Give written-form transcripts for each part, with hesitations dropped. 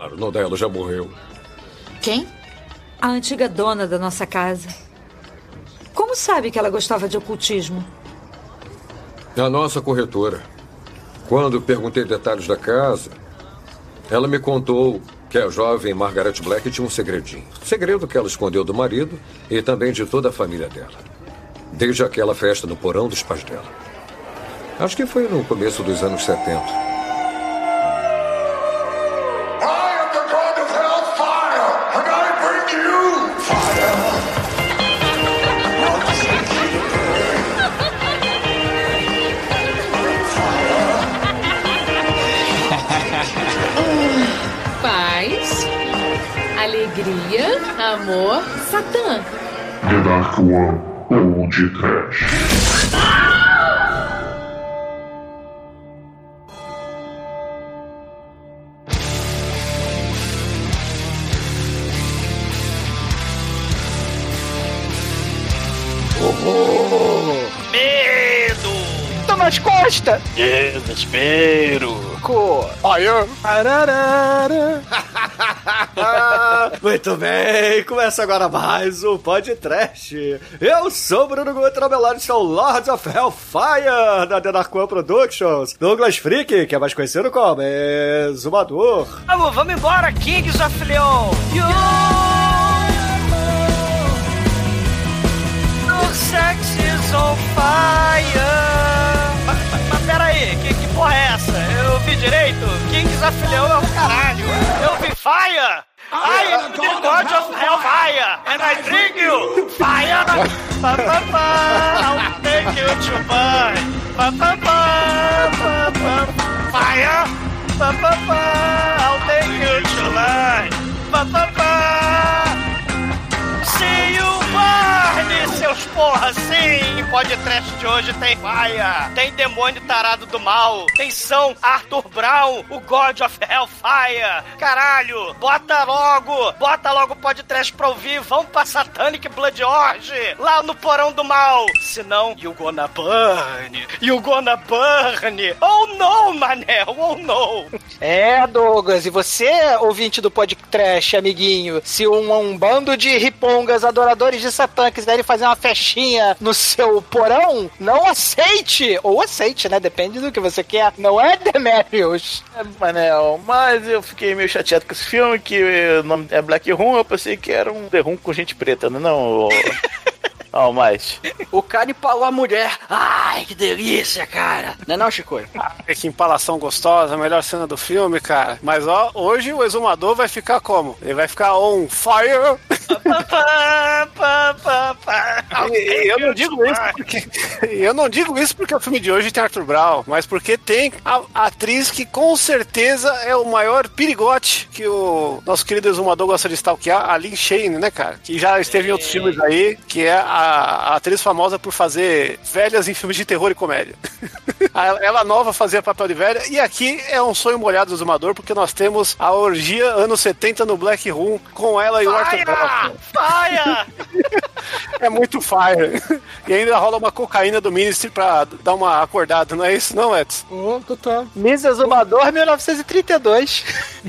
Claro, Nodelo já morreu. Quem? A antiga dona da nossa casa. Como sabe que ela gostava de ocultismo? A nossa corretora. Quando perguntei detalhes da casa, ela me contou que a jovem Margaret Black tinha um segredinho. Segredo que ela escondeu do marido e também de toda a família dela. Desde aquela festa no porão dos pais dela. Acho que foi no começo dos anos 70. Alegria, amor, Satã. The Dark One ou de Trash. Medo! Tô nas costas! Desespero! Fire! Muito bem, começa agora mais um podcast. Eu sou o Bruno Guto, ao meu lado está o Lord of Hellfire da The Dark One Productions, Douglas Freak, que é mais conhecido como Exumador. Vamos embora, Kings of Leon! Your sex is on fire! Mas peraí, que porra é essa? Eu vi direito? Kings of Leon é o caralho! Eu vi Fire! I am the God of Hellfire, and I drink you fire. Pa pa pa, I'll take you to burn. Pa pa pa, pa pa, fire. Pa pa pa, I'll take you to learn. Pa pa pa, see you burn, seus porra, sim. Podcast de hoje tem Fire, tem Demônio Tarado do Mal, tem São Arthur Brown, o God of Hellfire. Caralho, bota logo o podcast pra ouvir. Vamos pra Satanic Blood Orgy lá no Porão do Mal. Senão, you gonna burn. Oh no, mané, oh no. É, Douglas, e você, ouvinte do podcast, amiguinho, se um bando de ripongas adoradores de Satã quiserem fazer uma festinha no seu porão, não aceite! Ou aceite, né? Depende do que você quer. Não é, Demetrius? É, Manel, mas eu fiquei meio chateado com esse filme, que o nome é Black Room, eu pensei que era um The Room com gente preta, não... Não, mas... O cara empalou a mulher. Ai, que delícia, cara. Não é não, Chico? Que empalação gostosa, a melhor cena do filme, cara. Mas ó, hoje o Exumador vai ficar como? Ele vai ficar on fire. Eu não digo isso porque o filme de hoje tem Arthur Brown, mas porque tem a atriz que com certeza é o maior perigote que o nosso querido Exumador gosta de stalkear, a Lynn Shane, né, cara? Que já esteve em outros filmes aí, que é a atriz famosa por fazer velhas em filmes de terror e comédia. Ela nova fazia papel de velha, e aqui é um sonho molhado do Exumador, porque nós temos a orgia anos 70 no Black Room, com ela e o Arthur Brown. É muito fire. E ainda rola uma cocaína do Ministry pra dar uma acordada, não é isso não, Edson? Total. Miss Exumador 1932.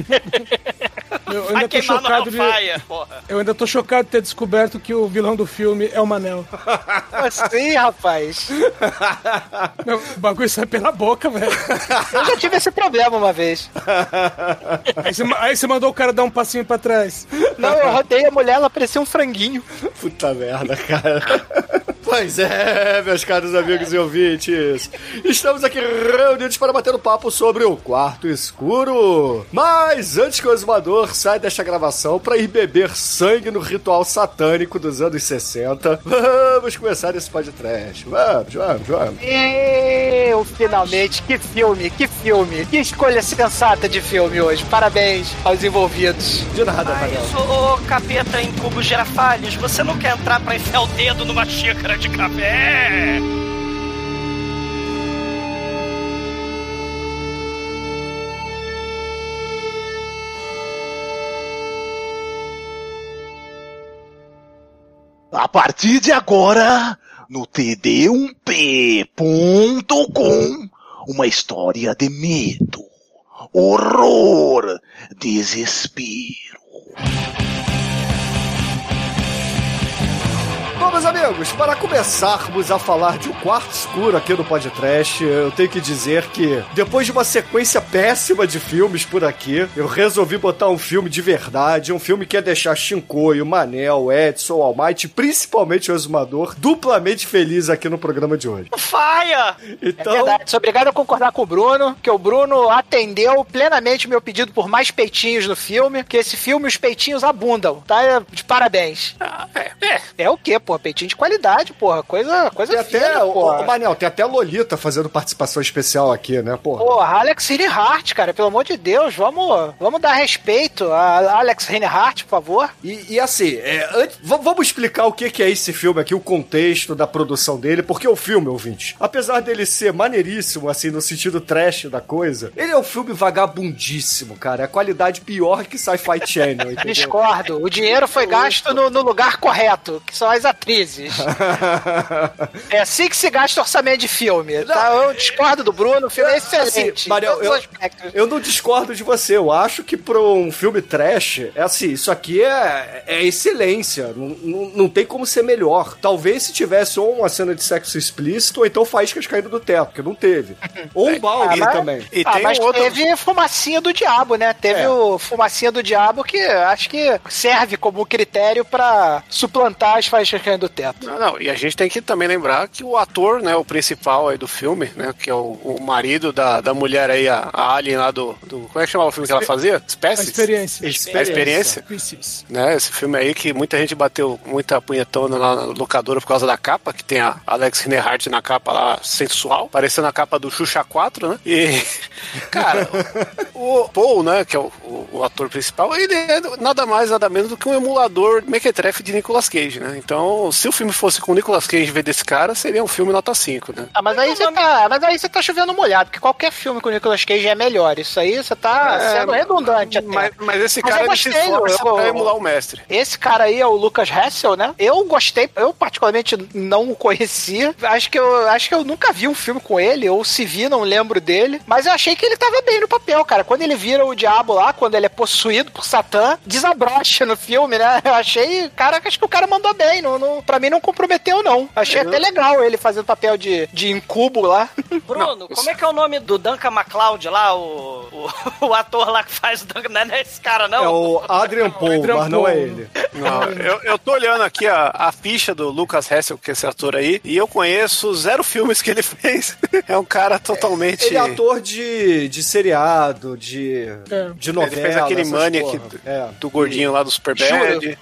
Eu ainda tô chocado de ter descoberto que o vilão do filme é o Manel. Sim, rapaz. O bagulho sai pela boca, velho. Eu já tive esse problema uma vez. Aí você mandou o cara dar um passinho pra trás. Não, eu rodei a mulher, ela parecia um franguinho. Puta merda, cara. Pois é, meus caros amigos e ouvintes, estamos aqui reunidos para bater um papo sobre o Quarto Escuro. Mas antes que o Exumador saia desta gravação para ir beber sangue no ritual satânico dos anos 60, vamos começar esse podcast. Vamos. Finalmente, que filme. Que escolha sensata de filme hoje. Parabéns aos envolvidos. De nada, Manel. Ô capeta em cubos girafalhos, você não quer entrar pra enfiar o dedo numa xícara de café? A partir de agora, no td1p.com, uma história de medo, horror, desespero. Bom, meus amigos, para começarmos a falar de O Quarto Escuro aqui no podcast, eu tenho que dizer que, depois de uma sequência péssima de filmes por aqui, eu resolvi botar um filme de verdade, um filme que ia deixar Shinkoio, Manel, Edson, Almighty, principalmente o Exumador, duplamente feliz aqui no programa de hoje. Faia! Então... É verdade, sou obrigado a concordar com o Bruno, que o Bruno atendeu plenamente o meu pedido por mais peitinhos no filme, que esse filme os peitinhos abundam, tá? De parabéns. É o quê, pô? Peitinho de qualidade, porra. Coisa tem fina, até, porra. Manel, tem até Lolita fazendo participação especial aqui, né, porra? Porra, Alex Reinhardt, cara, pelo amor de Deus, vamos dar respeito a Alex Reinhardt, por favor. E assim, vamos explicar o que é esse filme aqui, o contexto da produção dele, porque o filme, ouvinte, apesar dele ser maneiríssimo, assim, no sentido trash da coisa, ele é um filme vagabundíssimo, cara. É a qualidade pior que Sci-Fi Channel, entendeu? Discordo. O dinheiro foi gasto no lugar correto, que são as atrizes. É assim que se gasta orçamento de filme, tá? Eu discordo do Bruno, o filme é excelente. Assim, Mariel, eu não discordo de você. Eu acho que pra um filme trash, é assim, isso aqui é excelência. Não tem como ser melhor. Talvez se tivesse ou uma cena de sexo explícito, ou então faíscas caindo do teto, que não teve. Ou um balde também. E tem mas outro... teve Fumacinha do Diabo, né? Teve o Fumacinha do Diabo que acho que serve como critério pra suplantar as faíscas caindo do teto. Não, e a gente tem que também lembrar que o ator, né, o principal aí do filme, né, que é o marido da mulher aí, a Alien lá do... Como é que chamava o filme que ela fazia? Species? A Experiência. Né, esse filme aí que muita gente bateu muita punhetona lá na locadora por causa da capa, que tem a Alex Reinhardt na capa lá, sensual, parecendo a capa do Xuxa 4, né? E, cara, o Paul, né, que é o ator principal, ele é nada mais, nada menos do que um emulador mequetrefe de Nicolas Cage, né? Então, se o filme fosse com o Nicolas Cage em vez desse cara, seria um filme nota 5, né? Mas aí você tá chovendo molhado, porque qualquer filme com o Nicolas Cage é melhor. Isso aí você tá sendo redundante até. Mas esse cara ele se esforça pra emular o mestre. Esse cara aí é o Lucas Hassel, né? Eu gostei, eu particularmente não o conhecia. Acho que eu nunca vi um filme com ele, ou se vi, não lembro dele. Mas eu achei que ele tava bem no papel, cara. Quando ele vira o diabo lá, quando ele é possuído por Satã, desabrocha no filme, né? Eu achei, cara, acho que o cara mandou bem. Pra mim não comprometeu, não. Achei até legal ele fazendo papel de incubo lá. Bruno, como é que é o nome do Duncan MacLeod lá, o ator lá que faz o Duncan? Não é esse cara, não? É o Adrian Paul, mas não é ele. Não, eu tô olhando aqui a ficha do Lucas Hassel, que é esse ator aí, e eu conheço 0 filmes que ele fez. É um cara totalmente... Ele é ator de seriado, de novela. Ele fez aquele Maniac do gordinho lá do Superbad.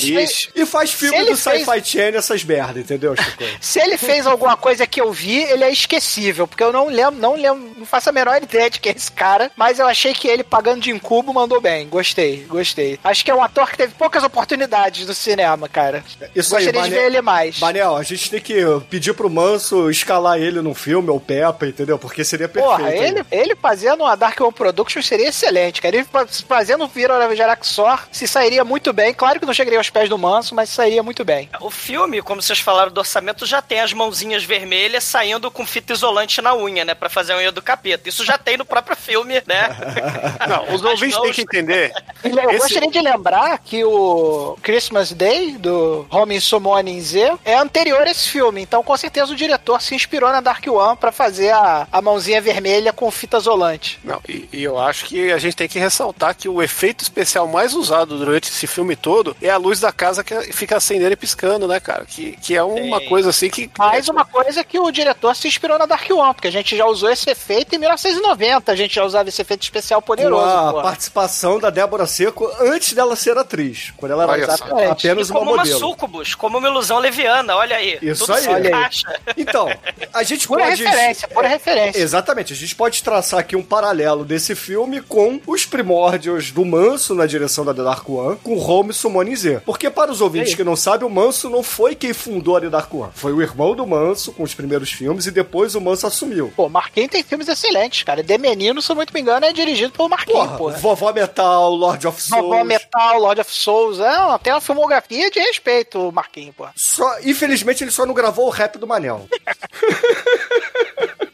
E faz filme do Sci-Fi Channel, essas merda, entendeu, Chico? Se ele fez alguma coisa que eu vi, ele é esquecível, porque eu não lembro, não faço a menor ideia de quem é esse cara, mas eu achei que ele, pagando de incubo, mandou bem. Gostei. Acho que é um ator que teve poucas oportunidades no cinema, cara. Isso Gostaria aí, de ver ele mais. Manel, a gente tem que pedir pro Manso escalar ele num filme, ou Peppa, entendeu? Porque seria perfeito. Porra, ele fazendo uma Dark One Production seria excelente, cara. Ele fazendo Vira Jaraxor se sairia muito bem. Claro que não chegaria aos pés do Manso, mas sairia muito bem. O filme, como vocês falaram do orçamento, já tem as mãozinhas vermelhas saindo com fita isolante na unha, né? Pra fazer a unha do capeta. Isso já tem no próprio filme, né? Não, os ouvintes têm que entender. Eu gostaria de lembrar que o Christmas Day, do Home Summoning Z, é anterior a esse filme. Então, com certeza, o diretor se inspirou na Dark One pra fazer a mãozinha vermelha com fita isolante. Não, e eu acho que a gente tem que ressaltar que o efeito especial mais usado durante esse filme todo é a luz da casa que fica acendendo e piscando, né, cara? Que é uma coisa assim que... Mais uma coisa que o diretor se inspirou na Dark One, porque a gente já usou esse efeito em 1990, a gente já usava esse efeito especial poderoso. Com a participação da Débora Seco antes dela ser atriz, quando ela era apenas uma modelo. Como uma súcubus, como uma ilusão leviana, olha aí. Isso tudo aí. Se encaixa. Então, a gente pura pode... Pura referência. Exatamente, a gente pode traçar aqui um paralelo desse filme com os primórdios do Manso na direção da The Dark One, com Home Summoning Z. Porque para os ouvintes que não sabem, o Manso não foi quem fundou a The Dark One. Foi o irmão do Manso com os primeiros filmes e depois o Manso assumiu. Pô, Marquinhos tem filmes excelentes, cara. The Menino, se eu muito me engano, é dirigido pelo Marquinhos, pô. Vovó Metal, Lord of Souls. Vovó Metal, Lord of Souls. Tem uma filmografia de respeito, o Marquinhos, pô. Infelizmente, ele só não gravou o rap do Manel.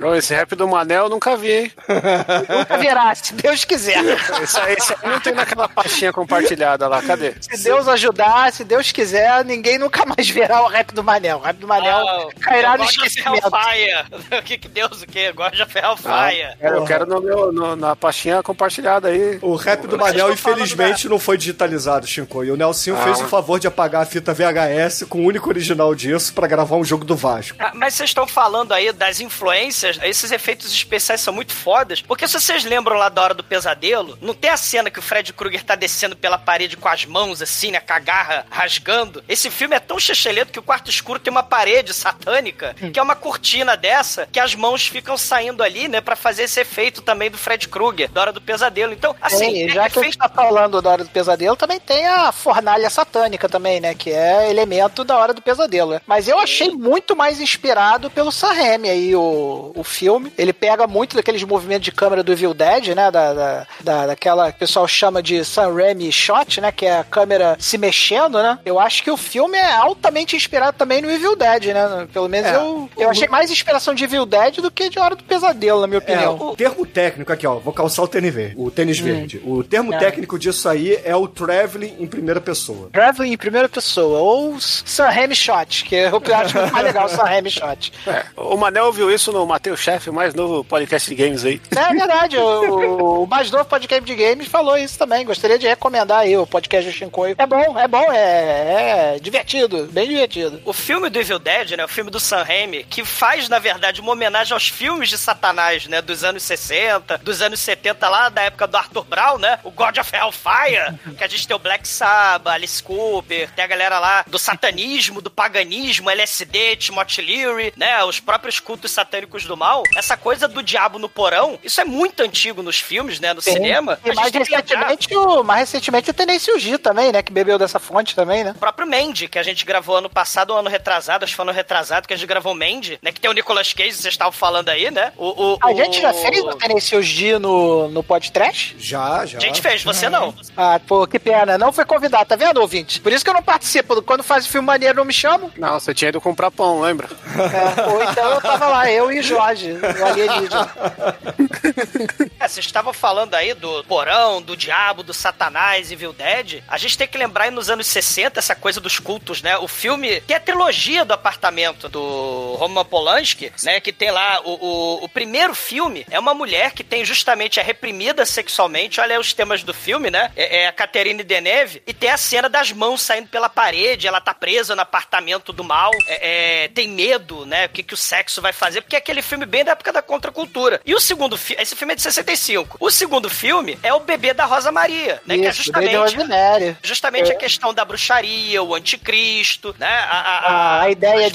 Bom, esse rap do Manel eu nunca vi, hein? Nunca virá, se Deus quiser. Esse aí não tem naquela pastinha compartilhada lá, cadê? Se Deus ajudar, se Deus quiser, ninguém nunca mais verá o rap do Manel. O rap do Manel cairá no esquecimento. O que Deus o quê? Gosta de Hellfire. Eu quero na pastinha compartilhada aí. O rap do Manel, infelizmente, não foi digitalizado, Chico. E o Nelsinho fez o favor de apagar a fita VHS com o único original disso pra gravar um jogo do Vasco. Mas vocês estão falando aí das influências, esses efeitos especiais são muito fodas, porque se vocês lembram lá da Hora do Pesadelo, não tem a cena que o Fred Krueger tá descendo pela parede com as mãos assim, né, com a garra rasgando? Esse filme é tão chechelento que o quarto escuro tem uma parede satânica, que é uma cortina dessa, que as mãos ficam saindo ali, né, pra fazer esse efeito também do Fred Krueger, da Hora do Pesadelo. Então, assim... já que a gente tá falando da Hora do Pesadelo, também tem a fornalha satânica também, né, que é elemento da Hora do Pesadelo, né? Mas eu achei muito mais inspirado pelo Sam Raimi aí, o filme. Ele pega muito daqueles movimentos de câmera do Evil Dead, né, daquela que o pessoal chama de Sam Raimi shot, né, que é a câmera se mexendo, né? Eu acho que o filme é altamente inspirado também no Evil Dead, né? Pelo menos eu achei mais inspiração de Evil Dead do que de Hora do Pesadelo, na minha opinião. O termo técnico aqui, ó, vou calçar o tênis verde. O tênis verde. O termo técnico disso aí é o traveling em primeira pessoa. Traveling em primeira pessoa, ou Sam Raimi shot, que eu acho muito mais legal o Sam Raimi shot. O Manel ouviu isso no Matheus Chef, o mais novo podcast de games aí. É verdade, o mais novo podcast de games falou isso também. Gostaria de recomendar aí o podcast do Shinkoio. É bom, é divertido, bem divertido. O filme do Evil Dead, né, o filme do Sam Raimi, que faz, na verdade, uma homenagem aos filmes de Satanás, né, dos anos 60, dos anos 70 lá, da época do Arthur Brown, né, o God of Hellfire, que a gente tem o Black Sabbath, Alice Cooper, tem a galera lá do satanismo, do paganismo, LSD, Timothy Leary, né, os próprios cultos satânicos do mal. Essa coisa do diabo no porão, isso é muito antigo nos filmes, né, no cinema. E mais recentemente o Tennessee G também, né, que bebeu dessa fonte também, né. O próprio Mandy, que a gente gravou ano passado ou ano retrasado, acho que foi ano retrasado que a gente gravou Mandy, né, que tem o Nicolas Cage, vocês estavam falando aí, né. A gente já fez o Tennessee G no podcast? Já. A gente fez, você não. Ah, pô, que pena, não foi convidado, tá vendo, ouvinte? Por isso que eu não participo, quando faz filme maneiro não me chamo. Não, você tinha ido comprar pão, lembra? Ou então eu tava lá, eu e Jorge, o alienígena. Vocês estavam falando aí do porão, do diabo, do Satanás, Evil Dead. A gente tem que lembrar aí nos anos 60 essa coisa dos cultos, né? O filme, que é a trilogia do apartamento do Roman Polanski, né? Que tem lá o primeiro filme, é uma mulher que tem justamente reprimida sexualmente, olha aí os temas do filme, né? É a Catherine Deneuve, e tem a cena das mãos saindo pela parede, ela tá presa no apartamento do mal, tem medo, né? O que o sexo vai fazer, porque é aquele filme bem da época da contracultura. E o segundo filme, esse filme é de 65. O segundo filme é o Bebê da Rosa Maria, né? Isso, que é justamente a questão da bruxaria, o anticristo, né? A ideia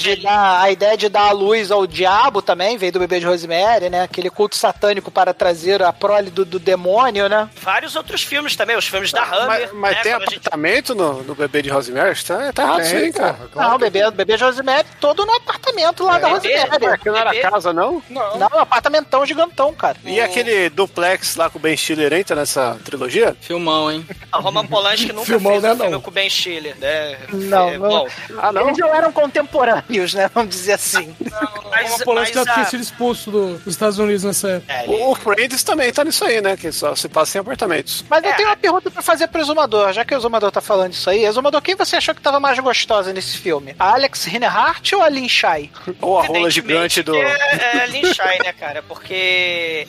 de dar a luz ao diabo também veio do Bebê de Rosemary, né? Aquele culto satânico para trazer a prole do demônio, né? Vários outros filmes também, os filmes da Hammer. Mas tem apartamento no Bebê de Rosemary? Tá errado isso aí, cara. Não, o Bebê de Rosemary todo no apartamento lá da Rosemary. Aqui não era casa, não? Não, apartamentão gigantão, cara. E aquele duplex lá com o Ben Stiller entra nessa trilogia? Filmão, hein? O Roman Polanski nunca fez um filme com o Ben Stiller, né? Não. Bom. Eles não eram contemporâneos, né? Vamos dizer assim. O Roman Polanski já tinha sido expulso dos Estados Unidos nessa época. O Friends também tá nisso aí, né? Que só se passa em apartamentos. Mas eu tenho uma pergunta pra fazer pro Exumador, já que o Exumador tá falando isso aí. Exumador, quem você achou que tava mais gostosa nesse filme? A Alex Reinhardt ou a Lin Shay? Ou a rola gigante do... É a Lin Shay, né, cara? Porque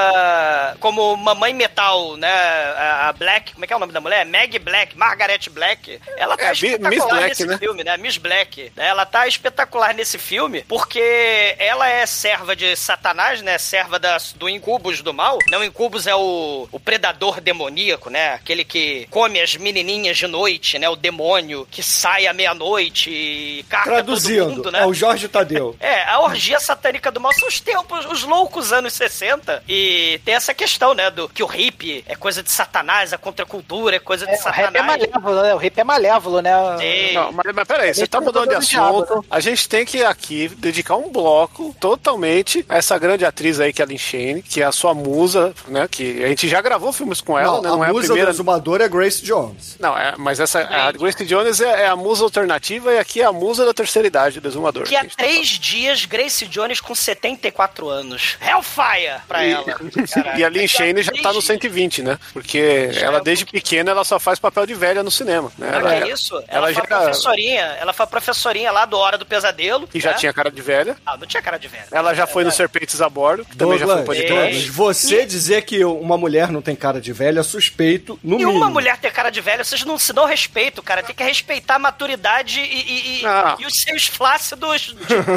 ela, como mamãe metal, né, a Black, como é que é o nome da mulher? Meg Black, Margaret Black, ela tá espetacular Miss Black, nesse né? filme, né? Miss Black. Ela tá espetacular nesse filme, porque ela é serva de Satanás, né? Serva do Incubus do mal. Não, o Incubus é o predador demoníaco, né? Aquele que come as menininhas de noite, né? O demônio que sai à meia-noite e carga todo mundo, né? É o Jorge Tadeu. A orgia satânica do mal são os tempos, os loucos anos 60. E tem essa questão, né? Que o hippie é coisa de Satanás, a contracultura é coisa de Satanás. O hippie é malévolo, né? Sim. Não, mas peraí, você tá mudando de assunto. A gente tem que aqui dedicar um bloco totalmente essa grande atriz aí, que é a Lynn Shane, que é a sua musa, né? Que a gente já gravou filmes com ela, né? Não é a musa primeira... do Exumador é Grace Jones. Não, mas a Grace Jones é a musa alternativa e aqui é a musa da terceira idade do Exumador. Que há 3 dias, Grace Jones com 74 anos. Hellfire pra ela. E a Lynn Shane já tá no 120, né? Porque ela, desde pequena, ela só faz papel de velha no cinema, né? Isso? Ela foi professorinha lá do Hora do Pesadelo. E já tinha cara de velha. Ah, não tinha cara de velha. Ela já foi no Serpentes a Bordo, que também já foi podcast. Você dizer que uma mulher não tem cara de velha é suspeito, no mínimo. E uma mulher ter cara de velha, vocês não se dão respeito, cara. Tem que respeitar a maturidade e os seus flácidos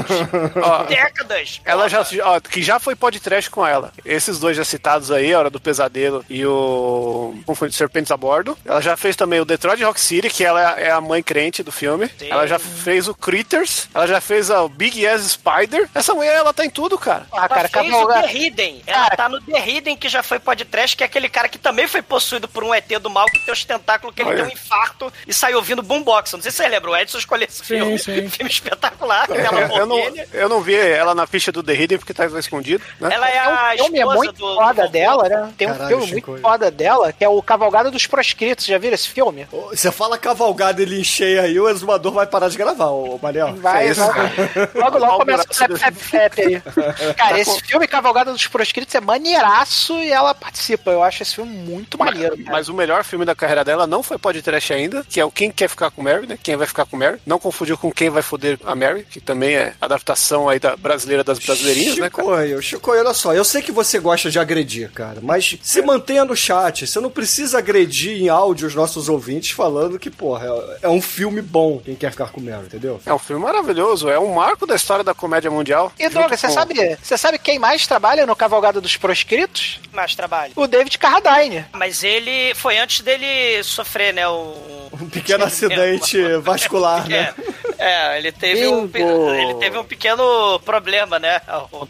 de décadas. Ela que já foi podcast com ela. Esses dois já citados aí, a Hora do Pesadelo e o... Como foi? Serpentes a Bordo. Ela já fez também o Detroit Rock City, que ela é a mãe crente do filme. Sim. Ela já fez o Critters. Ela já fez o Big Ass Spider. Essa mulher, ela tá em tudo, cara. Ela fez o The Hidden. Ela tá no The Hidden, que já foi podcast, que é aquele cara que também foi possuído por um ET do mal, que tem os tentáculos, que ele tem um infarto e sai ouvindo boombox. Não sei se você lembra, o Edson escolheu esse filme. Sim. Filme espetacular. Eu não vi ela na ficha do The Hidden, porque tava escondido, né? Ela é a esposa filme muito foda dela, né? Tem um filme muito foda dela, que é o Cavalgada dos Proscritos. Já viram esse filme? Você fala Cavalgada e Lynn Shane aí, o Exumador vai parar de gravar, ô Mariel. Vai. Logo começa o flap aí. Cara, esse filme Cavalgada dos Proscritos é maneiraço e ela participa. Eu acho esse filme muito maneiro. Mas o melhor filme da carreira dela não foi podcast ainda, que é o Quem Quer Ficar com Mary, né? Quem Vai Ficar com Mary. Não confundiu com Quem Vai Foder a Mary, que também é adaptação aí da brasileira das brasileirinhas, né, cara? Chico, olha só, eu sei que você gosta de agredir, cara, mas se mantenha no chat, você não precisa agredir em áudio os nossos ouvintes falando que, porra, é um filme bom Quem Quer Ficar com Mary, entendeu? É um filme maravilhoso, é um marco da história da comédia mundial. E Douglas, você sabe quem mais trabalha no Cavalgada dos Proscritos? Mais trabalha. O David Carradine. Mas ele foi antes dele sofrer, né, um pequeno acidente vascular, né? Ele teve um pequeno problema, né?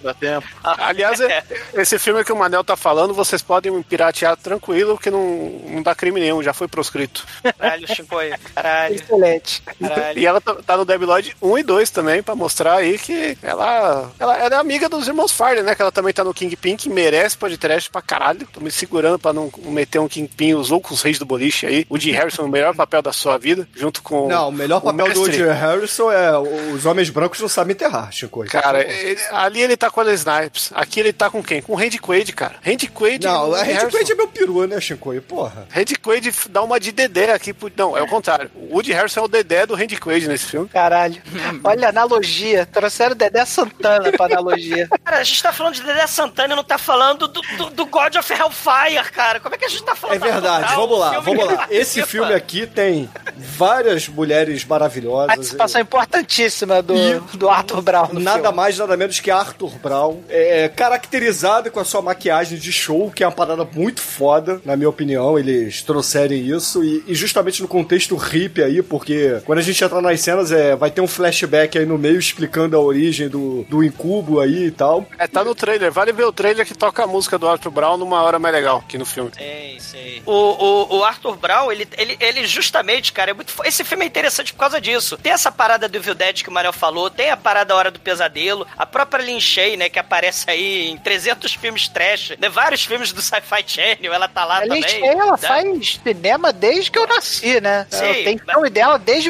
Aliás, esse filme que o Manel tá falando, vocês podem piratear tranquilo, que não dá crime nenhum, já foi proscrito. Caralho, Chicoio. Caralho. Excelente. Caralho. E ela tá no Debiloid 1 e 2 também, pra mostrar aí que ela é amiga dos irmãos Farley, né? Que ela também tá no Kingpin, que merece podcast pra caralho. Tô me segurando pra não meter um Kingpin, os loucos reis do boliche aí. O Woody Harrison, o melhor papel da sua vida, junto com... Não, o melhor papel do Woody Harrison é Os Homens Brancos Não Sabem Enterrar, Chico. Cara, ali ele tá com a Snipes. Aqui ele tá com quem? Com o Randy Quaid, cara. Randy Quaid... Não, a Randy Quaid é meu peru, né, Chico? Porra. Randy Quaid dá uma de Dedé aqui. Não, é o contrário. O Woody Harrison é o Dedé do Randy Quaid nesse filme. Caralho. Olha a analogia. Trouxeram Dedé Santana pra analogia. Cara, a gente tá falando de Dedé Santana e não tá falando do God of Hellfire, cara. Como é que a gente tá falando? É verdade. Vamos lá. Esse filme aqui tem várias mulheres maravilhosas. Participação importantíssima do Arthur Brown no nada filme. Mais, nada menos que Arthur Brown. Caracterizado com a sua maquiagem de show, que é uma parada muito foda, na minha opinião. Eles trouxerem isso. E justamente no contexto hippie aí, porque quando a gente entrar nas cenas, vai ter um flashback aí no meio explicando a origem do incubo aí e tal. Tá no trailer. Vale ver o trailer que toca a música do Arthur Brown numa hora mais legal aqui no filme. Sei. O Arthur Brown, ele justamente, cara, esse filme é interessante por causa disso. Tem essa parada do Evil Dead que o Mariel falou, tem a parada da Hora do Pesadelo, a própria Lynn Shane, né, que aparece aí em 300 filmes trash, né, vários filmes do Sci-Fi Channel, ela tá lá também. A Lynn Shane, ela faz cinema desde que eu nasci, né? Sim. Tem filme dela desde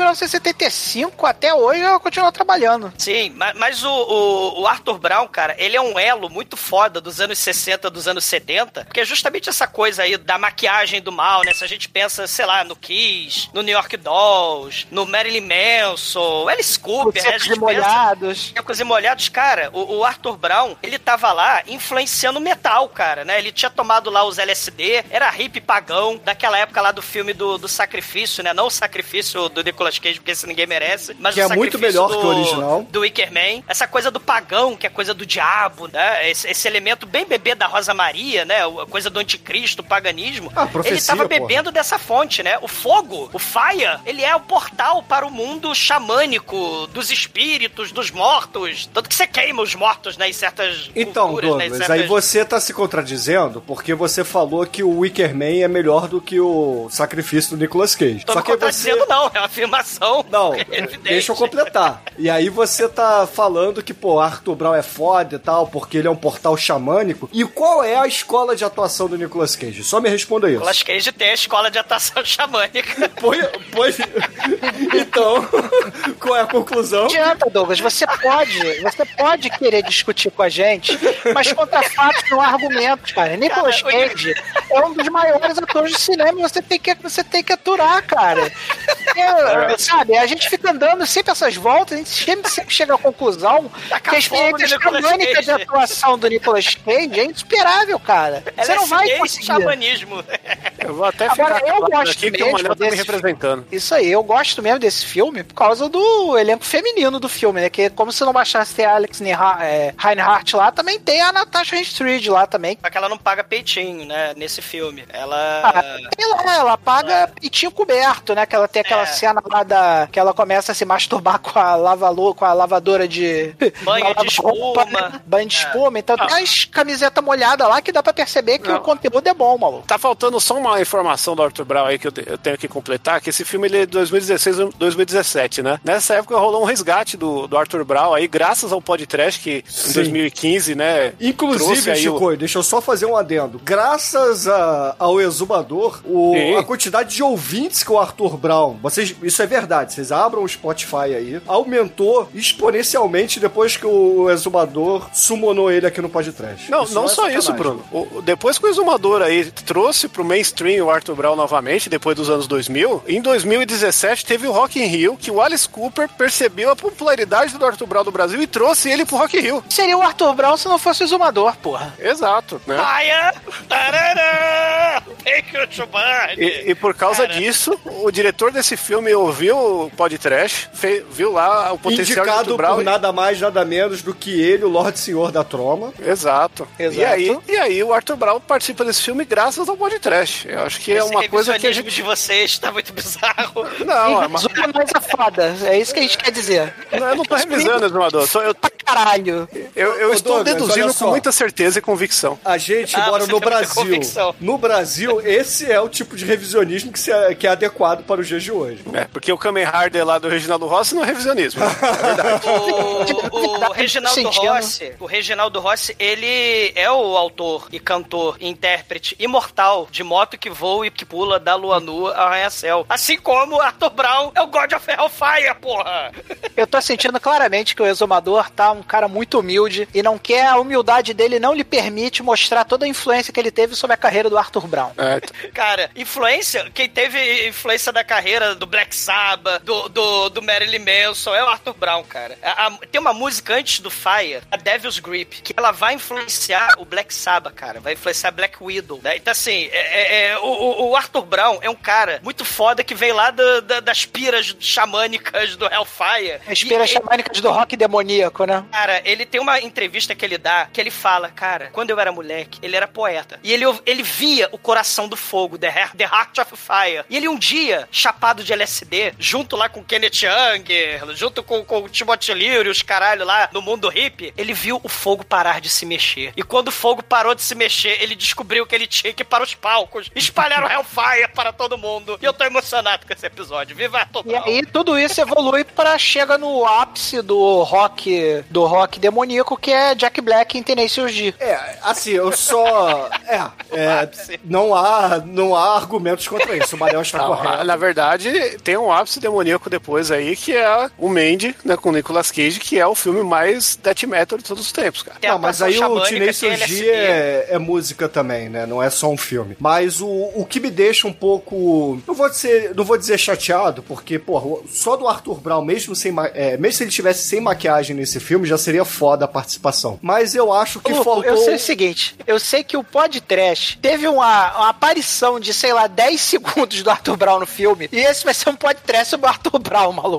1975 até hoje, ela continua trabalhando. Sim, mas o Arthur Brown, cara, ele é um elo muito foda dos anos 60, dos anos 70, porque é justamente essa coisa aí da maquiagem do mal, né? Se a gente pensa, sei lá, no Kiss, no New York Dolls, no Marilyn Manson, Alice Cooper, né? Secos e Molhados, cara, o Arthur Brown, ele tava lá influenciando metal, cara, né? Ele tinha tomado lá os LSD, era hippie pagão, daquela época lá do filme do Sacrifício, né? Não o Sacrifício do Nicolas Cage, porque esse ninguém merece, mas que o é muito melhor que o original. Do Wicker Man. Essa coisa do pagão, que é coisa do diabo, né? Esse elemento bem bebê da Rosa Maria, né? A coisa do anticristo, o paganismo. Profecia, ele tava bebendo dessa fonte, né? O fogo, o fire, Faia, ele é o portal para o mundo xamânico, dos espíritos, dos mortos. Tanto que você queima os mortos, né, em certas então, culturas, Douglas, né, em certas... aí você tá se contradizendo porque você falou que o Wicker Man é melhor do que o Sacrifício do Nicolas Cage. Tô Só me que contradizendo, não. É uma afirmação. Não, evidente. deixa eu completar. E aí você tá falando que, pô, Arthur Brown é foda e tal, porque ele é um portal xamânico. E qual é a escola de atuação do Nicolas Cage? Só me responda isso. Nicolas Cage tem a escola de atuação xamânica. Pois... Então, qual é a conclusão? Não adianta, Douglas. Você pode querer discutir com a gente, mas contra fatos não há argumentos, cara. Nicolas Cage é um dos maiores atores de cinema. Você tem que aturar, cara. Sabe, a gente fica andando sempre essas voltas, a gente sempre chega à conclusão que a experiência xamânica de atuação do Nicolas Cage é insuperável, cara. Você não vai conseguir. Xamanismo. Eu vou até ficar agora, eu gosto aqui mesmo que o Manel tá me representando. Isso aí, eu gosto mesmo desse filme por causa do elenco feminino do filme, né? Que como se não baixasse ter a Alex Reinhardt lá, também tem a Natasha Henstridge lá também. Só que ela não paga peitinho, né? Nesse filme. Ela paga peitinho coberto, né? Que ela tem aquela cena lá que ela começa a se masturbar com a lavadora de... Banho de espuma. Né? Banho de espuma. Então tem as camisetas molhadas lá que dá pra perceber que o conteúdo é bom, maluco. Tá faltando só uma informação do Arthur Brown aí que eu tenho que completar, que esse filme ele é de 2016 e 2017, né? Nessa época rolou um resgate do Arthur Brown aí, graças ao podcast que em 2015, né? Inclusive, Chico, deixa eu só fazer um adendo. Graças ao Exumador, a quantidade de ouvintes que o Arthur Brown, isso é verdade, vocês abram o Spotify aí, aumentou exponencialmente depois que o Exumador summonou ele aqui no podcast. Não só isso, Bruno. Depois que o Exumador aí trouxe pro mainstream o Arthur Brown novamente, depois dos anos 2000, em 2017 teve o Rock in Rio, que o Alice Cooper percebeu a popularidade do Arthur Brown do Brasil e trouxe ele pro Rock in Rio. Seria o Arthur Brown se não fosse o Exumador, porra. Exato, né? Paia! Tarará! E por causa disso, o diretor desse filme ouviu o podcast, viu lá o potencial do Arthur Brown. Por nada mais, nada menos do que ele, o Lorde Senhor da Troma. Exato. E aí o Arthur Brown participa desse filme graças ao podcast. Eu acho que é uma coisa que a gente... de vocês tá muito bizarro. Não, é mais foda. É isso que a gente quer dizer. Eu não tô revisando, Exumador. Caralho. Eu estou deduzindo com muita certeza e convicção. A gente mora no Brasil. No Brasil, esse é o tipo de revisionismo que é adequado para os dias de hoje. Porque o Kamen Rider lá do Reginaldo Rossi não é revisionismo. É verdade. O Reginaldo Rossi, ele é o autor e cantor e intérprete imortal de Moto que Voa e que Pula da Lua Nua ao Arranha-Céu. Assim como Arthur Brown é o God of Hellfire, porra! Eu tô sentindo claramente que o Exumador tá um cara muito humilde e não quer, a humildade dele não lhe permite mostrar toda a influência que ele teve sobre a carreira do Arthur Brown. Cara, quem teve influência da carreira do Black Sabbath, do Marilyn Manson, é o Arthur Brown, cara. Tem uma música antes do Fire, a Devil's Grip, que ela vai influenciar o Black Sabbath, cara. Vai influenciar Black Widow. Né? Então, assim, o Arthur Brown é um cara muito foda que veio lá das piras xamânicas do Hellfire. As piras xamânicas do rock demoníaco, né? Cara, ele tem uma entrevista que ele dá, que ele fala, cara, quando eu era moleque, ele era poeta. E ele via o coração do fogo, The Heart of Fire. E ele um dia, chapado de LSD, junto lá com Kenneth Young, junto com o Timothy Leary, os caralho lá no mundo hippie, ele viu o fogo parar de se mexer. E quando o fogo parou de se mexer, ele descobriu que ele tinha que ir para os palcos, espalhar o Hellfire para todo mundo. E eu tô emocionado com esse episódio. Viva Arthur Brown. E aí tudo isso evolui chega no ápice do rock demoníaco, que é Jack Black em Tenacious D. Assim, eu só... não há argumentos contra isso. O Mariel está correto. Na verdade, tem um ápice demoníaco depois aí, que é o Mandy, né, com o Nicolas Cage, que é o filme mais death metal de todos os tempos, cara. Não, mas aí o Tenacious D é música também, né? Não é só um filme. Mas o que me deixa um pouco... Não vou dizer chateado, porque, porra, só do Arthur Brown, mesmo se ele tivesse sem maquiagem nesse filme, já seria foda a participação. Mas eu acho que faltou... Eu sei o seguinte, eu sei que o podcast teve uma aparição de, 10 segundos do Arthur Brown no filme, e esse vai ser um podcast sobre o Arthur Brown, maluco.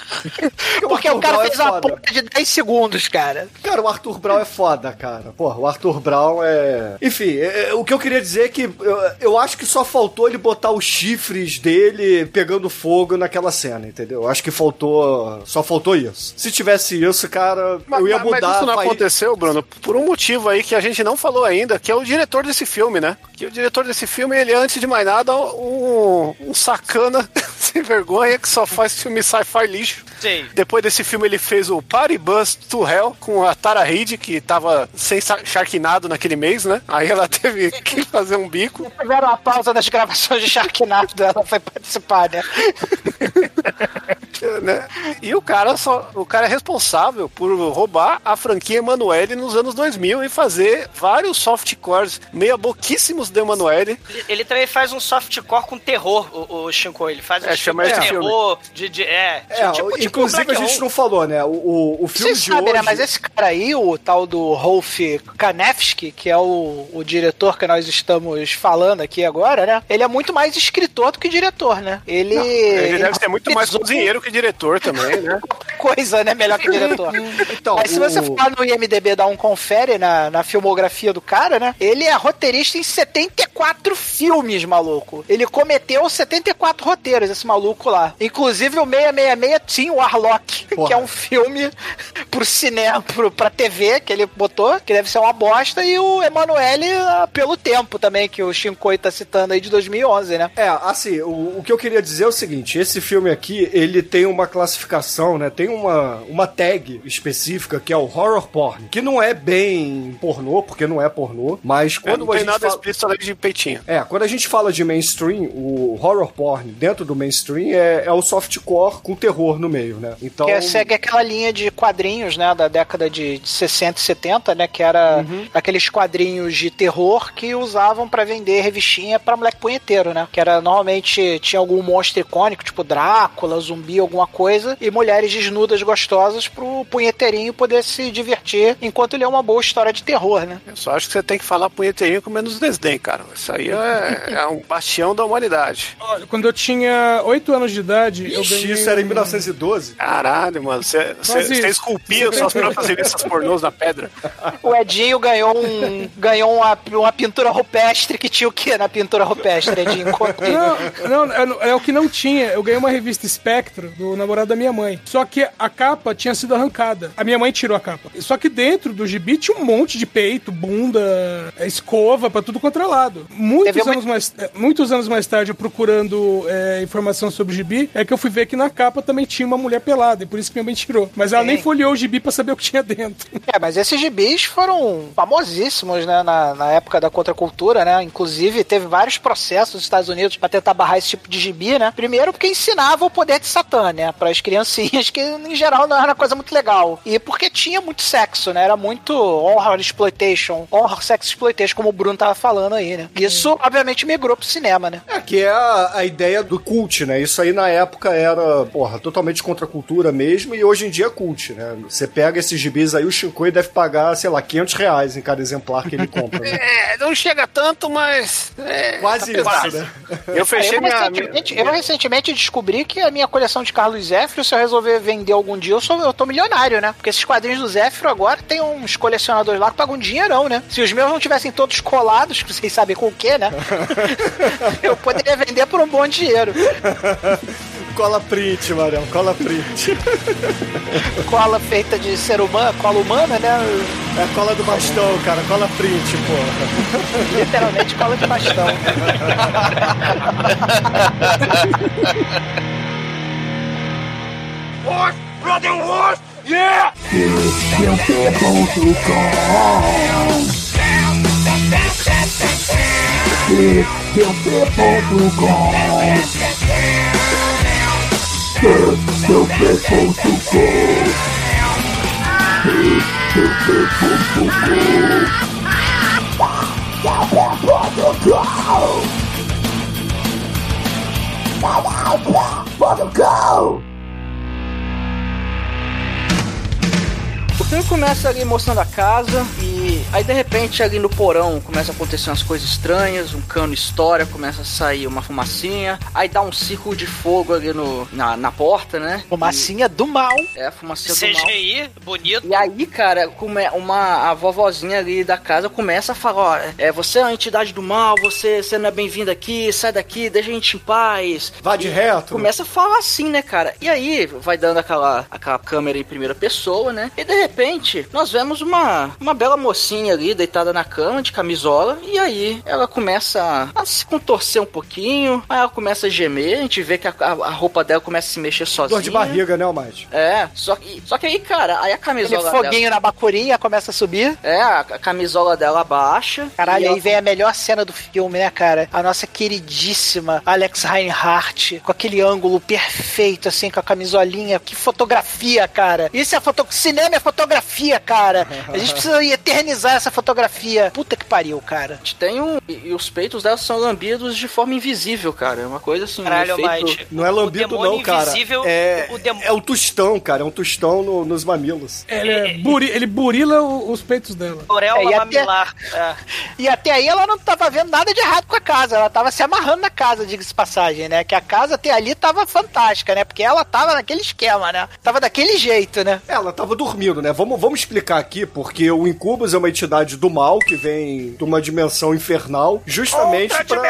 Porque o cara fez uma ponta de 10 segundos, cara. Cara, o Arthur Brown é foda, cara. Porra, o Arthur Brown é... Enfim, o que eu queria dizer é que eu acho que só faltou ele botar os chifres dele pegando fogo naquela cena, entendeu? Eu acho que só faltou isso. Se tivesse isso, cara, eu ia mudar. Mas isso não aconteceu, Bruno, por um motivo aí que a gente não falou ainda, que é o diretor desse filme, né? Que o diretor desse filme, ele, antes de mais nada, um sacana sem vergonha que só faz filme sci-fi lixo. Sim. Depois desse filme ele fez o Party Bus to Hell com a Tara Reid, que tava sem Sharknado naquele mês, né? Aí ela teve que fazer um bico. Tiveram uma pausa das gravações de Sharknado, ela foi participar, né? E o cara é responsável por roubar a franquia Emanuele nos anos 2000 e fazer vários softcores meia boquíssimos de Emanuele. Ele também faz um softcore com terror, o Shinkoi. Ele faz um filme de terror, inclusive a gente não falou, né? O filme Vocês sabem, né? Mas esse cara aí, o tal do Rolf Kanefsky, que é o diretor que nós estamos falando aqui agora, né? Ele é muito mais escritor do que diretor, né? Ele deve ser muito mais cozinheiro que diretor também, né? Coisa, né? Melhor que diretor. Então, mas se você for no IMDB dar um confere na filmografia do cara, né? Ele é roteirista em 74 filmes, maluco. Ele cometeu 74 roteiros, esse maluco lá. Inclusive o 666 tinha o Warlock, que é um filme pro cinema, pra TV, que ele botou, que deve ser uma bosta, e o Emanuele pelo tempo também, que o Shinkoi tá citando aí, de 2011, né? Assim, o que eu queria dizer é o seguinte, esse filme aqui, ele tem uma classificação, né? Tem uma tag específica, que é o horror porn, que não é bem pornô, porque não é pornô, mas quando não a tem gente nada fala... explícito além de peitinho. Quando a gente fala de mainstream, o horror porn dentro do mainstream é o softcore com terror no meio, né? Então... Que segue aquela linha de quadrinhos, né, da década de 60 e 70, né, que era aqueles quadrinhos de terror que usavam pra vender revistinha pra moleque punheteiro, né? Que era, normalmente, tinha algum monstro icônico, tipo Drácula, zumbi, alguma coisa, e mulheres desnudas gostosas pro punheteirinho poder se divertir enquanto ele é uma boa história de terror, né? Eu só acho que você tem que falar punheteirinho com menos desdém, cara. Isso aí é um bastião da humanidade. Olha, quando eu tinha 8 anos de idade, eu ganhei... Isso era em 1912? Caralho, mano. Você esculpia suas próprias revistas pornôs na pedra. O Edinho ganhou uma pintura rupestre que tinha o quê na pintura rupestre, Edinho? Não, é o que não tinha. Eu ganhei uma revista Espectro do namorado da minha mãe. Só que a capa tinha sido arrancada. A minha mãe tirou a capa. Só que dentro do gibi tinha um monte de peito, bunda, escova, pra tudo contra lado. Muitos anos mais tarde, eu procurando informação sobre o gibi, é que eu fui ver que na capa também tinha uma mulher pelada, e por isso que minha mãe tirou. Mas ela nem folheou o gibi pra saber o que tinha dentro. Mas esses gibis foram famosíssimos, né, na época da contracultura, né? Inclusive, teve vários processos nos Estados Unidos pra tentar barrar esse tipo de gibi, né? Primeiro porque ensinava o poder de Satã, né? Pras criancinhas, que em geral não era uma coisa muito legal. E porque tinha muito sexo, né? Era muito horror exploitation, horror sex exploitation, como o Bruno tava falando aí, né? Isso, obviamente, migrou pro cinema, né? Que é a ideia do cult, né? Isso aí na época era, totalmente contra a cultura mesmo, e hoje em dia é cult, né? Você pega esses gibis aí, o Shinkoi deve pagar, sei lá, R$500 em cada exemplar que ele compra, né? Não chega tanto, mas... quase tá isso, né? Eu recentemente descobri que a minha coleção de Carlos Zéfiro, se eu resolver vender algum dia, eu tô milionário, né? Porque esses quadrinhos do Zéfiro agora tem uns colecionadores lá que pagam um dinheirão, né? Se os meus não tivessem todos colados, que vocês sabem com o que, né? Eu poderia vender por um bom dinheiro. Cola print, Marião, cola print. Cola feita de ser humano, cola humana, né? É a cola do bastão, cara, cola print, pô. Literalmente cola de bastão. Horse, brother, horse, yeah! Go! O filme começa ali mostrando a casa e aí de repente ali no porão começa a acontecer umas coisas estranhas, um cano estoura, começa a sair uma fumacinha, aí dá um círculo de fogo ali na porta, né? Fumacinha do mal. É, fumacinha do mal. CGI, bonito. E aí, cara, a vovozinha ali da casa começa a falar, ó, você é a entidade do mal, você não é bem-vindo aqui, sai daqui, deixa a gente em paz. Vá de reto. Começa a falar assim, né, cara? E aí, vai dando aquela câmera em primeira pessoa, né? E de repente, nós vemos uma bela mocinha ali, deitada na cama, de camisola, e aí ela começa a se contorcer um pouquinho, aí ela começa a gemer, a gente vê que a roupa dela começa a se mexer sozinha. Dor de barriga, né, Almighty? É, só que aí, cara, aí a camisola Aquele foguinho na bacurinha começa a subir. É, a camisola dela baixa. Caralho, aí vem a melhor cena do filme, né, cara? A nossa queridíssima Alex Reinhardt, com aquele ângulo perfeito, assim, com a camisolinha. Que fotografia, cara. Isso é cinema é fotografia, cara. A gente precisa eternizar essa fotografia. Puta que pariu, cara. A gente tem e os peitos dela são lambidos de forma invisível, cara. É uma coisa assim, Caralho, um efeito... Mike. Não é lambido não, cara. É o tostão, cara. É um tostão nos mamilos. Ele burila os peitos dela. Auréola mamilar. E até aí ela não tava vendo nada de errado com a casa. Ela tava se amarrando na casa, diga-se de passagem, né? Que a casa até ali tava fantástica, né? Porque ela tava naquele esquema, né? Tava daquele jeito, né? Ela tava dormindo, né? Vamos explicar aqui, porque o Incubus é uma entidade do mal que vem de uma dimensão infernal, justamente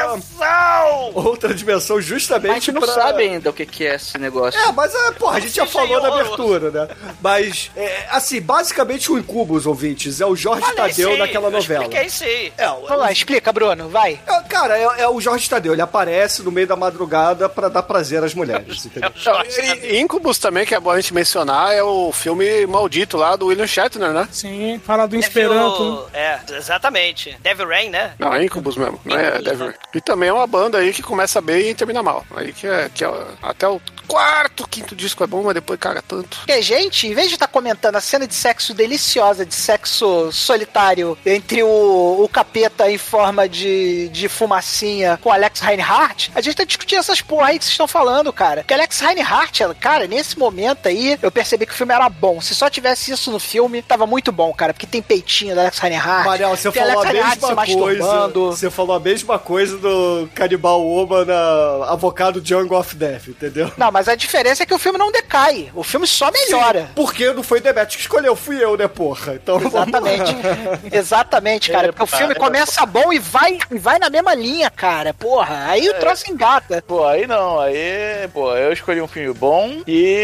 Outra dimensão, justamente a gente não sabe ainda o que é esse negócio. Mas, porra, a gente já falou na abertura, né? Mas, assim, basicamente o Incubus, ouvintes, é o Jorge Tadeu naquela novela. Explica isso aí. Vamos lá, explica, Bruno, vai. Cara, é o Jorge Tadeu, ele aparece no meio da madrugada pra dar prazer às mulheres, entendeu? Incubus também, que é bom a gente mencionar, é o filme maldito lá do William Shatner, né? Sim, fala do Esperanto. Exatamente. Devil Rain, né? Não, é Incubus mesmo, não é Devil Rain. E também é uma banda aí que começa bem e termina mal. Aí que é até o quinto disco é bom, mas depois caga tanto. Porque a gente, em vez de estar comentando a cena de sexo deliciosa, de sexo solitário entre o capeta em forma de fumacinha com o Alex Reinhardt, a gente tá discutindo essas porra aí que vocês estão falando, cara. Porque Alex Reinhardt, cara, nesse momento aí, eu percebi que o filme era bom. Se só tivesse isso no filme, tava muito bom, cara. Porque tem peitinho do Alex Reinhardt. Mariel, você falou a mesma coisa. Você falou a mesma coisa do Canibal Oba na Avocado Jungle of Death, entendeu? Não, mas a diferença é que o filme não decai. O filme só melhora. Sim, porque não foi o Demet que escolheu, fui eu, né, porra? Então, exatamente. Exatamente, cara. Porque o filme começa bom e vai na mesma linha, cara. Porra, aí o troço engata. Pô, aí não. Aí, pô, eu escolhi um filme bom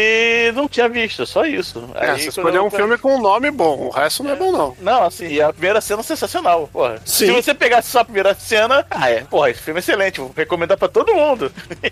e não tinha visto, só isso. Aí, você escolheu um filme com um nome bom, o resto não é bom, não. Não, assim, e a primeira cena é sensacional, porra. Sim. Se você pegasse só a primeira cena, porra, esse filme é excelente, vou recomendar pra todo mundo.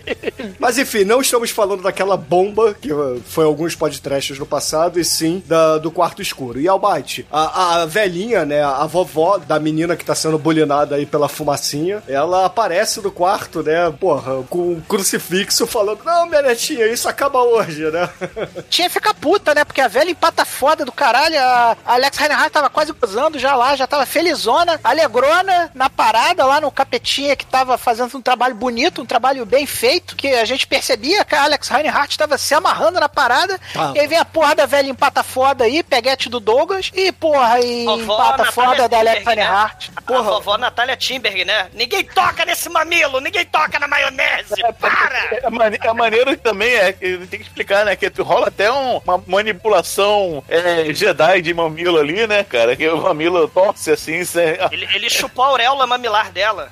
Mas enfim, não estamos falando daquela bomba, que foi alguns podcasts no passado, e sim do quarto escuro. E Almighty, a velhinha, né, a vovó da menina que tá sendo bulinada aí pela fumacinha, ela aparece no quarto, né, porra, com um crucifixo falando, não, minha netinha, isso acaba hoje, né? Tinha que ficar puta, né, porque a velha empata foda do caralho, a Alex Reinhardt tava quase gozando já tava felizona, alegrona, na parada lá no capetinha que tava fazendo um trabalho bonito, um trabalho bem feito, que a gente percebia que a Alex Reinhardt tava se amarrando na parada, e aí vem a porra da velha empata foda aí, peguete do Douglas, e porra, e empata foda da Alex Reinhardt. Né? A vovó Natália Timberg, né? Ninguém toca nesse mamilo, ninguém toca na maionese, para! É maneiro também, tem que explicar, né, que rola até uma manipulação Jedi de mamilo ali, né, cara, que o mamilo torce assim, ele chupou a auréola mamilar dela.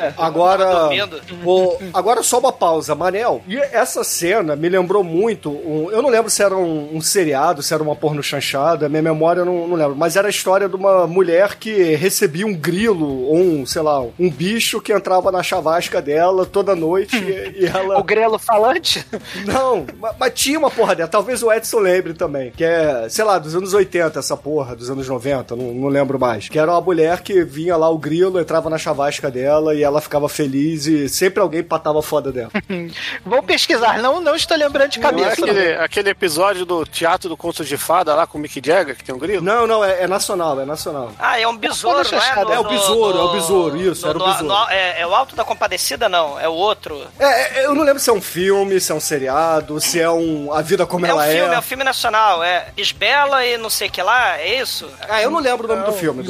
Agora só uma pausa, Manel, e essa cena me lembrou muito, eu não lembro se era um seriado, se era uma porno chanchada, minha memória eu não lembro, mas era a história de uma mulher que recebia um grilo, ou um bicho que entrava na chavasca dela toda noite e ela... O grelo falante? Não, mas tinha uma porra dela, talvez o Edson lembre também, que é, sei lá, dos anos 80 essa porra, dos anos 90, não lembro mais, que era uma mulher que vinha lá, o grilo entrava na chavasca dela e ela ficava feliz e sempre alguém patava foda dela. Vou pesquisar, não estou lembrando de cabeça. Não é aquele episódio do Teatro do Conto de Fada lá com o Mick Jagger, que tem um grilo? Não, é nacional, é nacional. Ah, é um besouro, não é? É o besouro, isso, era o besouro. É o Alto da Compadecida, não, é o outro. Eu não lembro se é um filme, se é um seriado, se é A Vida Como Ela É. É um filme nacional, Isbela, estrela e não sei o que lá, é isso? Eu não lembro o nome do filme.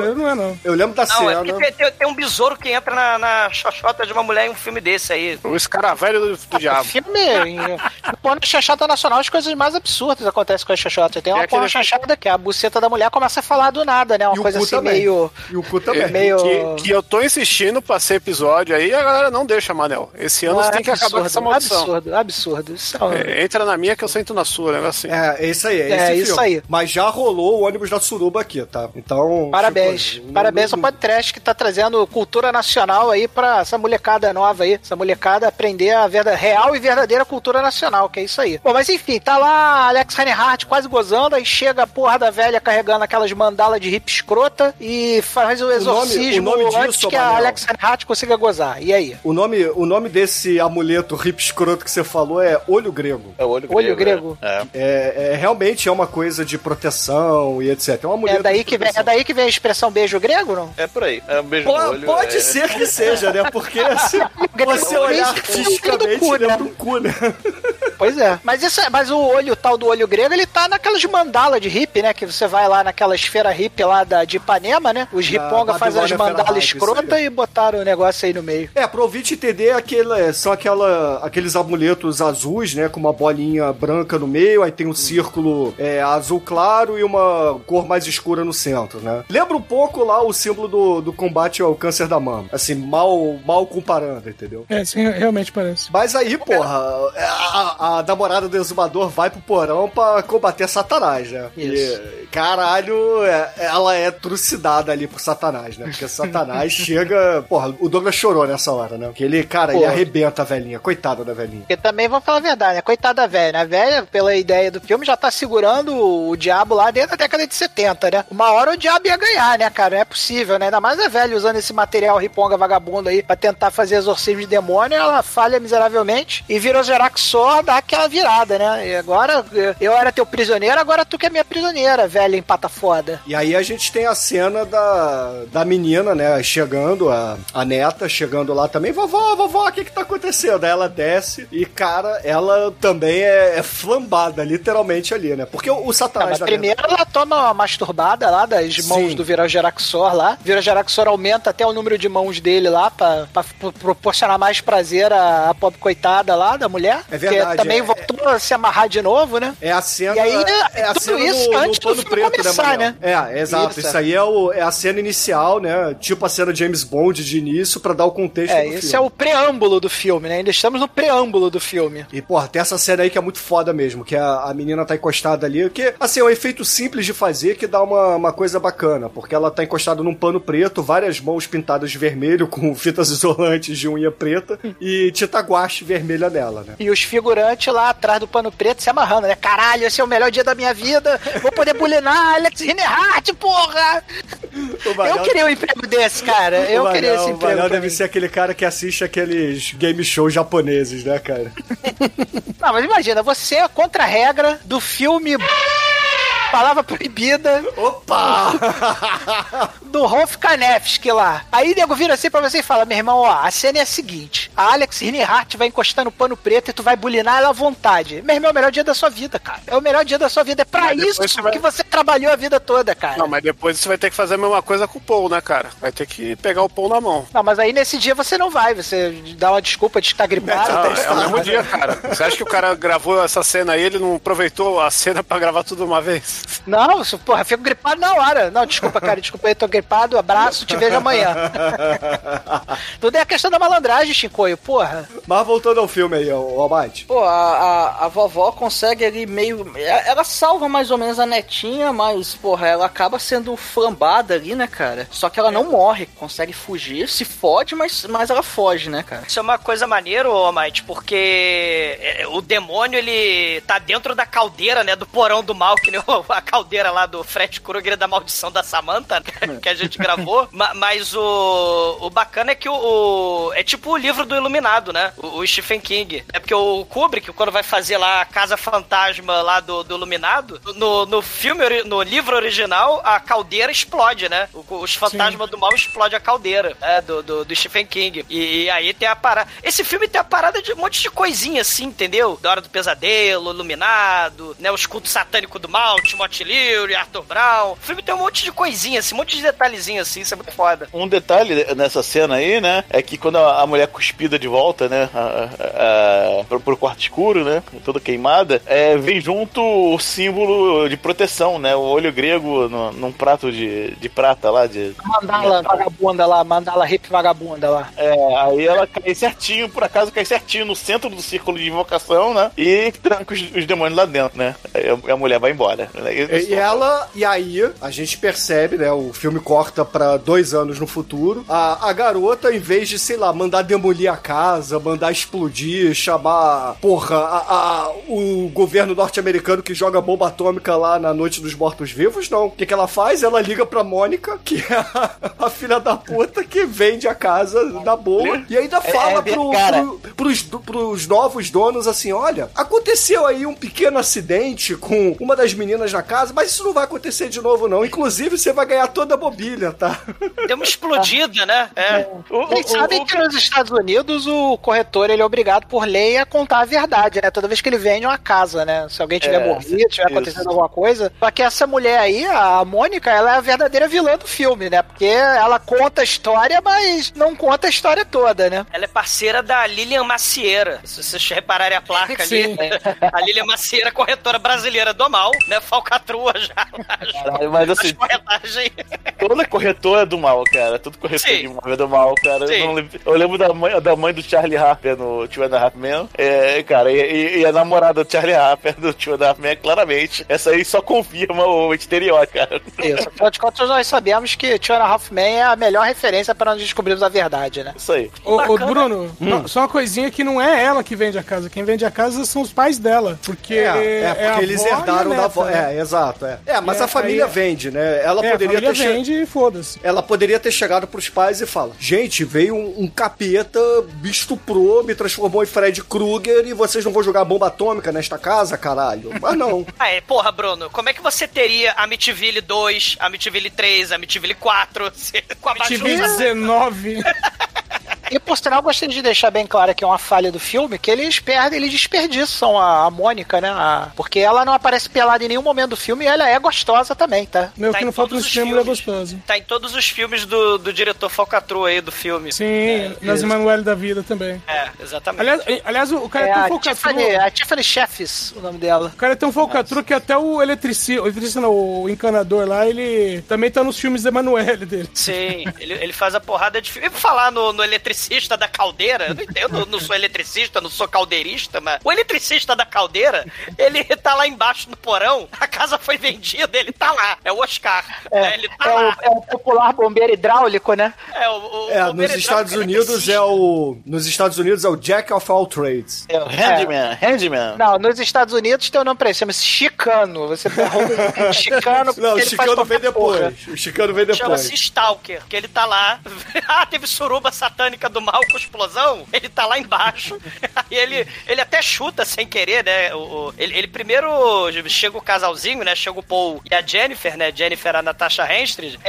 Eu lembro da cena. É porque tem um besouro que entra na xoxota de uma mulher em um filme desse aí. O escaravelho do diabo. Filme, na xoxota nacional, as coisas mais absurdas acontecem com a xoxota. Tem uma porra xoxota que a buceta da mulher começa a falar do nada, né? Uma coisa assim também. Meio... E o cu também. Meio... Que eu tô insistindo pra ser episódio aí, a galera não deixa, Manel. Esse ano você tem que acabar com essa maldição. Absurdo. Entra na minha que eu sento na sua, né? Assim. É isso aí, é esse filme. Aí. Mas já rolou o ônibus da Suruba aqui, tá? Então... Parabéns. Parabéns ao podcast que tá trazendo cultura nacional aí pra essa molecada nova aí. Essa molecada aprender a real e verdadeira cultura nacional, que é isso aí. Bom, mas enfim, tá lá Alex Reinhardt quase gozando, aí chega a porra da velha carregando aquelas mandalas de hippie escrota e faz o exorcismo antes que a Alex Reinhardt consiga gozar. E aí? O nome desse amuleto hippie escroto que você falou é olho grego. É olho grego. Realmente é uma coisa de proteção e etc. É um amuleto. É daí que vem a expressão beijo grego, não? É por aí. É um beijo no olho. Pode ser que seja, né? Porque se você olhar artisticamente, lembra um cu, né? Pois é. Mas o tal do olho grego, ele tá naquelas mandalas de hippie, né? Que você vai lá naquela esfera hippie lá de Ipanema, né? Os riponga fazem as mandalas escrotas e botaram o negócio aí no meio. Pro ouvinte entender, são aqueles amuletos azuis, né? Com uma bolinha branca no meio, aí tem um círculo azul claro e uma cor mais escura no centro, né? Lembra um pouco lá o símbolo do combate ao câncer da mama. Assim, mal comparando, entendeu? Sim, realmente parece. Mas aí, porra, a namorada do exumador vai pro porão pra combater Satanás, né? Isso. E, caralho, ela é trucidada ali por Satanás, né? Porque Satanás chega... Porra, o Douglas chorou nessa hora, né? Porque ele arrebenta a velhinha. Coitada da velhinha. Porque também, vamos falar a verdade, né? Coitada da velha. A velha, pela ideia do filme, já tá segurando o diabo lá desde a década de 70, né? Uma hora o diabo ia ganhar, né, cara? Não é possível, né? Ainda mais a velha usando esse material riponga vagabundo aí pra tentar fazer exorcismo de demônio, ela falha miseravelmente e virou Jeraxor, dá aquela virada, né? E agora, eu era teu prisioneiro, agora tu que é minha prisioneira, velha empata foda. E aí a gente tem a cena da menina, né? Chegando, a neta, chegando lá também. Vovó, o que tá acontecendo? Aí ela desce e, cara, ela também é flambada, literalmente ali, né? Porque o Satanás... primeiro ela toma uma masturbada lá das mãos do Virajeraxor lá. Virajeraxor aumenta até o número de mãos dele lá pra proporcionar mais prazer à pobre coitada lá da mulher. É verdade. Que também voltou a se amarrar de novo, né? É a cena... E aí, tudo isso antes do filme começar, né? Exato. Isso aí é a cena inicial, né? Tipo a cena James Bond de início pra dar o contexto do filme. Esse é o preâmbulo do filme, né? Ainda estamos no preâmbulo do filme. E, porra, tem essa cena aí que é muito foda mesmo, que a menina tá encostada ali, que, assim, é um efeito simples de fazer que dá uma coisa bacana, porque ela tá encostada num pano preto, várias mãos pintadas de vermelho com fitas isolantes de unha preta e tinta guache vermelha nela, né? E os figurantes lá atrás do pano preto se amarrando, né? Caralho, esse é o melhor dia da minha vida, vou poder bulinar Alex Reinhardt, porra! Eu queria um emprego desse, cara. Eu queria esse emprego. O Manel deve ser aquele cara que assiste aqueles game shows japoneses, né, cara? Não, mas imagina, você é contra a regra do filme Palavra Proibida. Opa! Do Rolf Kanefsky lá. Aí o nego vira assim pra você e fala: meu irmão, ó, a cena é a seguinte: a Alex Reinhardt vai encostar no pano preto e tu vai bulinar ela à vontade. Meu irmão, é o melhor dia da sua vida, cara. É o melhor dia da sua vida. É pra isso que você trabalhou a vida toda, cara. Não, mas depois você vai ter que fazer a mesma coisa com o Paul, né, cara? Vai ter que pegar o Paul na mão. Não, mas aí nesse dia você não vai. Você dá uma desculpa de estar gripado. Não, é o mesmo dia, cara. Você acha que o cara gravou essa cena aí, ele não aproveitou a cena pra gravar tudo uma vez? Não, porra, fico gripado na hora. Não, desculpa, cara, desculpa aí, tô gripado, abraço, te vejo amanhã. Tudo é a questão da malandragem, Chicoio, porra. Mas voltando ao filme aí, o Almighty. Pô, a vovó consegue ali meio... Ela salva mais ou menos a netinha, mas, porra, ela acaba sendo flambada ali, né, cara? Só que ela não morre, consegue fugir, se fode, mas ela foge, né, cara? Isso é uma coisa maneira, Almighty, porque o demônio, ele tá dentro da caldeira, né, do porão do mal, que nem a caldeira lá do Fred Krueger da maldição da Samantha, que a gente gravou, mas o bacana é que é tipo o livro do Iluminado, né? O Stephen King. É porque o Kubrick, quando vai fazer lá a Casa Fantasma lá do Iluminado, no filme, no livro original, a caldeira explode, né? Os fantasmas do mal explodem a caldeira, né? Do Stephen King. E aí tem a parada... Esse filme tem a parada de um monte de coisinha assim, entendeu? Da Hora do Pesadelo, Iluminado, né? Os cultos satânicos do mal, Timothy Leary, Arthur Brown. O filme tem um monte de coisinha assim, um monte de detalhezinhos assim, isso é muito foda. Um detalhe nessa cena aí, né, é que quando a mulher cuspida de volta, né, pro quarto escuro, né, toda queimada, vem junto o símbolo de proteção, né, o olho grego num prato de prata lá, de... Mandala vagabunda lá, mandala hippie vagabunda lá. Aí ela cai certinho, por acaso cai certinho no centro do círculo de invocação, né, e tranca os demônios lá dentro, né, aí a mulher vai embora. E aí a gente percebe, né, o filme corta pra 2 anos no futuro, a garota, em vez de, sei lá, mandar demolir a casa, mandar explodir, chamar, o governo norte-americano que joga bomba atômica lá na Noite dos Mortos-Vivos, não. O que ela faz? Ela liga pra Mônica, que é a filha da puta que vende a casa na boa, e ainda fala pros novos donos assim, olha, aconteceu aí um pequeno acidente com uma das meninas na casa, mas isso não vai acontecer de novo, não. Inclusive, você vai ganhar toda a mobília, tá? Deu uma explodida, né? Vocês sabem que nos Estados Unidos o corretor ele é obrigado por lei a contar a verdade, né? Toda vez que ele vende uma casa, né? Se alguém tiver morrido, tiver acontecendo alguma coisa. Só que essa mulher aí, a Mônica, ela é a verdadeira vilã do filme, né? Porque ela conta a história, mas não conta a história toda, né? Ela é parceira da Lilian Macieira. Se vocês repararem a placa ali, a Lilian Macieira, corretora brasileira do mal, né? Falcatrua já. Caralho, mas assim, toda corretora é do mal, cara. Todo corretor de imóvel é do mal, cara. Eu lembro da mãe do Charlie Harper no Two and a Half Men. Cara, e a namorada do Charlie Harper do Two and a Half Men, claramente. Essa aí só confirma o estereótipo, cara. Isso, afinal de contas, nós sabemos que Two and a Half Men é a melhor referência para nós descobrirmos a verdade, né? Isso aí. Ô Bruno, só uma coisinha que não é ela que vende a casa. Quem vende a casa são os pais dela. Porque porque eles herdaram da avó. Exato. Mas a família vende, né? Ela poderia ter vende e foda-se. Ela poderia ter chegado pros pais e falar: gente, veio um capeta, me estuprou, me transformou em Fred Krueger e vocês não vão jogar bomba atômica nesta casa, caralho? Mas não. Porra, Bruno, como é que você teria Amityville 2, Amityville 3, Amityville 4 com a Amityville 19? E por sinal, gostaria de deixar bem claro que é uma falha do filme, que eles desperdiçam a Mônica, né? Porque ela não aparece pelada em nenhum momento do filme e ela é gostosa também, tá? Meu, que não falta nesse filme, ela é gostosa. Tá em todos os filmes do diretor Falcatrua aí, do filme. Sim, nas Emanuele da Vida também. Exatamente. Aliás, o cara é tão falcatrua... A Tiffany Sheffis, o nome dela. O cara é tão falcatrua que até o eletricista não, o encanador lá, ele também tá nos filmes da Emanuele dele. Sim, ele faz a porrada de filme. E por falar no eletricista da caldeira, eu não entendo, eu não sou eletricista, não sou caldeirista, mas o eletricista da caldeira, ele tá lá embaixo no porão, a casa foi vendida, ele tá lá, é o Oscar. Ele tá lá. É o popular bombeiro hidráulico, né? Nos Estados Unidos nos Estados Unidos é o Jack of all trades. É o Handyman. Não, nos Estados Unidos tem o nome pra ele, chama-se Chicano. Você derruba Chicano. Não, o Chicano vem depois. O Chicano vem depois. Chama-se Stalker, que ele tá lá. Teve suruba satânica do mal com explosão, ele tá lá embaixo. E ele até chuta sem querer, né? Ele primeiro chega o casalzinho, né? Chega o Paul e a Jennifer, né? Jennifer, a Natasha Henstridge.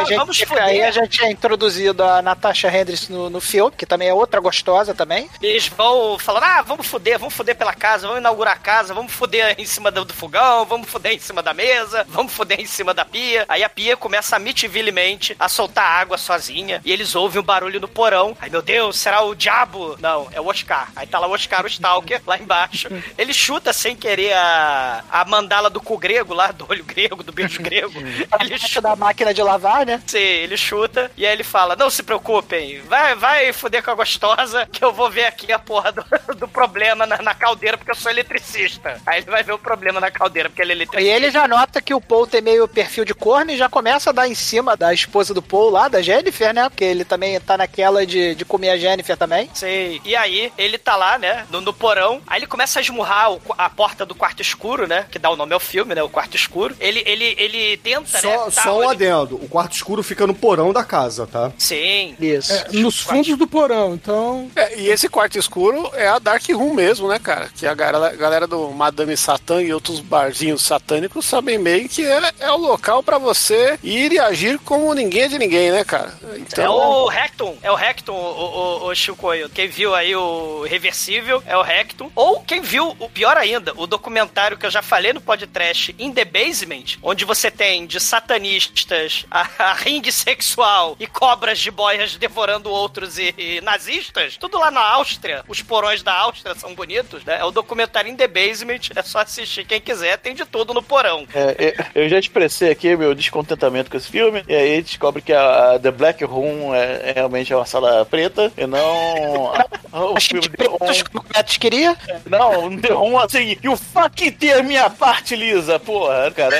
Aí a gente é introduzido a Natasha Henstridge no filme, que também é outra gostosa também. Eles vão falando, vamos foder pela casa, vamos inaugurar a casa, vamos foder em cima do fogão, vamos foder em cima da mesa, vamos foder em cima da pia. Aí a pia começa amityvillemente a soltar água sozinha, e eles ouvem um barulho no porão. Ai, meu Deus, será o diabo? Não, é o Oscar. Aí tá lá o Oscar, o Stalker, lá embaixo. Ele chuta sem querer a mandala do cu grego lá, do olho grego, do beijo grego. Ele chuta da máquina de lavar, né? Sim, ele chuta e aí ele fala, não se preocupem, vai foder com a gostosa que eu vou ver aqui a porra do problema na caldeira porque eu sou eletricista. Aí ele vai ver o problema na caldeira porque ele é eletricista. E ele já nota que o Paul tem meio perfil de corno e já começa a dar em cima da esposa do Paul lá, da Jennifer, né? Porque ele também tá naquela de de comer a Jennifer também. Sim. E aí, ele tá lá, né, no porão, aí ele começa a esmurrar a porta do quarto escuro, né, que dá o nome ao filme, né, o quarto escuro. Ele tenta, Só um adendo, o quarto escuro fica no porão da casa, tá? Sim. Isso. Nos fundos do porão, então... E esse quarto escuro é a Dark Room mesmo, né, cara? Que a galera do Madame Satã e outros barzinhos satânicos sabem bem que é o local pra você ir e agir como ninguém é de ninguém, né, cara? Então... É o Recton, o Chicoio. Quem viu aí o Irreversível é o Recton. Ou quem viu, o pior ainda, o documentário que eu já falei no podcast In The Basement, onde você tem de satanistas a ringue sexual e cobras de boias devorando outros e nazistas, tudo lá na Áustria. Os porões da Áustria são bonitos, né? É o documentário In The Basement, é só assistir quem quiser, tem de tudo no porão. Eu já expressei aqui meu descontentamento com esse filme, e aí descobre que a The Black Room realmente é uma sala preta, e não o filme The Room. Os queria? Não, The Room, assim, e o fucking ter minha parte lisa, porra, cara.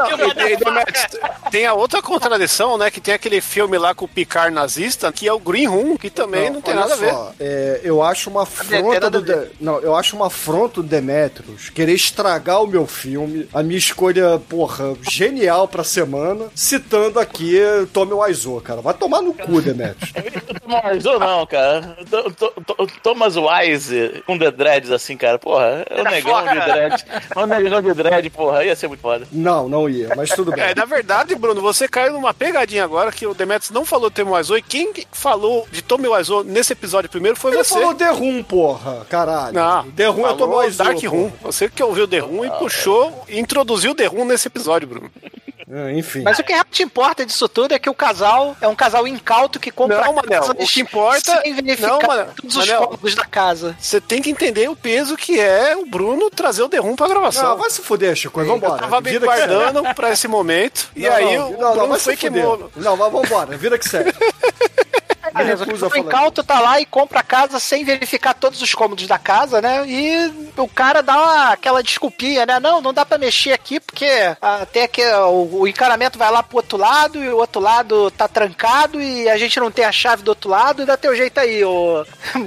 Tem a outra contradição, né, que tem aquele filme lá com o Picard nazista, que é o Green Room, que também não tem nada a ver. Eu acho uma afronta eu acho uma afronta do Demetrius querer estragar o meu filme, a minha escolha, porra, genial pra semana, citando aqui Tommy Wiseau, cara. Vai tomar no cu, Demetrius. Tommy Wiseau não, cara. Thomas Wise com The Dreads, assim, cara, porra, é um negão de dread. Um negão de dread, porra, ia ser muito foda. Não ia, mas tudo bem. Na verdade, Bruno, você caiu numa pegadinha agora que o Demetrius não falou de Tommy Wiseau, e quem falou de Tommy Wiseau nesse episódio primeiro foi você. Ele falou The Room, porra, caralho. Não, The Room é Tommy Wiseau. Dark Room. Você que ouviu The Room e puxou e introduziu The Room nesse episódio, Bruno. Enfim. Mas o que realmente importa disso tudo é que o casal é um casal incauto que compra não, Manel, o que importa sem verificar todos os cômodos da casa. Você tem que entender o peso que é o Bruno trazer o The Room pra gravação. Não, vai se fuder, Chico, vambora. Eu tava me guardando pra esse momento, e aí o Bruno foi queimou. Não, mas vambora, vida que segue. Beleza, o incauto tá lá e compra a casa sem verificar todos os cômodos da casa, né? E o cara dá aquela desculpinha, né? Não dá pra mexer aqui porque até que o encanamento vai lá pro outro lado e o outro lado tá trancado e a gente não tem a chave do outro lado e dá teu jeito aí, o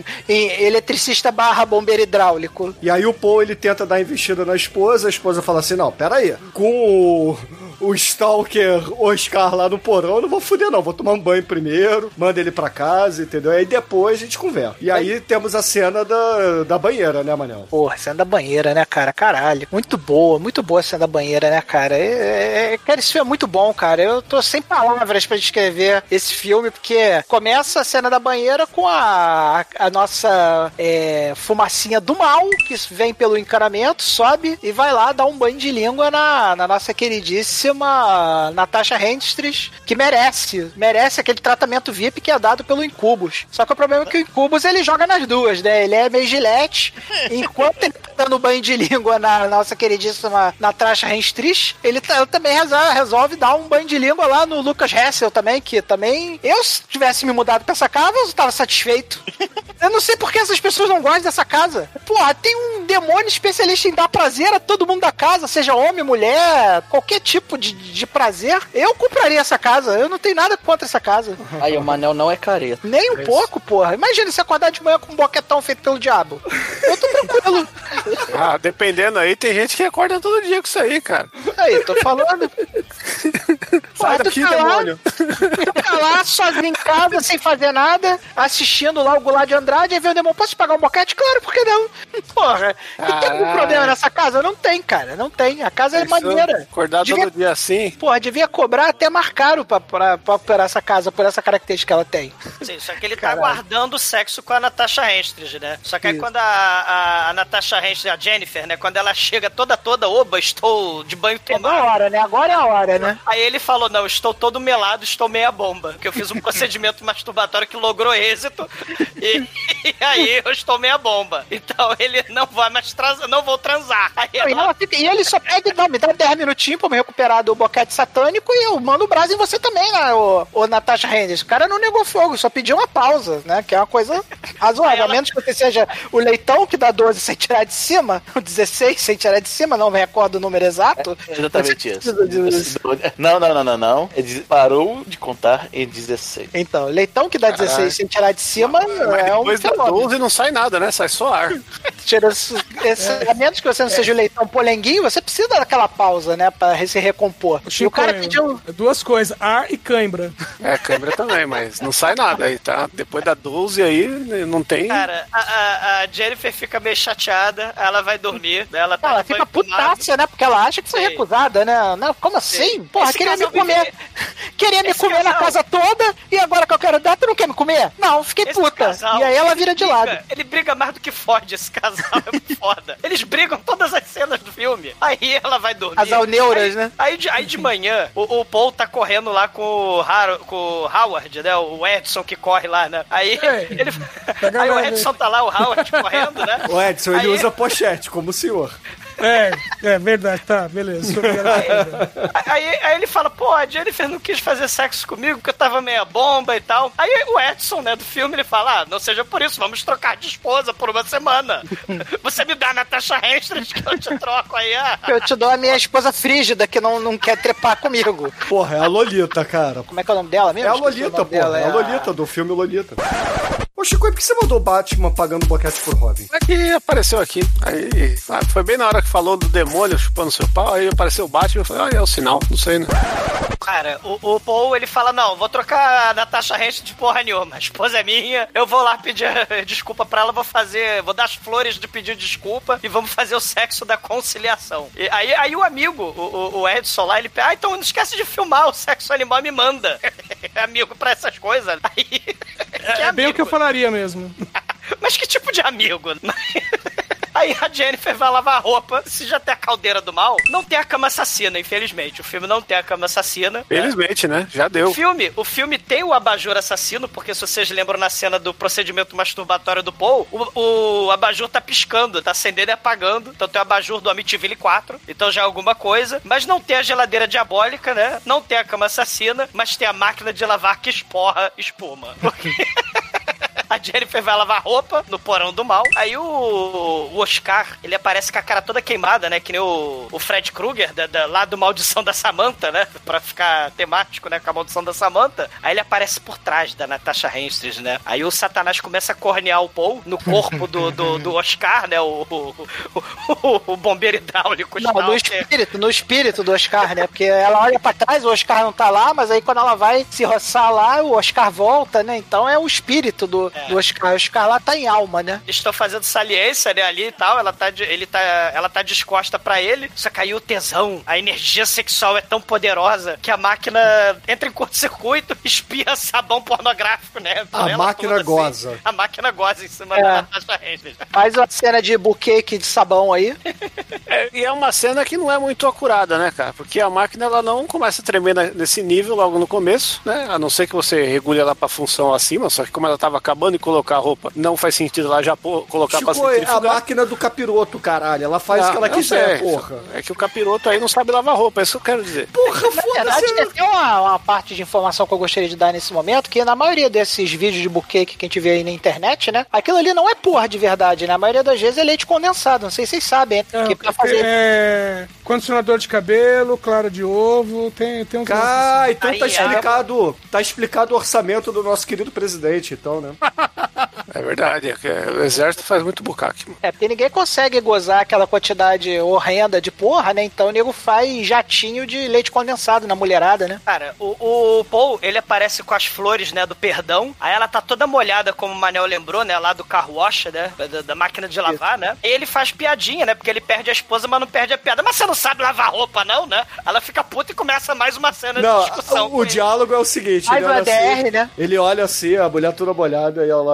eletricista / bombeiro hidráulico. E aí o Paul, ele tenta dar investida na esposa, a esposa fala assim, não, pera aí, com o Stalker Oscar lá no porão, eu não vou fuder não, vou tomar um banho primeiro, manda ele pra casa, entendeu? Aí depois a gente conversa. E aí temos a cena da banheira, né, Manel? Porra, cena da banheira, né, cara? Caralho. Muito boa a cena da banheira, né, cara? Cara, esse filme é muito bom, cara. Eu tô sem palavras pra descrever esse filme, porque começa a cena da banheira com a nossa fumacinha do mal, que vem pelo encanamento, sobe e vai lá dar um banho de língua na nossa queridíssima Natasha Henstridge, que merece aquele tratamento VIP que é dado pelo Incubus. Só que o problema é que o Incubus, ele joga nas duas, né? Ele é meio Gillette, enquanto ele tá dando banho de língua na nossa queridíssima Natasha Henstridge, ele também resolve dar um banho de língua lá no Lucas Hessel também, que também, se tivesse me mudado pra essa casa, eu tava satisfeito. Eu não sei por que essas pessoas não gostam dessa casa. Porra, tem um demônio especialista em dar prazer a todo mundo da casa, seja homem, mulher, qualquer tipo de prazer. Eu compraria essa casa. Eu não tenho nada contra essa casa. Aí o Manel não é careta. Nem um pouco, porra. Imagina se acordar de manhã com um boquetão feito pelo diabo. Eu tô tranquilo. Dependendo aí, tem gente que acorda todo dia com isso aí, cara. Aí, tô falando. Sai daqui, demônio. Tu tá lá, sozinho em casa, sem fazer nada, assistindo lá o Goulart de Andrade, aí vem o demônio, posso te pagar um boquete? Claro, por que não? Porra, e tem algum problema nessa casa? Não tem, cara, não tem. A casa é maneira. Acordar todo dia assim. Porra, devia cobrar até mais caro pra operar essa casa, por essa característica que ela tem. Sim, só que ele tá guardando o sexo com a Natasha Henstridge, né? Só que aí quando a Natasha Henstridge, a Jennifer, né? Quando ela chega toda, oba, estou de banho tomado. É a hora, né? Agora é a hora, né? Aí ele falou, não, estou todo melado, estou meia bomba. Que eu fiz um procedimento masturbatório que logrou êxito. E aí eu estou meia bomba. Então ele não vai mais não vou transar. Aí e ele só pede, me dá 10 minutinhos pra me recuperar do boquete satânico e eu mando o braço em você também, né, o Natasha Henry. O cara não negou fogo, só pediu uma pausa, né, que é uma coisa razoável. A menos que você seja o leitão que dá 12 sem tirar de cima, o 16 sem tirar de cima, não me recordo o número exato. Exatamente isso. Não. Ele parou de contar em 16. Então, leitão que dá 16 sem tirar de cima é um depois da 12 não sai nada, né? Sai só ar. A menos que você não seja o leitão polenguinho, você precisa daquela pausa, né? Pra se recompor. E o cara pediu... Duas coisas, ar e cãibra. Cãibra também, mas não sai nada aí, tá? Depois da 12 aí, não tem... Cara, a Jennifer fica meio chateada, ela vai dormir, ela fica putaça, né? Porque ela acha que foi recusada, né? Não, como assim? Porra, queria me comer. Queria me comer na casa toda e agora que eu quero dar, tu não quer me comer? Não, fiquei puta. E aí ela vira de lado. Ele briga mais do que fode, esse casal é muito foda. Eles brigam todas as cenas do filme. Aí ela vai dormir. Casal neuras, né? Aí de manhã, o Paul tá correndo lá com o Howard, né? O Edson que corre lá, né? Aí aí o Edson tá lá, o Howard correndo, né? O Edson, ele usa pochete, como o senhor. É verdade, tá, beleza. Aí ele fala, pô, a Jennifer não quis fazer sexo comigo porque eu tava meia bomba e tal. Aí o Edson, né, do filme, ele fala, não seja por isso, vamos trocar de esposa por uma semana. Você me dá a Natasha Henry que eu te troco aí. Eu te dou a minha esposa frígida que não quer trepar comigo. Porra, é a Lolita, cara. Como é que é o nome dela mesmo? É a Lolita, porra. É a Lolita do filme Lolita. Ô, Chico, por que você mandou o Batman pagando boquete por Robin? É que apareceu aqui. Aí foi bem na hora que falou do demônio chupando seu pau, aí apareceu o Batman, eu falei, é o sinal, não sei, né? Cara, o Paul, ele fala, não, vou trocar a Natasha Henry de porra nenhuma, a esposa é minha, eu vou lá pedir desculpa pra ela, vou dar as flores de pedir desculpa e vamos fazer o sexo da conciliação. E aí o amigo, o Edson lá, ele pede, então não esquece de filmar o sexo animal e me manda. Amigo pra essas coisas. Aí, é bem o que eu falaria mesmo. Mas que tipo de amigo? Aí a Jennifer vai lavar a roupa. Se já tem a caldeira do mal, não tem a cama assassina, infelizmente. O filme não tem a cama assassina. Felizmente, né? Já deu. O filme tem o abajur assassino, porque se vocês lembram na cena do procedimento masturbatório do Paul, o abajur tá piscando, tá acendendo e apagando. Então tem o abajur do Amityville 4. Então já é alguma coisa. Mas não tem a geladeira diabólica, né? Não tem a cama assassina, mas tem a máquina de lavar que esporra espuma. A Jennifer vai lavar roupa no porão do mal. Aí o Oscar, ele aparece com a cara toda queimada, né? Que nem o Fred Krueger, lá do Maldição da Samantha, né? Pra ficar temático, né? Com a Maldição da Samantha. Aí ele aparece por trás da Natasha Henstridge, né? Aí o Satanás começa a cornear o Paul no corpo do Oscar, né? O bombeiro hidráulico. Não, no espírito do Oscar, né? Porque ela olha pra trás, o Oscar não tá lá, mas aí quando ela vai se roçar lá, o Oscar volta, né? Então é o espírito do Oscar. O Oscar lá tá em alma, né? Estou fazendo saliência, né, ali e tal, ela tá disposta pra ele, só que aí o tesão, a energia sexual é tão poderosa que a máquina entra em curto-circuito, espia sabão pornográfico, né? A máquina goza. Assim. A máquina goza em cima da Natasha Henry. Faz uma cena de buquê de sabão aí. E é uma cena que não é muito acurada, né, cara? Porque a máquina, ela não começa a tremer nesse nível logo no começo, né? A não ser que você regule ela pra função acima, só que como ela tava acabando de colocar a roupa, não faz sentido lá já colocar Chico, pra centrifugar. A máquina do capiroto, caralho. Ela faz o que ela quiser, porra. É que o capiroto aí não sabe lavar roupa, é isso que eu quero dizer. Porra, na verdade, tem uma parte de informação que eu gostaria de dar nesse momento, que na maioria desses vídeos de buquê que a gente vê aí na internet, né? Aquilo ali não é porra de verdade, né? A maioria das vezes é leite condensado. Não sei se vocês sabem. Condicionador de cabelo, clara de ovo, tem um... Ah, então tá explicado o orçamento do nosso querido presidente, então, né? É verdade, o exército faz muito bucaque. Porque ninguém consegue gozar aquela quantidade horrenda de porra, né? Então o nego faz jatinho de leite condensado na mulherada, né? Cara, o Paul, ele aparece com as flores, né, do perdão. Aí ela tá toda molhada, como o Manel lembrou, né, lá do carro wash, né, da máquina de lavar, né? E ele faz piadinha, né, porque ele perde a esposa, mas não perde a piada. Mas você não sabe lavar roupa, não, né? Ela fica puta e começa mais uma cena de discussão. O diálogo é o seguinte, né? Ele olha assim, a mulher toda molhada e ele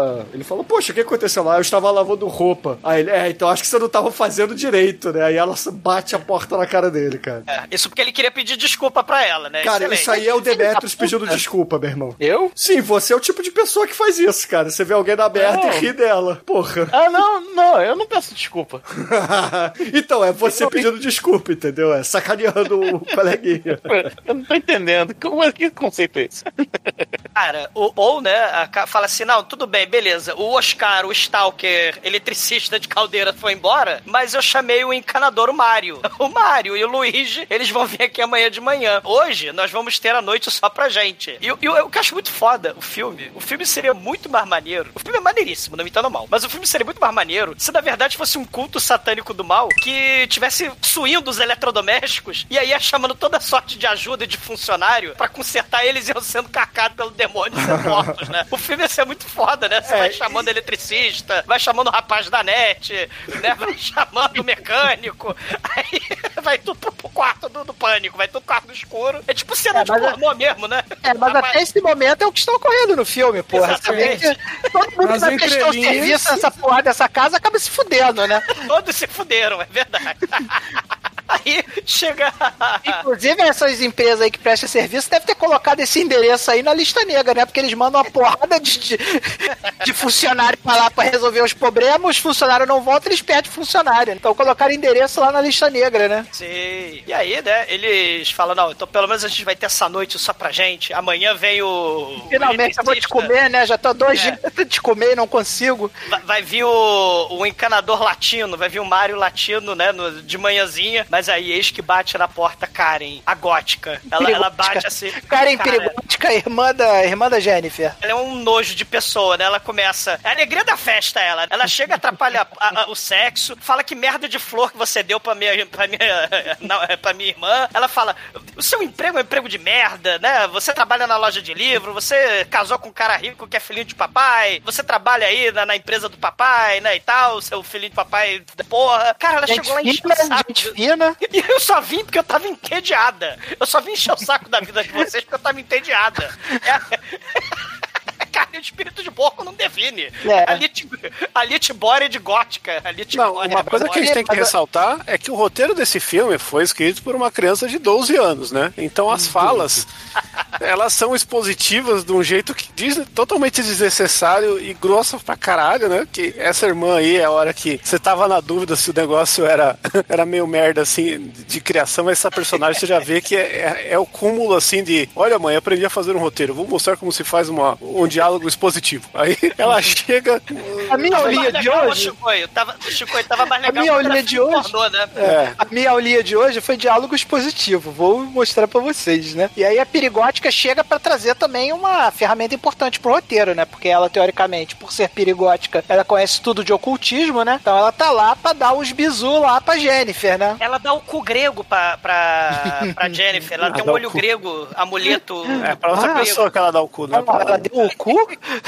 fala, poxa, o que aconteceu lá? Eu estava lavando roupa. Aí ele, então acho que você não estava fazendo direito, né? Aí ela bate a porta na cara dele, cara. Isso porque ele queria pedir desculpa pra ela, né? Cara, isso aí é o Demetrius pedindo desculpa, meu irmão. Eu? Sim, você é o tipo de pessoa que faz isso, cara. Você vê alguém na merda e ri dela. Porra. Não, eu não peço desculpa. Então, é você pedindo desculpa, entendeu? É sacaneando o coleguinha. Eu não tô entendendo. Que conceito é esse? Cara, o Paul, né, fala assim, não, tudo bem, beleza. O Oscar, o Stalker, eletricista de caldeira foi embora, mas eu chamei o encanador, o Mário. O Mário e o Luigi, eles vão vir aqui amanhã de manhã. Hoje, nós vamos ter a noite só pra gente. E eu acho muito foda o filme seria muito mais maneiro. O filme é maneiríssimo, não me entendo mal, mas o filme seria muito mais maneiro se na verdade fosse um culto satânico do mal que tivesse suindo os eletrodomésticos e aí ia chamando toda sorte de ajuda e de funcionário pra consertar eles e iam sendo carcados pelo demônio e sendo mortos, né? O filme ia ser muito foda, né? Você vai chamando eletricista, vai chamando o rapaz da net, né? Vai chamando o mecânico, aí vai tudo pro quarto do pânico, vai tudo pro quarto do escuro. É tipo cena de pornô mesmo, né? Mas até esse momento é o que está ocorrendo no filme, porra. Todo mundo que vai prestar o serviço nessa porra dessa casa acaba se fudendo, né? Todos se fuderam, é verdade. Aí chega... Inclusive, essas empresas aí que prestam serviço devem ter colocado esse endereço aí na lista negra, né? Porque eles mandam uma porrada de funcionário pra lá pra resolver os problemas, os funcionários não voltam, eles perdem funcionário. Então colocaram endereço lá na lista negra, né? Sim. E aí, né, eles falam, não, então pelo menos a gente vai ter essa noite só pra gente. Amanhã vem o... Finalmente eu vou te comer, né? Já tô 2 dias de comer e não consigo. Vai vir o encanador latino, vai vir o Mário latino, né, de manhãzinha. Mas aí, eis que bate na porta Karen, a gótica. Ela bate assim... Karen perigótica, irmã da Jennifer. Ela é um nojo de pessoa, né? Ela começa... É a alegria da festa, ela. Ela chega, atrapalha o sexo, fala que merda de flor que você deu pra minha irmã. Ela fala, o seu emprego é um emprego de merda, né? Você trabalha na loja de livro, você casou com um cara rico que é filhinho de papai, você trabalha aí na empresa do papai, né, e tal, seu filhinho de papai, porra. Cara, ela chegou lá enchendo o saco. E eu só vim porque eu tava entediada. Eu só vim encher o saco da vida de vocês porque eu tava entediada. Carne de espírito de porco não define. A Litbore de gótica. Uma coisa que a gente tem que ressaltar é que o roteiro desse filme foi escrito por uma criança de 12 anos, né? Então as falas, elas são expositivas de um jeito que totalmente desnecessário e grossa pra caralho, né? Que essa irmã aí é a hora que você tava na dúvida se o negócio era meio merda, assim, de criação, mas essa personagem você já vê que é o cúmulo, assim, de olha, mãe, aprendi a fazer um roteiro, vou mostrar como se faz um diálogo expositivo. Aí ela chega... A minha aulinha de hoje... Chico, tava mais legal. A minha aulinha de hoje... Pornô, né? A minha aulinha de hoje foi diálogo expositivo. Vou mostrar pra vocês, né? E aí a perigótica chega pra trazer também uma ferramenta importante pro roteiro, né? Porque ela, teoricamente, por ser perigótica, ela conhece tudo de ocultismo, né? Então ela tá lá pra dar os bizu lá pra Jennifer, né? Ela dá o cu grego pra Jennifer. Ela tem um olho grego, amuleto. Pra outra pessoa que ela dá o cu, né? Ela deu o cu?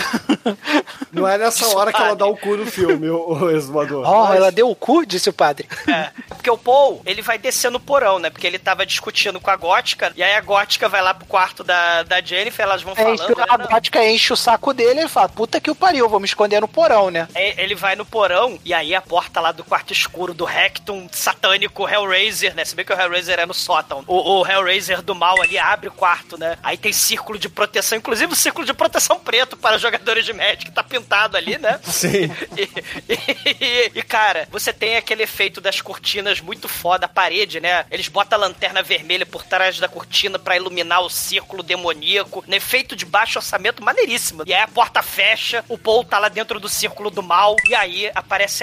Não é nessa hora que ela dá o cu no filme, o exumador. Ela deu o cu? Disse o padre. Porque o Paul, ele vai descer no porão, né? Porque ele tava discutindo com a gótica, e aí a gótica vai lá pro quarto da Jennifer, elas vão falando, né? A gótica enche o saco dele e ele fala, puta que o pariu, vou me esconder no porão, né? Ele vai no porão, e aí a porta lá do quarto escuro do Rectum satânico Hellraiser, né? Se bem que o Hellraiser é no sótão. O Hellraiser do mal ali abre o quarto, né? Aí tem círculo de proteção, inclusive o círculo de proteção preto para jogadores de Magic, tá pintado ali, né? Sim. E cara, você tem aquele efeito das cortinas muito foda, a parede, né? Eles botam a lanterna vermelha por trás da cortina pra iluminar o círculo demoníaco, no efeito de baixo orçamento maneiríssimo. E aí a porta fecha, o Paul tá lá dentro do círculo do mal, e aí aparece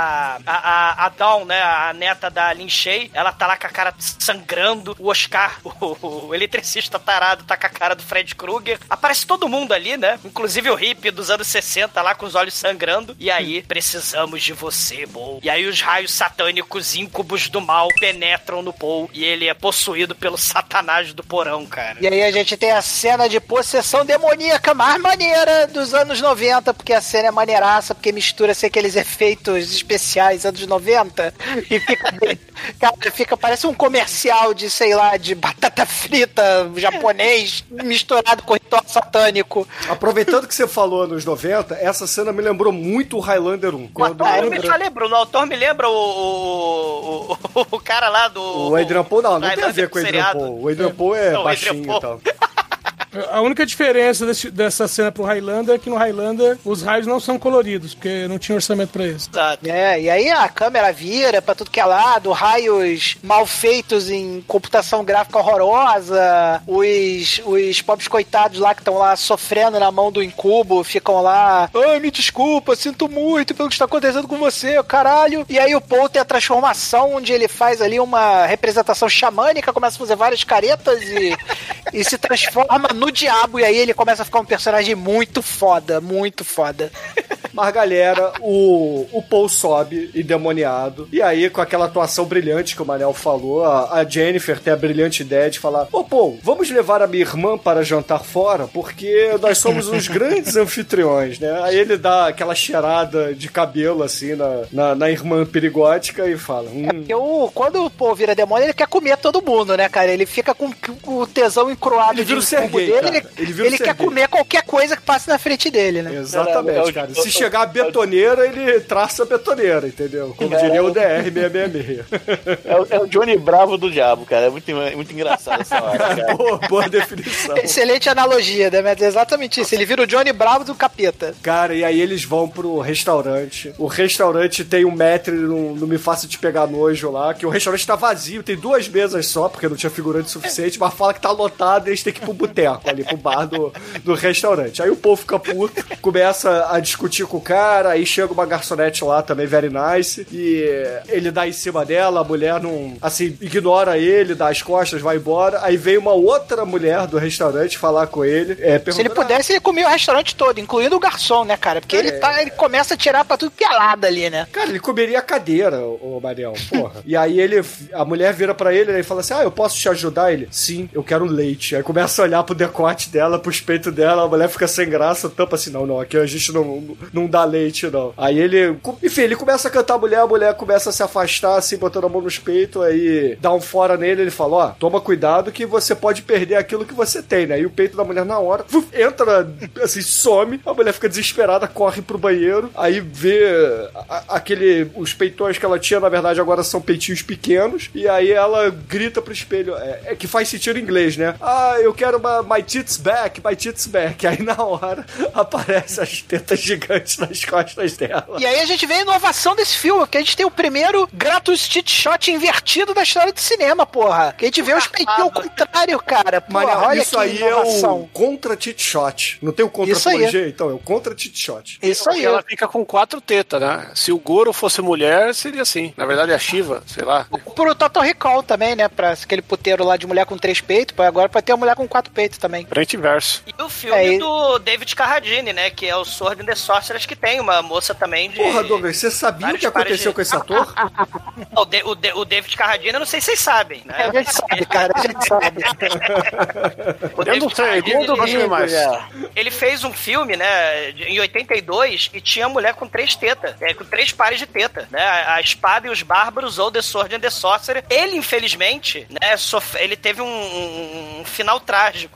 a Dawn, né? A neta da Lin Shaye, ela tá lá com a cara sangrando, o Oscar, o eletricista tarado, tá com a cara do Fred Krueger. Aparece todo mundo ali, né? Inclusive o hippie dos anos 60 lá com os olhos sangrando. E aí, precisamos de você, Paul. E aí os raios satânicos íncubos do mal penetram no Paul e ele é possuído pelo satanás do porão, cara. E aí a gente tem a cena de possessão demoníaca mais maneira dos anos 90, porque a cena é maneiraça, porque mistura-se aqueles efeitos especiais anos 90 e fica Cara, parece um comercial de, sei lá, de batata frita japonês misturado com ritual satânico. Aproveitando que você falou nos 90, essa cena me lembrou muito o Highlander 1. O autor me já lembrou. O autor me lembra o cara lá do... O Adrian Paul, não tem a ver com o Adrian Paul. O Adrian Paul é baixinho e tal. A única diferença dessa cena pro Highlander é que no Highlander os raios não são coloridos, porque não tinha orçamento pra isso. Exato. E aí a câmera vira pra tudo que é lado, raios mal feitos em computação gráfica horrorosa, os pobres coitados lá que estão lá sofrendo na mão do incubo, ficam lá, ai, me desculpa, sinto muito pelo que está acontecendo com você, caralho. E aí o Paul tem a transformação onde ele faz ali uma representação xamânica, começa a fazer várias caretas e se transforma no diabo, e aí ele começa a ficar um personagem muito foda, muito foda. Mas galera, o Paul sobe endemoniado, e aí com aquela atuação brilhante que o Manel falou, a Jennifer tem a brilhante ideia de falar, Paul, vamos levar a minha irmã para jantar fora, porque nós somos uns grandes anfitriões, né? Aí ele dá aquela cheirada de cabelo assim na irmã perigótica e fala, porque quando o Paul vira demônio, ele quer comer todo mundo, né, cara? Ele fica com o tesão encruado ele vira o Serguei, dele, ele quer comer qualquer coisa que passe na frente dele, né? Exatamente, cara. Se chegar a betoneira, ele traça a betoneira, entendeu? Como diria o DR-666. É o Johnny Bravo do diabo, cara. É muito engraçado essa hora, cara. Boa definição. Excelente analogia, né? Mas é exatamente isso. Ele vira o Johnny Bravo do capeta. Cara, e aí eles vão pro restaurante. O restaurante tem um maître, não me faça te pegar nojo lá, que o restaurante tá vazio, tem 2 mesas só, porque não tinha figurante suficiente, mas fala que tá lotado e eles têm que ir pro boteco ali, pro bar do restaurante. Aí o povo fica puto, começa a discutir com o cara, aí chega uma garçonete lá também, very nice, e ele dá em cima dela, a mulher não, assim, ignora ele, dá as costas, vai embora, aí vem uma outra mulher do restaurante falar com ele, se ele pudesse, ele comia o restaurante todo, incluindo o garçom, né, cara, porque ele começa a tirar pra tudo que é lado ali, né. Cara, ele comeria a cadeira, o Mariel, porra. E aí a mulher vira pra ele e fala assim, eu posso te ajudar? Ele, sim, eu quero leite. Aí começa a olhar pro decote dela, pros peitos dela, a mulher fica sem graça, tampa assim, não, aqui a gente não dá leite, não. Aí ele, enfim, ele começa a cantar a mulher começa a se afastar, assim, botando a mão nos peitos, aí dá um fora nele, ele fala, toma cuidado que você pode perder aquilo que você tem, né? E o peito da mulher na hora, entra, assim, some, a mulher fica desesperada, corre pro banheiro, aí vê os peitões que ela tinha, na verdade, agora são peitinhos pequenos, e aí ela grita pro espelho, que faz sentido em inglês, né? Eu quero my tits back. Aí na hora aparece as tetas gigantes nas costas dela. E aí a gente vê a inovação desse filme, porque a gente tem o primeiro gratuito tit shot invertido da história do cinema, porra. Que a gente vê os peitinhos ao contrário, cara. Porra, olha isso aí inovação. É o contra tit shot. Não tem o contra G, então é o contra tit shot. Isso aí. Ela fica com 4 tetas, né? Se o Goro fosse mulher, seria assim. Na verdade, a Shiva, sei lá. Pro Total Recall também, né? Pra aquele puteiro lá de mulher com 3 peitos, agora pode ter uma mulher com 4 peitos também. Frente e verso. E o filme do David Carradine, né? Que é o Sword and the Sorceress, que tem uma moça também de... Porra, Douglas, você sabia o que aconteceu com esse ator? O David Carradine, eu não sei se vocês sabem, né? A gente sabe, cara, a gente sabe. Eu não sei, ele fez um filme, né, em 82, e tinha mulher com 3 tetas, com 3 pares de teta, né? A Espada e os Bárbaros ou The Sword and the Sorcerer. Ele, infelizmente, né, ele teve um final trágico.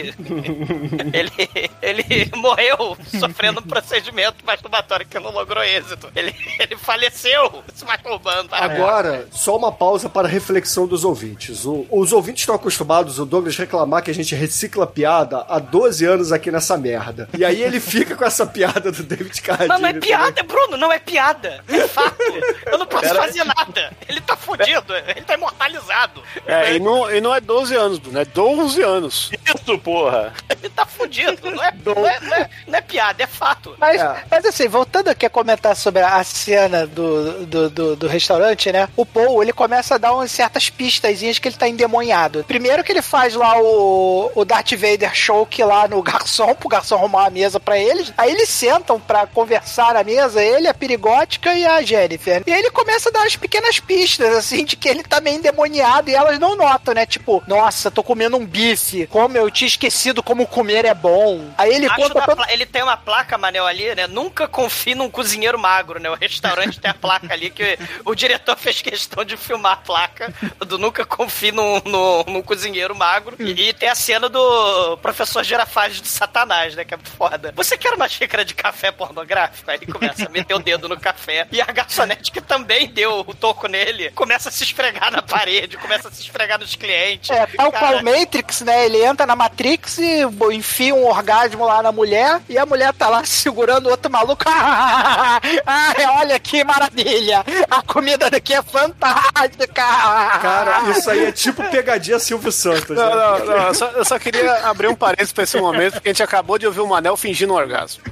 Ele morreu sofrendo um procedimento masturbatório que não logrou êxito. Ele faleceu se masturbando. Agora, só uma pausa para a reflexão dos ouvintes. Os ouvintes estão acostumados, o Douglas, reclamar que a gente recicla piada há 12 anos aqui nessa merda. E aí ele fica com essa piada do David Carradine. Não é piada, também. Bruno, não é piada. É fato. Eu não posso fazer nada. Ele tá fudido, ele tá imortalizado. E não é 12 anos, Bruno, é 12 anos. Isso, porra. Ele tá fudido, não é piada, é fato. Mas assim, voltando aqui a comentar sobre a cena do restaurante, né? O Paul, ele começa a dar umas certas pistazinhas que ele tá endemoniado. Primeiro que ele faz lá o Darth Vader choke lá no garçom, pro garçom arrumar a mesa pra eles. Aí eles sentam pra conversar na mesa, ele, a perigótica e a Jennifer. E aí ele começa a dar umas pequenas pistas, assim, de que ele tá meio endemoniado e elas não notam, né? Tipo, nossa, tô comendo um bife. Como eu tinha esquecido como comer é bom. Aí ele ele tem uma placa, Manel, ali, né? Nunca confie num cozinheiro magro, né? O restaurante tem a placa ali que o diretor fez questão de filmar a placa do nunca confie num cozinheiro magro. E tem a cena do professor Girafales do Satanás, né? Que é muito foda. Você quer uma xícara de café pornográfico? Aí ele começa a meter o dedo no café. E a garçonete, que também deu o toco nele, começa a se esfregar na parede, começa a se esfregar nos clientes. Tal qual o Matrix, né? Ele entra na Matrix e enfia um orgasmo lá na mulher e a mulher tá lá segurando o outro maluco. Olha que maravilha! A comida daqui é fantástica! Cara, isso aí é tipo pegadinha Silvio Santos. Não. Eu só queria abrir um parênteses pra esse momento, porque a gente acabou de ouvir o Manel fingindo um orgasmo.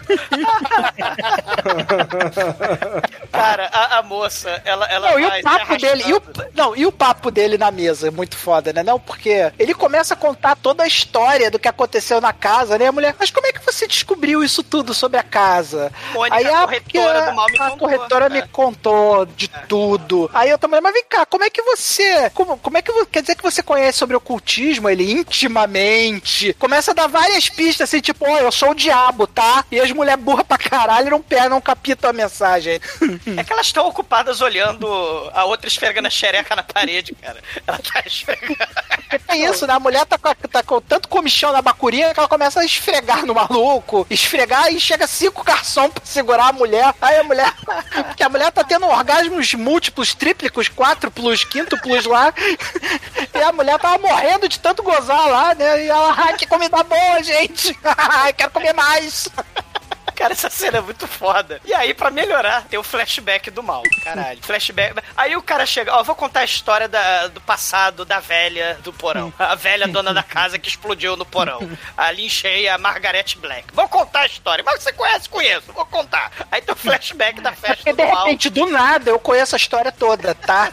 Cara, a moça, ela e o papo dele, e o papo dele na mesa é muito foda, né? Não, porque ele começa a contar toda a história do que aconteceu na casa, né? A mulher, mas como é que você descobriu isso tudo sobre a casa? Mônica, aí a corretora do mal me contou. A corretora me contou de tudo. Aí eu também, mas vem cá, como é que você... Como é que quer dizer que você conhece sobre ocultismo? Ele intimamente começa a dar várias pistas, assim, tipo, eu sou o diabo, tá? E as mulheres burras pra caralho não captam a mensagem. É que elas estão ocupadas olhando a outra esfregando a xereca na parede, cara. Ela tá esfregando. É isso, né? A mulher tá com tanto comichão na bacurinha que ela começa a esfregar no maluco, esfregar e chega 5 garçons pra segurar a mulher. Aí a mulher... Porque a mulher tá tendo orgasmos múltiplos, tríplicos, quádruplos, quíntuplos lá. E a mulher tava morrendo de tanto gozar lá, né? E ela, que comida boa, gente! Quero comer mais! Cara, essa cena é muito foda. E aí, pra melhorar, tem o flashback do mal. Caralho. Flashback. Aí o cara chega, vou contar a história do passado da velha do porão. A velha dona da casa que explodiu no porão. A Lin Shay, a Margaret Black. Vou contar a história. Mas você conhece, vou contar. Aí tem o flashback da festa do mal. De repente, do nada, eu conheço a história toda, tá?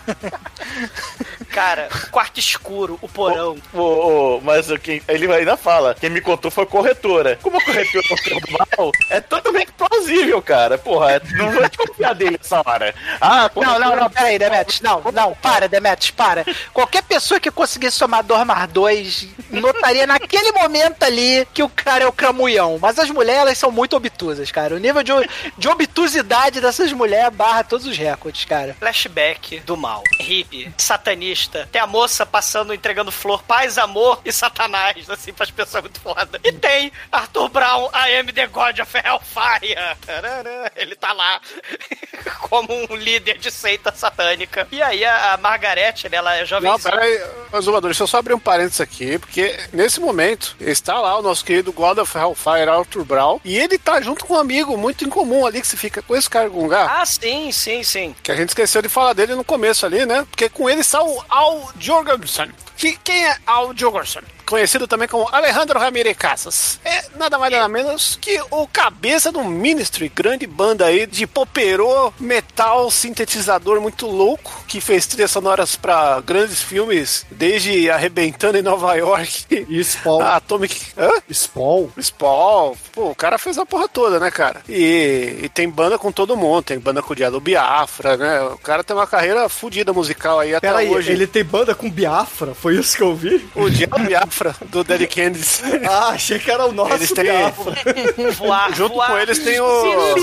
Cara, o quarto escuro, o porão. Mas ele ainda fala, quem me contou foi a corretora. Como a corretora é do mal, é totalmente plausível, cara. Porra, não vou te confiar dele nessa hora. Não, peraí, Demetrius. Não, para, Demetrius, para. Qualquer pessoa que conseguisse somar 2 mais 2 notaria naquele momento ali que o cara é o cramulhão. Mas as mulheres, elas são muito obtusas, cara. O nível de obtusidade dessas mulheres barra todos os recordes, cara. Flashback do mal. Hippie, satanista. Tem a moça passando, entregando flor, paz, amor e satanás, assim, pras pessoas muito foda. E tem Arthur Brown, I am the God of Hellfire. Ele tá lá como um líder de seita satânica. E aí a Margarete, ela é jovem. Não, peraí, Zumador, deixa eu só abrir um parênteses aqui, porque nesse momento está lá o nosso querido God of Hellfire, Arthur Brown, e ele tá junto com um amigo muito incomum ali, que se fica com esse cara Gungá. Ah, sim. Que a gente esqueceu de falar dele no começo ali, né? Porque com ele está o Al Jorgensen. Quem é Al Jorgensen? Conhecido também como Alejandro Ramirez Casas. É nada mais nada menos que o cabeça do Ministry, grande banda aí de poperô, metal, sintetizador muito louco, que fez trilhas sonoras pra grandes filmes, desde Arrebentando em Nova York e Spawn. Atomic... Spawn. Pô, o cara fez a porra toda, né, cara? E tem banda com todo mundo, tem banda com o Diallo Biafra, né? O cara tem uma carreira fodida musical aí até hoje. Ele tem banda com Biafra? Foi isso que eu vi? O Diallo Biafra do Dead Kennedys. Achei que era o nosso. Eles têm... Junto com eles tem o...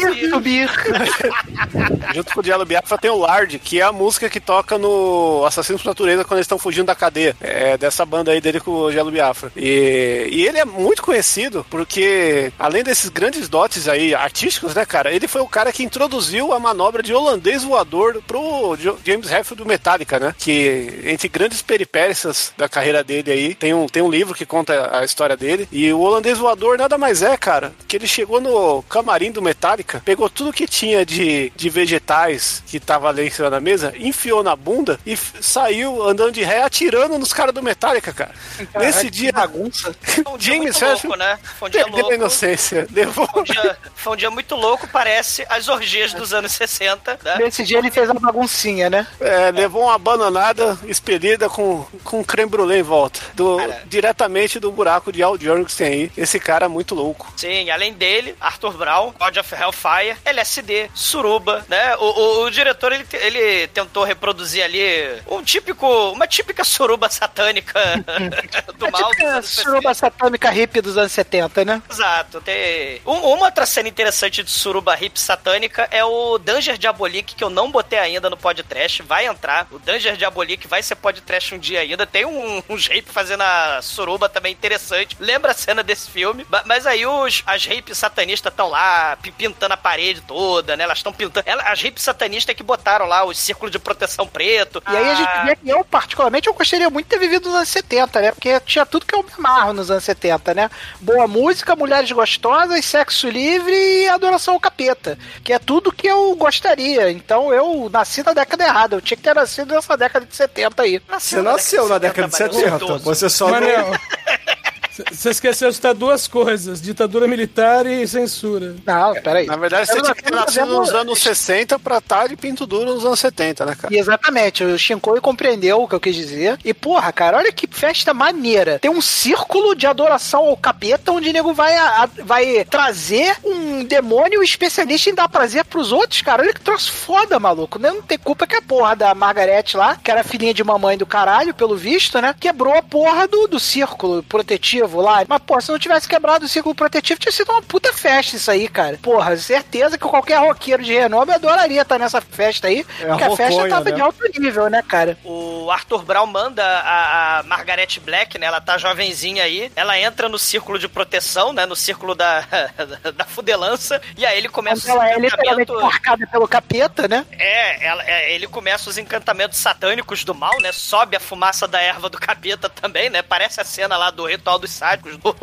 Junto com o Diallo Biafra tem o Lard, que é a música que toca no Assassinos por Natureza quando eles estão fugindo da cadeia. É dessa banda aí dele com o Diallo Biafra. E ele é muito conhecido porque, além desses grandes dotes aí artísticos, né, cara, ele foi o cara que introduziu a manobra de holandês voador pro James Hetfield do Metallica, né? Que, entre grandes peripécias da carreira dele aí, tem um livro que conta a história dele. E o holandês voador nada mais é, cara, que ele chegou no camarim do Metallica, pegou tudo que tinha de vegetais que tava ali em cima da mesa, enfiou na bunda e saiu andando de ré, atirando nos caras do Metallica, cara. Nesse dia... bagunça. James Hetfield, né? Foi um dia louco. A inocência. Foi um dia muito louco, parece as orgias dos anos 60, né? Nesse dia ele fez uma baguncinha, né? Levou uma bananada expelida com creme brulee em volta. diretamente do buraco de Al Jorgensen aí. Esse cara é muito louco. Sim, além dele, Arthur Brown, God of Hellfire, LSD, suruba, né? O diretor, ele tentou reproduzir ali uma típica suruba satânica do mal. Suruba satânica hippie dos anos 70, né? Exato. Tem uma outra cena interessante de suruba hippie satânica é o Danger Diabolique, que eu não botei ainda no podcast, vai entrar. O Danger Diabolique vai ser podcast um dia ainda. Tem uns rape fazendo a suruba também interessante. Lembra a cena desse filme? Mas aí as rape satanistas estão lá pintando a parede toda, né? Elas estão pintando. As rape satanistas que botaram lá os círculos de proteção preto. E aí a gente vê que particularmente, eu gostaria muito de ter vivido nos anos 70, né? Porque tinha tudo que eu me amarro nos anos 70, né? Boa música, mulheres gostosas, sexo livre e adoração ao capeta. Que é tudo que eu gostaria. Então eu nasci na década errada. Eu tinha que ter nascido nessa década de 70 aí. Você nasceu na década de 70. Você só Manel, você esqueceu de citar duas coisas: ditadura militar e censura. Não, peraí. Na verdade, você tinha que ter nascido nos anos 60 pra estar de pinto duro nos anos 70, né, cara? Exatamente. O Shinkoi compreendeu o que eu quis dizer. E, porra, cara, olha que festa maneira. Tem um círculo de adoração ao capeta onde o nego vai trazer um demônio especialista em dar prazer pros outros, cara. Olha que troço foda, maluco. Não tem culpa que a porra da Margarete lá, que era filhinha de mamãe do caralho, pelo visto, né? Quebrou a porra do círculo protetivo lá. Mas, porra, se não tivesse quebrado o círculo protetivo, tinha sido uma puta festa isso aí, cara. Porra, certeza que qualquer roqueiro de renome adoraria estar nessa festa aí, porque a festa tava de alto nível, né, cara? O Arthur Brown manda a Margaret Black, né, ela tá jovenzinha aí, ela entra no círculo de proteção, né, no círculo da fudelança, e aí ele começa ela é literalmente marcada pelo capeta, né? Ele começa os encantamentos satânicos do mal, né, sobe a fumaça da erva do capeta também, né, parece a cena lá do Ritual dos Sádicos do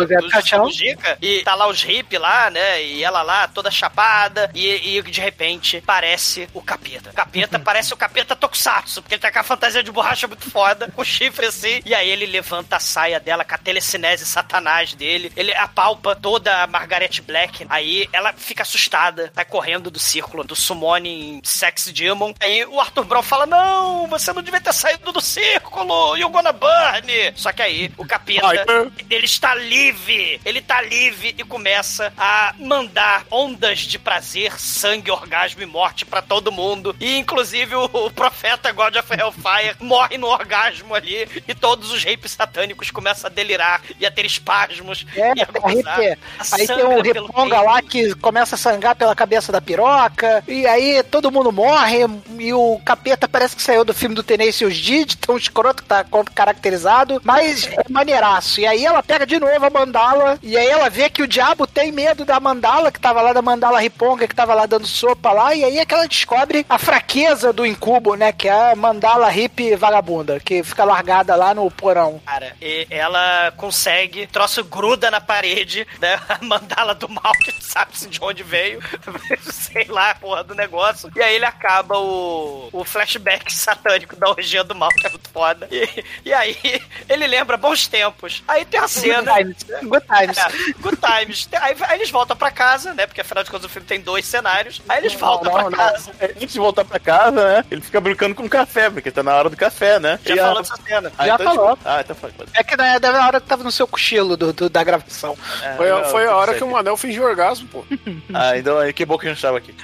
Gica, e tá lá os hippies lá, né, e ela lá toda chapada, e de repente parece o capeta. Parece o capeta Tokusatsu, porque ele tá com a fantasia de borracha muito foda, com chifre assim, e aí ele levanta a saia dela com a telecinese satanás dele, ele apalpa toda a Margaret Black, aí ela fica assustada, vai correndo do círculo do Summoning Sex Demon, aí o Arthur Brown fala, não, você não devia ter saído do círculo, you're gonna burn, só que aí o capeta, ele está livre e começa a mandar ondas de prazer, sangue, orgasmo e morte pra todo mundo, e inclusive o profeta God of Hellfire morre no orgasmo ali, e todos os rapes satânicos começam a delirar e a ter espasmos e a gozar. Aí tem um Riponga lá que começa a sangrar pela cabeça da piroca, e aí todo mundo morre, e o capeta parece que saiu do filme do Tenacious D, de tão escroto que tá caracterizado, mas é maneiraço. E aí ela pega de novo a mandala, e aí ela vê que o diabo tem medo da mandala, que tava lá, da mandala Riponga, que tava lá dando sopa lá, e aí é que ela descobre a fraqueza do incubo, né, que é a mandala hippie vagabunda, que fica largada lá no porão. Cara, e ela consegue, troço gruda na parede, né, a mandala do mal, que sabe-se de onde veio, sei lá, a porra do negócio, e aí ele acaba o flashback satânico da orgia do mal, que é muito foda, e aí ele lembra bons tempos. Aí tem a cena... Good times. Good times. Aí eles voltam pra casa, né, porque afinal de contas o filme tem 2 cenários, aí eles voltam pra casa. Antes de voltar pra casa, né, ele fica brincando com café, porque tá na hora do café, né? Já falou dessa cena. Já falou. Então foi. É que na hora que tava no seu cochilo da gravação. Foi a hora que o Manel fingiu orgasmo, pô. Então que bom que a gente tava aqui.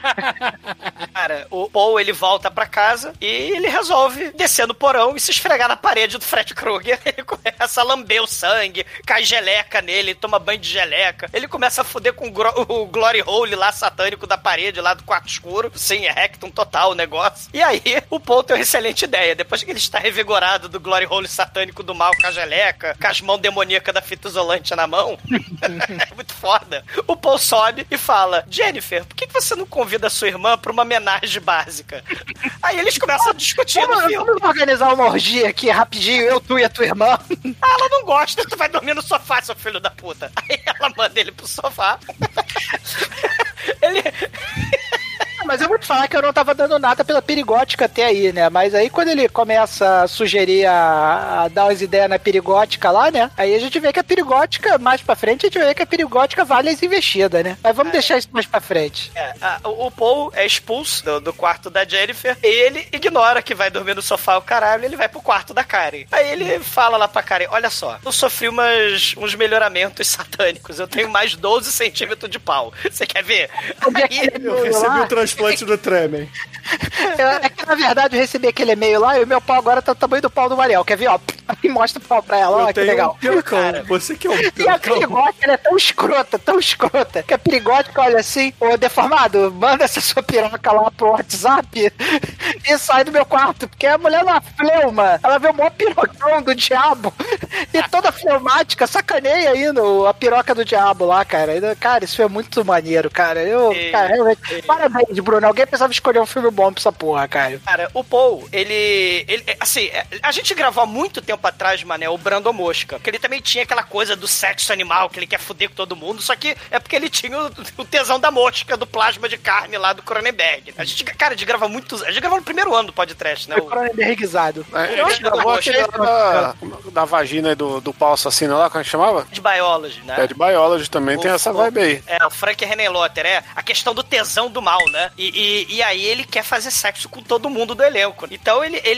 Cara, o Paul, ele volta pra casa e ele resolve descer no porão e se esfregar na parede do Fred Krueger. Ele começa a lamber o sangue, cai geleca nele, toma banho de geleca. Ele começa a foder com o Glory Hole lá, satânico da parede, lá do quarto escuro. Sim, é rectum total o negócio. E aí, o Paul tem uma excelente ideia. Depois que ele está revigorado do Glory Hole satânico do mal, com a geleca, com as mãos demoníacas da fita isolante na mão. É muito foda. O Paul sobe e fala, Jennifer, por que você não convida a sua irmã pra uma homenagem básica? Aí eles começam a discutir no filme. Vamos organizar uma orgia aqui rapidinho, eu, tu e a tua irmã. Ela não gosta, tu vai dormir no sofá, seu filho da puta. Aí ela manda ele pro sofá. Ele... Mas eu vou te falar que eu não tava dando nada pela perigótica até aí, né? Mas aí quando ele começa a sugerir a dar umas ideias na perigótica lá, né? Aí a gente vê que a perigótica, mais pra frente, a gente vê que a perigótica vale as investidas, né? Mas vamos deixar isso mais pra frente. O Paul é expulso do quarto da Jennifer e ele ignora que vai dormir no sofá o caralho, ele vai pro quarto da Karen. Aí ele fala lá pra Karen, olha só, eu sofri uns melhoramentos satânicos, eu tenho mais 12 centímetros de pau. Você quer ver? Aí, eu recebi o transplante do Tremen. É que, na verdade, eu recebi aquele e-mail lá e o meu pau agora tá do tamanho do pau do Mariel. Quer ver, ó? E mostra o pau pra ela, ó, que legal. Pirocão. Você que é um pirocão. E a perigótica, ela é tão escrota, que a perigótica olha assim, ô deformado, manda essa sua piroca lá pro WhatsApp e sai do meu quarto, porque a mulher não fleuma, ela vê o maior pirocão do diabo e toda fleumática, sacaneia aí a piroca do diabo lá, cara. Cara, isso foi muito maneiro, cara. Parabéns, Bruno. Alguém precisava escolher um filme bom pra essa porra, cara. Cara, o Paul, ele assim, a gente gravou há muito tempo atrás, mané, o Brando Mosca, que ele também tinha aquela coisa do sexo animal, que ele quer foder com todo mundo, só que é porque ele tinha o tesão da mosca, do plasma de carne lá do Cronenberg. A gente grava muito, a gente gravou no primeiro ano do podcast, né? O Cronenbergizado. Eu acho que gravou aquele da vagina e do pau assassino lá, como é que chamava? De Biology, né? É, de Biology também, tem essa vibe aí. É, o Frank Henenlotter, a questão do tesão do mal, né? E aí ele quer fazer sexo com todo mundo do elenco. Então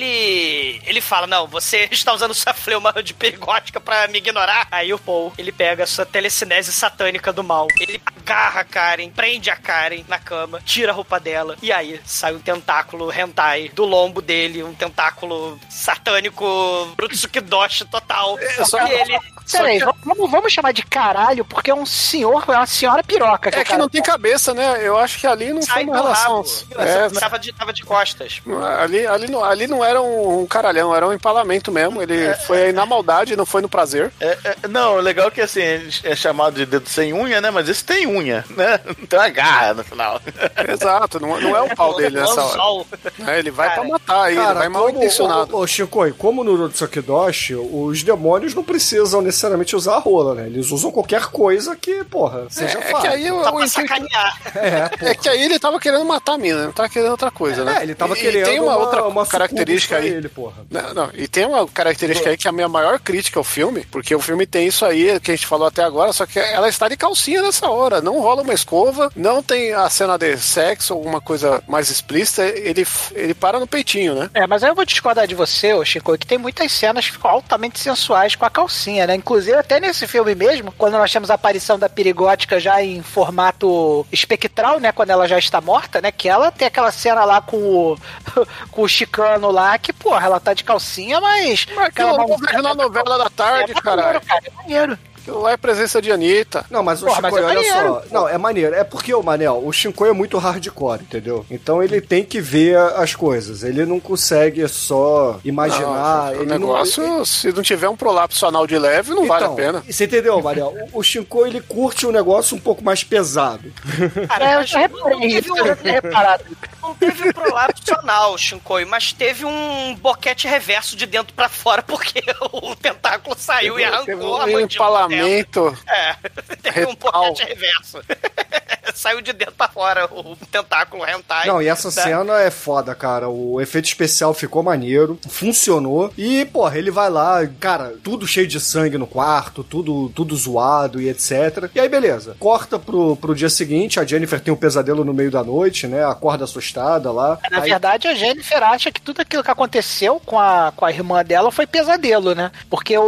ele fala, não, você está usando sua fleuma de perigótica pra me ignorar. Aí o Paul, ele pega a sua telecinese satânica do mal. Ele agarra a Karen, prende a Karen na cama, tira a roupa dela, e aí sai um tentáculo hentai do lombo dele, um tentáculo satânico Brutsukidoshi total. E ele... Peraí, vamos chamar de caralho, porque é uma senhora piroca. É que não tem cabeça, né? Eu acho que ali não foi uma relação. Tava de costas. Ali não era um caralhão, era um empalamento mesmo. Ele foi aí na maldade, não foi no prazer. Não, o legal é que assim, é chamado de dedo sem unha, né? Mas esse tem unha, né? Então é garra no final. Exato, não é o pau dele nessa hora. Ele vai pra matar aí, ele vai mal intencionado. Ô, Shinkoi, como no Urotsukidoshi, os demônios não precisam necessariamente usar a rola, né? Eles usam qualquer coisa que, porra, seja fácil. É que aí pra sacanear. É que aí ele tava querendo matar a mina, não tava querendo outra coisa, né? Ele tava querendo tem uma outra característica aí. Ele, porra. Não, e tem uma característica aí que é a minha maior crítica ao filme, porque o filme tem isso aí que a gente falou até agora, só que ela está de calcinha nessa hora, não rola uma escova, não tem a cena de sexo, alguma coisa mais explícita, ele para no peitinho, né? Mas aí eu vou discordar de você, ô Chico, que tem muitas cenas que ficam altamente sensuais com a calcinha, né? Inclusive, até nesse filme mesmo, quando nós temos a aparição da perigótica já em formato espectral, né? Quando ela já está morta, né? Que ela tem aquela cena lá com o Chicano lá, que, porra, ela tá de calcinha, mas aquela eu não vejo na novela da tarde, caralho. É maneiro. Aquilo lá é presença de Anitta. Não, mas o Shinkoi, olha só. Não, é maneiro. É porque, Manel, o Shinkoi é muito hardcore, entendeu? Então ele tem que ver as coisas. Ele não consegue só imaginar. O negócio, se não tiver um prolapso anal de leve, não vale a pena. Você entendeu, Manel? O Shinkoi, ele curte um negócio um pouco mais pesado. Cara, eu já reparei isso. Não teve um prolapso anal, Shinkoi, mas teve um boquete reverso de dentro pra fora, porque o tentáculo saiu e arrancou a mandíbula. Teve um boquete reverso. Saiu de dentro pra fora o tentáculo hentai. Não, e essa cena é foda, cara. O efeito especial ficou maneiro, funcionou. E, porra, ele vai lá, cara, tudo cheio de sangue no quarto, tudo zoado e etc. E aí, beleza. Corta pro dia seguinte, a Jennifer tem um pesadelo no meio da noite, né? Acorda assustada lá. Na verdade, a Jennifer acha que tudo aquilo que aconteceu com a irmã dela foi pesadelo, né? Porque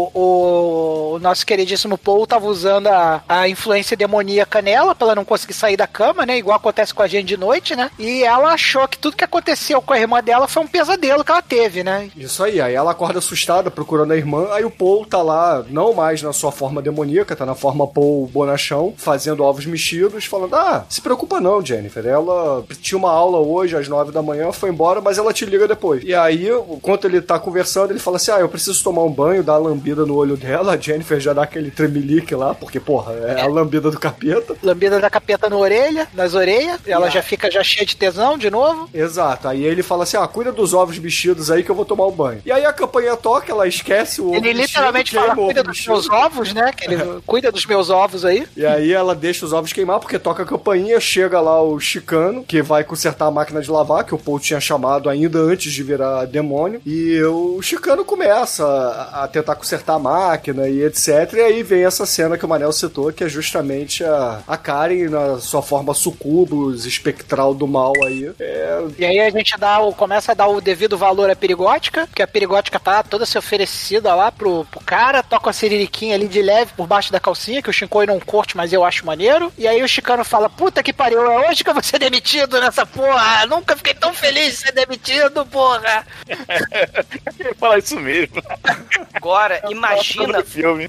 o nosso queridíssimo Paul tava usando a influência demoníaca nela pra ela não conseguir sair da cama, né? Igual acontece com a gente de noite, né? E ela achou que tudo que aconteceu com a irmã dela foi um pesadelo que ela teve, né? Isso aí ela acorda assustada procurando a irmã, aí o Paul tá lá, não mais na sua forma demoníaca, tá na forma Paul bonachão, fazendo ovos mexidos, falando, se preocupa não, Jennifer, ela tinha uma aula hoje às 9 da manhã, foi embora, mas ela te liga depois. E aí, enquanto ele tá conversando, ele fala assim, eu preciso tomar um banho, dar uma lambida no olho dela, a Jennifer já dá aquele tremelique lá, porque, porra, é a lambida do capeta. Lambida da capeta capeta nas orelhas, ela já fica cheia de tesão de novo. Exato, aí ele fala assim, cuida dos ovos mexidos aí que eu vou tomar um banho. E aí a campainha toca, ela esquece o ovo Ele literalmente fala, cuida dos meus ovos, né? Que ele cuida dos meus ovos aí. E aí ela deixa os ovos queimar, porque toca a campainha, chega lá o Chicano, que vai consertar a máquina de lavar, que o Paul tinha chamado ainda antes de virar demônio, e o Chicano começa a tentar consertar a máquina e etc. E aí vem essa cena que o Manel citou, que é justamente a Karen na sua forma sucubus, espectral do mal aí. E aí a gente começa a dar o devido valor à perigótica, porque a perigótica tá toda se oferecida lá pro cara, toca a siririquinha ali de leve por baixo da calcinha, que o Shinkoi não curte, mas eu acho maneiro. E aí o Chicano fala, puta que pariu, é hoje que eu vou ser demitido nessa porra, nunca fiquei tão feliz de ser demitido, porra. Eu ia falar isso mesmo. Agora, imagina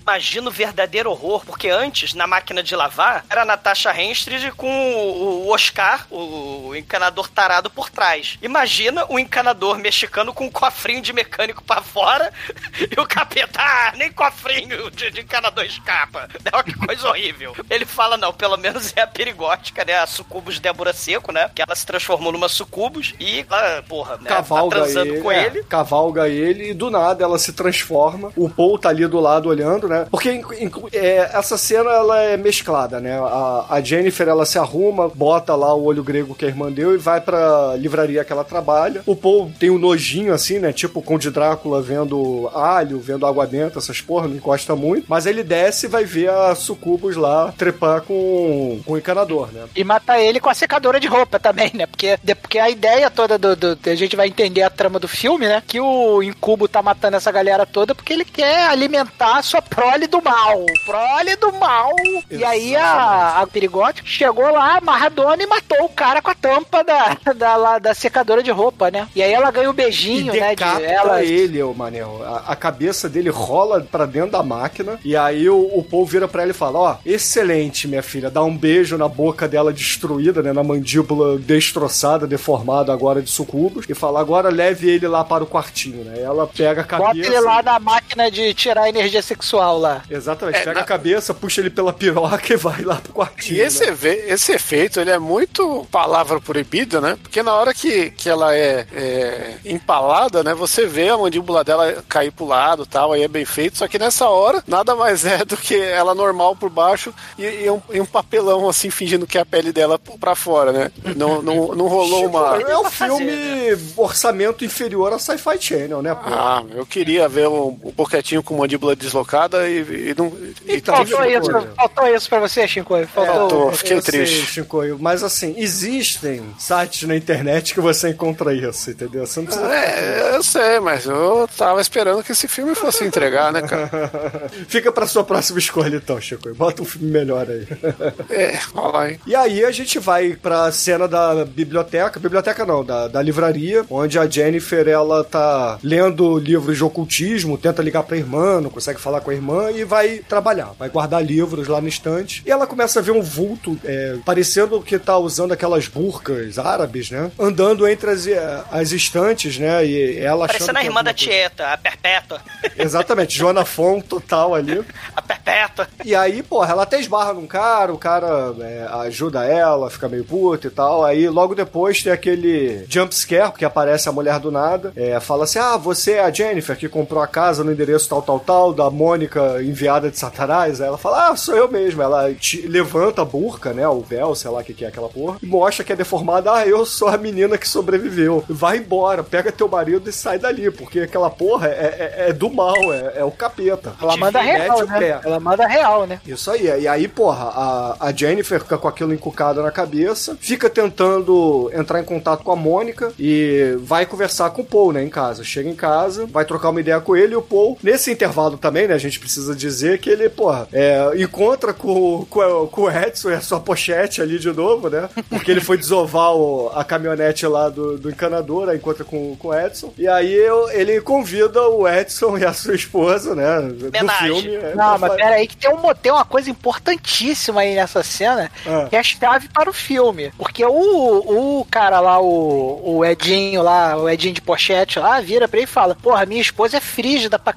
o verdadeiro horror, porque antes, na máquina de lavar, era a Natasha Henstridge com o Oscar, o encanador tarado por trás. Imagina o encanador mexicano com um cofrinho de mecânico pra fora e o capeta, nem cofrinho de encanador escapa. É que coisa horrível. Ele fala, não, pelo menos é a perigótica, né? A sucubus Débora Seco, né? Que ela se transformou numa sucubus e, porra, né? Cavalga tá transando com ele. Cavalga ele e do nada ela se transforma. O Paul tá ali do lado olhando, né? Porque essa cena, ela é mesclada, né? A Jennifer, ela se arruma, bota lá o olho grego que a irmã deu e vai pra livraria que ela trabalha. O Paul tem um nojinho assim, né? Tipo o Conde Drácula vendo alho, vendo água benta, essas porra, não encosta muito. Mas ele desce e vai ver a sucubus lá trepar com o encanador, né? E matar ele com a secadora de roupa também, né? Porque a ideia toda a gente vai entender a trama do filme, né? Que o Incubo tá matando essa galera toda porque ele quer alimentar a sua prole do mal. Prole do mal. Exatamente. E aí a Perigótica chegou lá, amarradona, e matou o cara com a tampa da secadora de roupa, né? E aí ela ganha um beijinho, e né? Ele, o Manel. A cabeça dele rola pra dentro da máquina. E aí o Paul vira pra ela e fala, excelente, minha filha. Dá um beijo na boca dela destruída, né? Na mandíbula destroçada, deformada agora de sucubus. E fala, agora leve ele lá para o quartinho, né? Ela pega a cabeça... Bota ele lá na máquina de tirar a energia sexual lá. Exatamente. Pega a cabeça, puxa ele pela piroca e vai lá pro quartinho. E esse efeito, ele é muito palavra proibida, né? Porque na hora que ela é empalada, né? Você vê a mandíbula dela cair pro lado e tal, aí é bem feito. Só que nessa hora, nada mais é do que ela normal por baixo e um papelão, assim, fingindo que é a pele dela pra fora, né? Não rolou uma... É um filme orçamento inferior a Sci-Fi Channel, né? Pô? Eu queria ver um boquetinho com mandíbula deslocada e não... Faltou isso pra você, Shinkoi? Fiquei triste. Shinkoi, mas assim, existem sites na internet que você encontra isso, entendeu? Você não precisa... eu sei, mas eu tava esperando que esse filme fosse entregar, né, cara? Fica pra sua próxima escolha, então, Shinkoi. Bota um filme melhor aí. Olha aí. E aí a gente vai pra cena da biblioteca não, da livraria, onde a Jennifer, ela tá lendo livros de ocultismo, tenta ligar pra irmã, não consegue falar com a irmã e vai trabalhar, vai guardar livros lá no estante, e ela começa a ver um vulto, parecendo que tá usando aquelas burcas árabes, né, andando entre as estantes, né, e ela parecendo a irmã da Tieta, a Perpétua. Exatamente, Joana Fon total ali. A Perpétua. E aí, porra, ela até esbarra num cara, o cara ajuda ela, fica meio puta e tal, aí logo depois tem aquele jump scare, porque aparece a mulher do nada, fala assim, você é a Jennifer que comprou a casa no endereço tal, da Mônica enviada de Satanás. Aí ela fala, sou eu mesmo. Ela levanta a burca, né, o véu, sei lá o que é aquela porra, e mostra que é deformada, eu sou a menina que sobreviveu. Vai embora, pega teu marido e sai dali, porque aquela porra é do mal, é o capeta. Ela manda real, né? Ela manda real, né? Isso aí. E aí, porra, a Jennifer fica com aquilo encucado na cabeça, fica tentando entrar em contato com a Mônica e vai conversar com o Paul, né, em casa. Chega em casa, vai trocar uma ideia com ele, e o Paul, nesse intervalo também, né, a gente precisa dizer que ele, porra, encontra com o Edson e a sua pochete ali de novo, né, porque ele foi desovar a caminhonete lá do encanador, aí encontra com o Edson, e aí ele convida o Edson e a sua esposa, né, do filme. Não, mas pera aí que tem uma coisa importantíssima aí nessa cena, que é a chave para o filme, porque o cara lá, o Edinho lá, o Edinho de pochete lá, vira pra ele e fala, porra, minha esposa é frígida pra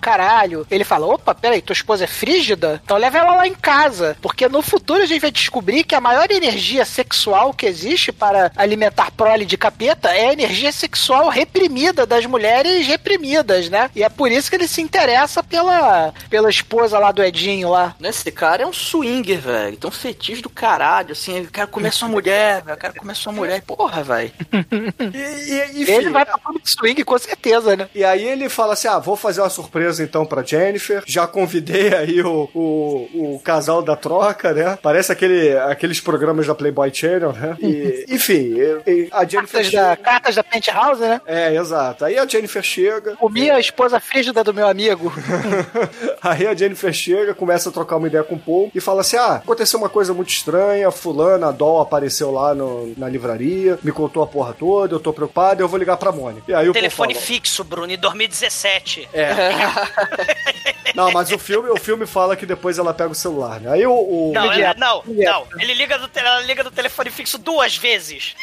caralho. Ele fala, opa, peraí, tua esposa é frígida? Então leva ela lá em casa. Porque no futuro a gente vai descobrir que a maior energia sexual que existe para alimentar prole de capeta é a energia sexual reprimida das mulheres reprimidas, né? E é por isso que ele se interessa pela esposa lá do Edinho lá. Esse cara é um swinger, velho. Tem um fetiche do caralho, assim. Ele quer comer sua mulher, velho. Eu quero comer sua mulher. Porra, velho. Ele vai pra Public Swing, com certeza, né? E aí ele fala assim, vou fazer uma surpresa então pra Jennifer. Já convidei aí o casal da troca, né? Parece aqueles programas da Playboy Channel, né? E, enfim, a Jennifer... Cartas da Penthouse, né? É, exato. Aí a Jennifer chega... Comi a esposa frígida do meu amigo. Aí a Jennifer chega, começa a trocar uma ideia com o Paul e fala assim, aconteceu uma coisa muito estranha, fulana, a Doll apareceu lá na livraria, me contou a porra toda, eu tô preocupado, eu vou ligar pra Mônica. E aí o telefone fixo, Bruno, em 2017. Não, mas o filme fala que depois ela pega o celular, né? Aí Não. Ele liga do telefone fixo 2 vezes.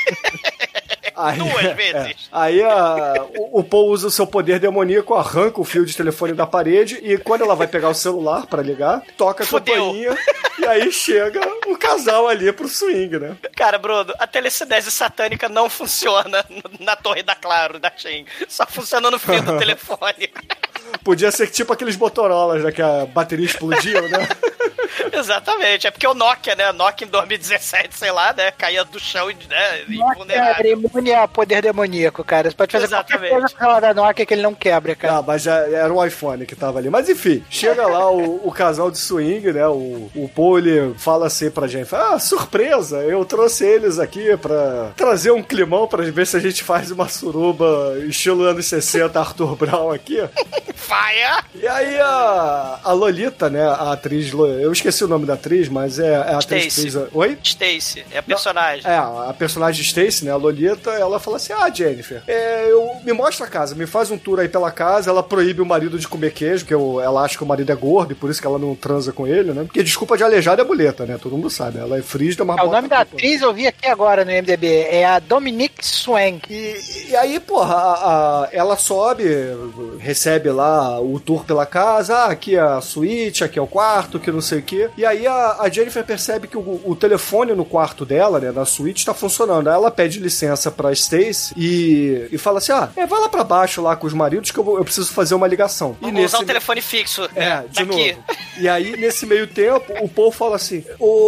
Aí, 2 vezes. Aí o Paul usa o seu poder demoníaco, arranca o fio de telefone da parede e quando ela vai pegar o celular pra ligar, toca a campainha e aí chega o casal ali pro swing, né? Cara, Bruno, a telecinese satânica não funciona na torre da Claro, da Shen. Só funciona no fio do telefone. Podia ser tipo aqueles Motorolas, né? Que a bateria explodiu, né? Exatamente, é porque o Nokia, né? Nokia em 2017, sei lá, né? Caía do chão e, né? Nokia é imune a poder demoníaco, cara. Você pode fazer qualquer coisa com ela da Nokia que ele não quebra, cara. Mas já era um iPhone que tava ali. Mas enfim, chega lá o casal de swing, né? O Paul, ele fala assim pra gente, surpresa, eu trouxe eles aqui pra trazer um climão pra ver se a gente faz uma suruba estilo anos 60, Arthur Brown aqui. Faia! E aí a Lolita, né? A atriz, eu esqueci o nome da atriz, mas é a atriz que fez Oi? Stacy, é a personagem. A personagem Stacy, né? A Lolita, ela fala assim, Jennifer, me mostra a casa, me faz um tour aí pela casa, ela proíbe o marido de comer queijo, porque ela acha que o marido é gordo e por isso que ela não transa com ele, né? Porque desculpa de aleijada é muleta, né? Todo mundo sabe, ela é frígida, mas o nome da atriz eu vi aqui agora no IMDb, é a Dominique Swank. E aí, porra, ela sobe, recebe lá o tour pela casa, aqui é a suíte, aqui é o quarto, que não sei o quê. E aí a Jennifer percebe que o telefone no quarto dela, né, na suíte, tá funcionando. Aí ela pede licença pra Stacy e fala assim, vai lá pra baixo lá com os maridos que eu preciso fazer uma ligação. Vamos usar o telefone fixo. De novo. E aí, nesse meio tempo, o Paul fala assim,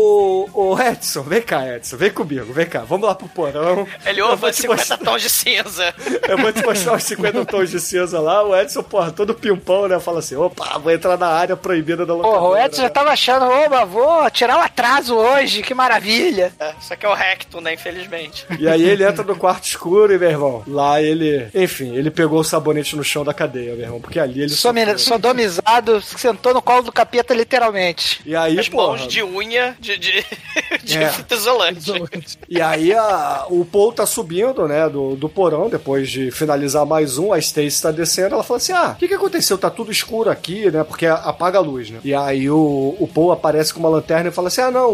ô Edson, vem cá, Edson, vem comigo, vem cá, vamos lá pro porão. Ele ouve 50 tons de cinza. Eu vou te mostrar os 50 tons de cinza lá. O Edson, porra, todo pimpão, né, fala assim, opa, vou entrar na área proibida da locadora. Porra, o Edson já tava achando, vou tirar um atraso hoje, que maravilha. Isso aqui é o Recto, né, infelizmente. E aí ele entra no quarto escuro e, meu irmão, lá ele pegou o sabonete no chão da cadeia, meu irmão, porque ali ele... Sodomizado, sentou no colo do capeta, literalmente. E aí, as mãos de unha de fita isolante. E aí o Paul tá subindo, né, do porão, depois de finalizar mais um, a Stacy tá descendo, ela fala assim, o que aconteceu? Tá tudo escuro aqui, né, porque apaga a luz, né? E aí o Paul aparece com uma lanterna e fala assim, não,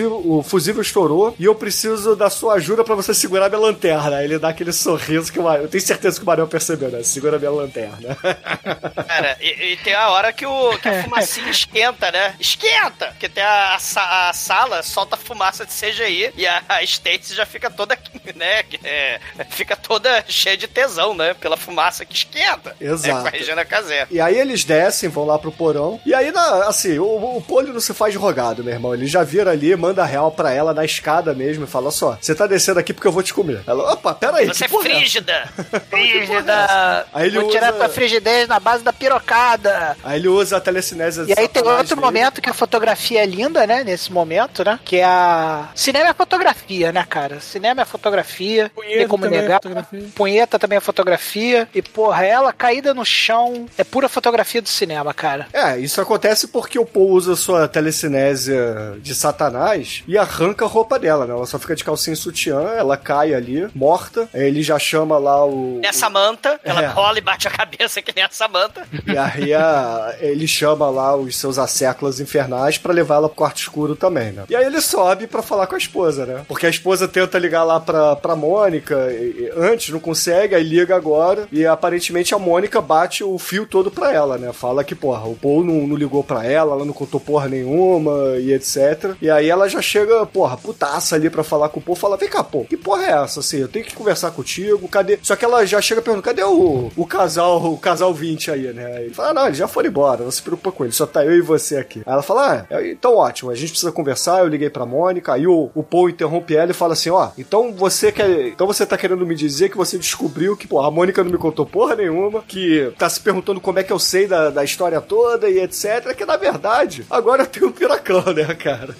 o fusível estourou e eu preciso da sua ajuda pra você segurar minha lanterna. Aí ele dá aquele sorriso que eu tenho certeza que o Mariel percebeu, né? Segura minha lanterna. Cara, e tem a hora que a fumacinha esquenta, né? Esquenta! Porque tem a sala, solta fumaça de CGI e a Stacy já fica toda, né? Fica toda cheia de tesão, né? Pela fumaça que esquenta. Exato. Com a Regina Casé. E aí eles descem, vão lá pro porão. E aí, assim, o Paul não se faz rogado, meu irmão. Ele já vira ali, manda real pra ela na escada mesmo e fala, só, você tá descendo aqui porque eu vou te comer. Ela, opa, peraí. Você é frígida! Frígida! Aí ele vou tirar tua frigidez na base da pirocada. Aí ele usa a telecinese. E aí tem outro momento que a fotografia é linda, né? Nesse momento, né? Que é a... Cinema é fotografia, né, cara? Cinema é fotografia. Punheta tem como negar. Punheta também é fotografia. E, porra, ela caída no chão é pura fotografia do cinema, cara. Isso acontece porque o Paul usa sua telecinésia de Satanás e arranca a roupa dela, né? Ela só fica de calcinha e sutiã, ela cai ali, morta. Aí ele já chama lá a Samantha, ela rola e bate a cabeça que nem a Samantha. E aí ele chama lá os seus asseclas infernais pra levar ela pro quarto escuro também, né? E aí ele sobe pra falar com a esposa, né? Porque a esposa tenta ligar lá pra Mônica antes, não consegue, aí liga agora e aparentemente a Mônica bate o fio todo pra ela, né? Fala que, porra, o Paul não ligou pra ela não contou porra nenhuma e etc. E aí ela já chega, porra, putaça ali pra falar com o Paul, fala, vem cá, pô, que porra é essa, assim? Eu tenho que conversar contigo, cadê? Só que ela já chega perguntando, cadê o casal 20 aí, né? Aí ele fala, não, eles já foram embora, não se preocupa com ele, só tá eu e você aqui. Aí ela fala, então ótimo, a gente precisa conversar, eu liguei pra Mônica, aí o Paul interrompe ela e fala assim, então você tá querendo me dizer que você descobriu que, pô, a Mônica não me contou porra nenhuma, que tá se perguntando como é que eu sei da história toda e etc, que na verdade, agora eu tenho um piracão, né, cara?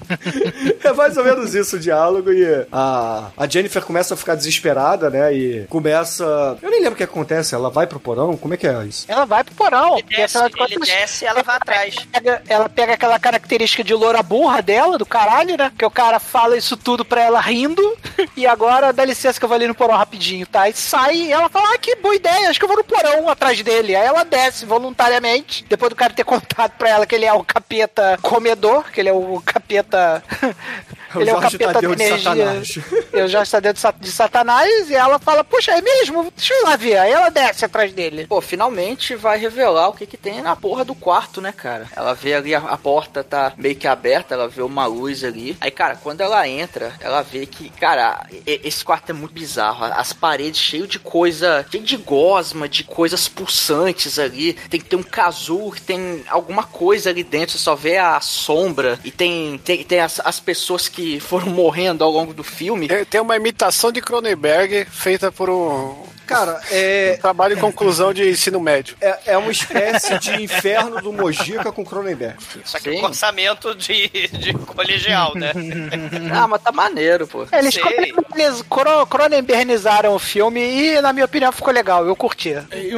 É mais ou menos isso o diálogo e a Jennifer começa a ficar desesperada, né, e começa... Eu nem lembro o que acontece, ela vai pro porão? Como é que é isso? Ela vai pro porão. Ele desce e ela vai atrás. Ela pega aquela característica de loura burra dela, do caralho, né? Que o cara fala isso tudo pra ela rindo. E agora, dá licença que eu vou ali no porão rapidinho, tá? E sai e ela fala, que boa ideia, acho que eu vou no porão atrás dele. Aí ela desce voluntariamente, depois do cara ter contado pra ela que ele é o capeta comedor, que ele é o capeta... Ele é o capeta de energia. Eu já está dentro de Satanás. E ela fala, puxa, é mesmo? Deixa eu ir lá ver. Aí ela desce atrás dele. Pô, finalmente vai revelar o que tem na porra do quarto, né, cara? Ela vê ali a porta tá meio que aberta, ela vê uma luz ali. Aí, cara, quando ela entra, ela vê que, cara, esse quarto é muito bizarro. As paredes cheias de coisa, cheio de gosma, de coisas pulsantes ali. Tem que ter um casulo, tem alguma coisa ali dentro. Você só vê a sombra. E tem as pessoas que foram morrendo ao longo do filme. Tem uma imitação de Cronenberg feita por um... Cara, um trabalho de conclusão de ensino médio. É uma espécie de inferno do Mojica com Cronenberg. Só que com orçamento de colegial, né? Mas tá maneiro, pô. Eles Cronenbergizaram o filme e, na minha opinião, ficou legal. Eu curti. E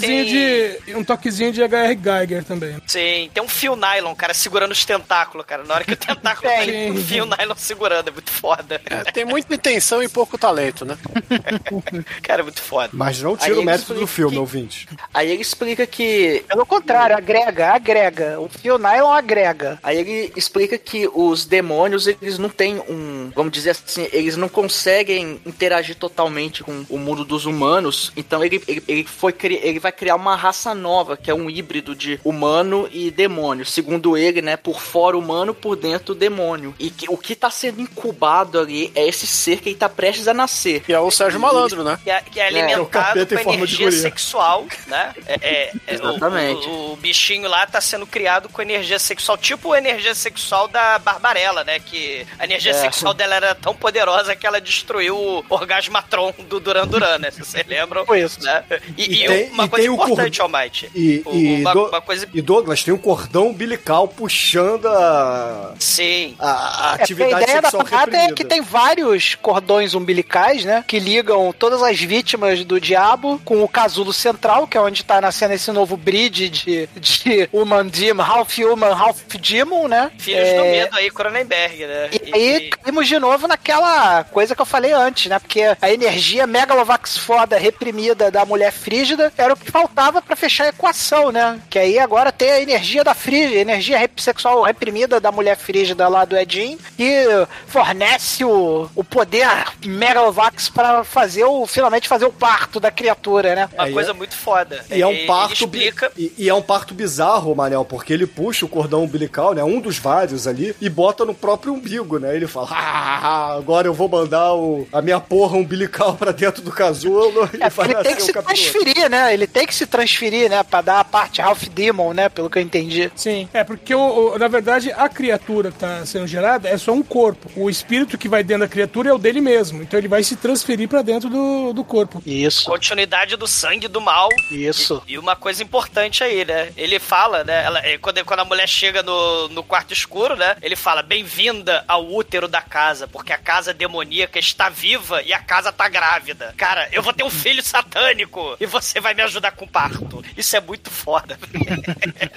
um toquezinho de H.R. Geiger também. Sim, tem um fio nylon, cara, segurando os tentáculos, cara. Na hora que o tentáculo tem um fio nylon segurando, é muito foda. Tem muita intenção e pouco talento, né? Cara, é muito foda. Mas não tira o mérito do filme, ouvinte. Aí ele explica que... Pelo contrário, agrega. O fio nylon agrega. Aí ele explica que os demônios, eles não têm vamos dizer assim, eles não conseguem interagir totalmente com o mundo dos humanos. Então ele vai criar uma raça nova, que é um híbrido de humano e demônio. Segundo ele, né, por fora humano, por dentro demônio. E que o que tá sendo incubado ali é esse ser que ele tá prestes a nascer. Que é o Sérgio Malandro, né? Que é alimentado com energia sexual, né? Exatamente. O bichinho lá tá sendo criado com energia sexual, tipo a energia sexual da Barbarella, né? Que a energia sexual dela era tão poderosa que ela destruiu o Orgasmatron do Duran Duran, né? Se vocês lembram. Foi isso. Né? Uma coisa importante, Almighty. E Douglas, tem um cordão umbilical puxando a atividade a ideia sexual da parada reprimida. É que tem vários cordões umbilicais, né? Que ligam todas as vítimas do diabo com o casulo central, que é onde tá nascendo esse novo breed de Human Demon, Half Human, Half Demon, né? Filhos do medo aí, Cronenberg, né? E aí caímos de novo naquela coisa que eu falei antes, né? Porque a energia Megalovax foda reprimida da mulher frígida era o que faltava pra fechar a equação, né? Que aí agora tem a energia da frígida, energia sexual reprimida da mulher frígida lá do Edin, que fornece o poder Megalovax pra finalmente fazer o parto da criatura, né? Uma coisa muito foda. E é um parto e é um parto bizarro, Manel, porque ele puxa o cordão umbilical, né? Um dos vários ali, e bota no próprio umbigo, né? Ele fala, agora eu vou mandar a minha porra umbilical pra dentro do casulo e vai ele tem que se transferir, né? Ele tem que se transferir, né? Pra dar a parte Half Demon, né? Pelo que eu entendi. Sim, porque na verdade a criatura que tá sendo gerada é só um corpo. O espírito que vai dentro da criatura é o dele mesmo. Então ele vai se transferir pra dentro do corpo. Isso. Continuidade do sangue do mal. Isso. E uma coisa importante aí, né? Ele fala, né? Quando a mulher chega no quarto escuro, né? Ele fala, bem-vinda ao útero da casa, porque a casa demoníaca está viva e a casa tá grávida. Cara, eu vou ter um filho satânico e você vai me ajudar com o parto. Isso é muito foda.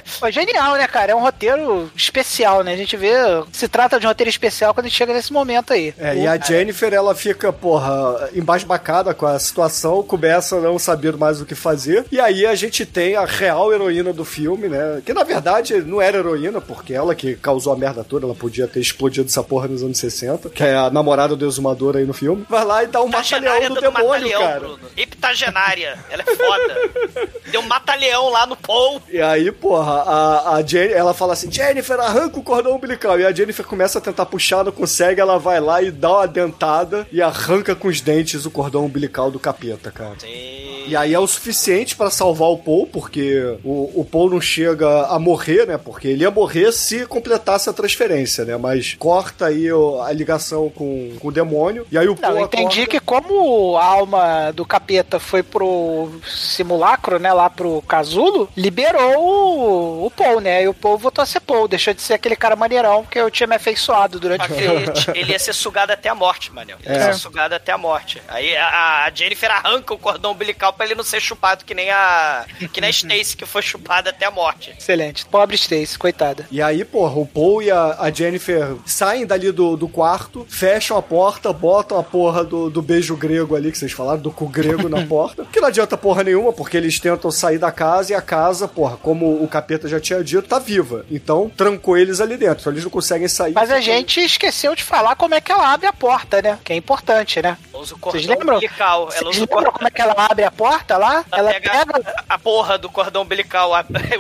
Foi genial, né, cara? É um roteiro especial, né? A gente vê, se trata de um roteiro especial quando a gente chega nesse momento aí. E a Jennifer, ela fica, embasbacada com a situação, começa a não saber mais o que fazer, e aí a gente tem a real heroína do filme, né? Que na verdade não era heroína, porque ela que causou a merda toda, ela podia ter explodido essa porra nos anos 60, que é a namorada do exumador aí no filme. Vai lá e dá um mata-leão do demônio, cara. Bruno. Heptagenária. Ela é foda. Deu um mata-leão lá no Paul. E aí, a Jennifer, ela fala assim, Jennifer, arranca o cordão umbilical. E a Jennifer começa a tentar puxar, não consegue, ela vai lá e dá uma dentada e arranca com os dentes o cordão umbilical do capeta, cara. Sim. E aí é o suficiente pra salvar o Paul, porque o Paul não chega a morrer, né? Porque ele ia morrer se completasse a transferência, né? Mas corta aí a ligação com o demônio. E aí o Paul eu entendi que como a alma do capeta foi pro simulacro, né? Lá pro casulo, liberou o Paul, né? E o Paul voltou a ser Paul. Deixou de ser aquele cara maneirão que eu tinha me afeiçoado durante o filme. Ele ia ser sugado até a morte, mano. Ele ia ser sugado até a morte. Aí a Jennifer arranca o cordão umbilical pra ele não ser chupado que nem a Stacy, que foi chupada até a morte. Excelente. Pobre Stacy, coitada. E aí, o Paul e a Jennifer saem dali do quarto, fecham a porta, botam a porra do beijo grego ali, que vocês falaram, do cu grego na porta, que não adianta porra nenhuma, porque eles tentam sair da casa e a casa, como o capeta já tinha dito, tá viva. Então, trancou eles ali dentro, então eles não conseguem sair. Mas a gente esqueceu de falar como é que ela abre a porta, né? Que é importante, né? Usa o cordão umbilical. Vocês lembram como é que ela abre a porta lá? Ela pega a porra do cordão umbilical,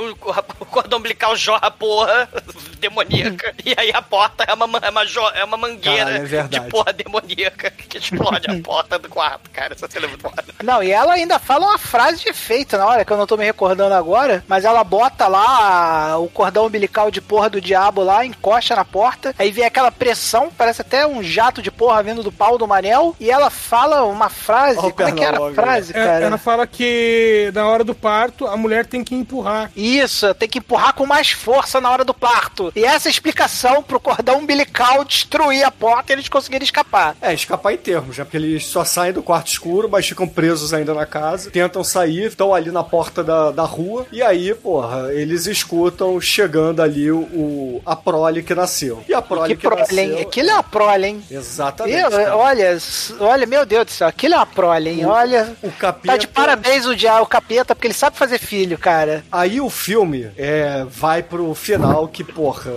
o cordão umbilical jorra a porra demoníaca, e aí a porta é uma mangueira. Caralho, de porra demoníaca que explode a porta do quarto, cara. Essa cena é muito foda. Não, e ela ainda fala uma frase de efeito na hora, que eu não tô me recordando agora, mas ela bota lá o cordão umbilical de porra do diabo lá, encosta na porta, aí vem aquela pressão, parece até um jato de porra vindo do pau do Manel, e ela fala uma frase, como é que era a frase, cara? Ela fala que na hora do parto a mulher tem que empurrar. Isso, tem que empurrar com mais força na hora do parto. E essa é a explicação pro cordão umbilical destruir a porta e eles conseguirem escapar. Escapar em termos, já porque eles só saem do quarto escuro, mas ficam presos ainda na casa, tentam sair, estão ali na porta da rua, e aí, eles escutam chegando ali a prole que nasceu. E a prole que nasceu... Hein? Aquilo é uma prole, hein? Exatamente. Olha, meu Deus do céu, aquilo é uma prole, hein? Olha, o capeta... Tá de parabéns o capeta, porque ele sabe fazer filho, cara. Aí o filme vai pro final que,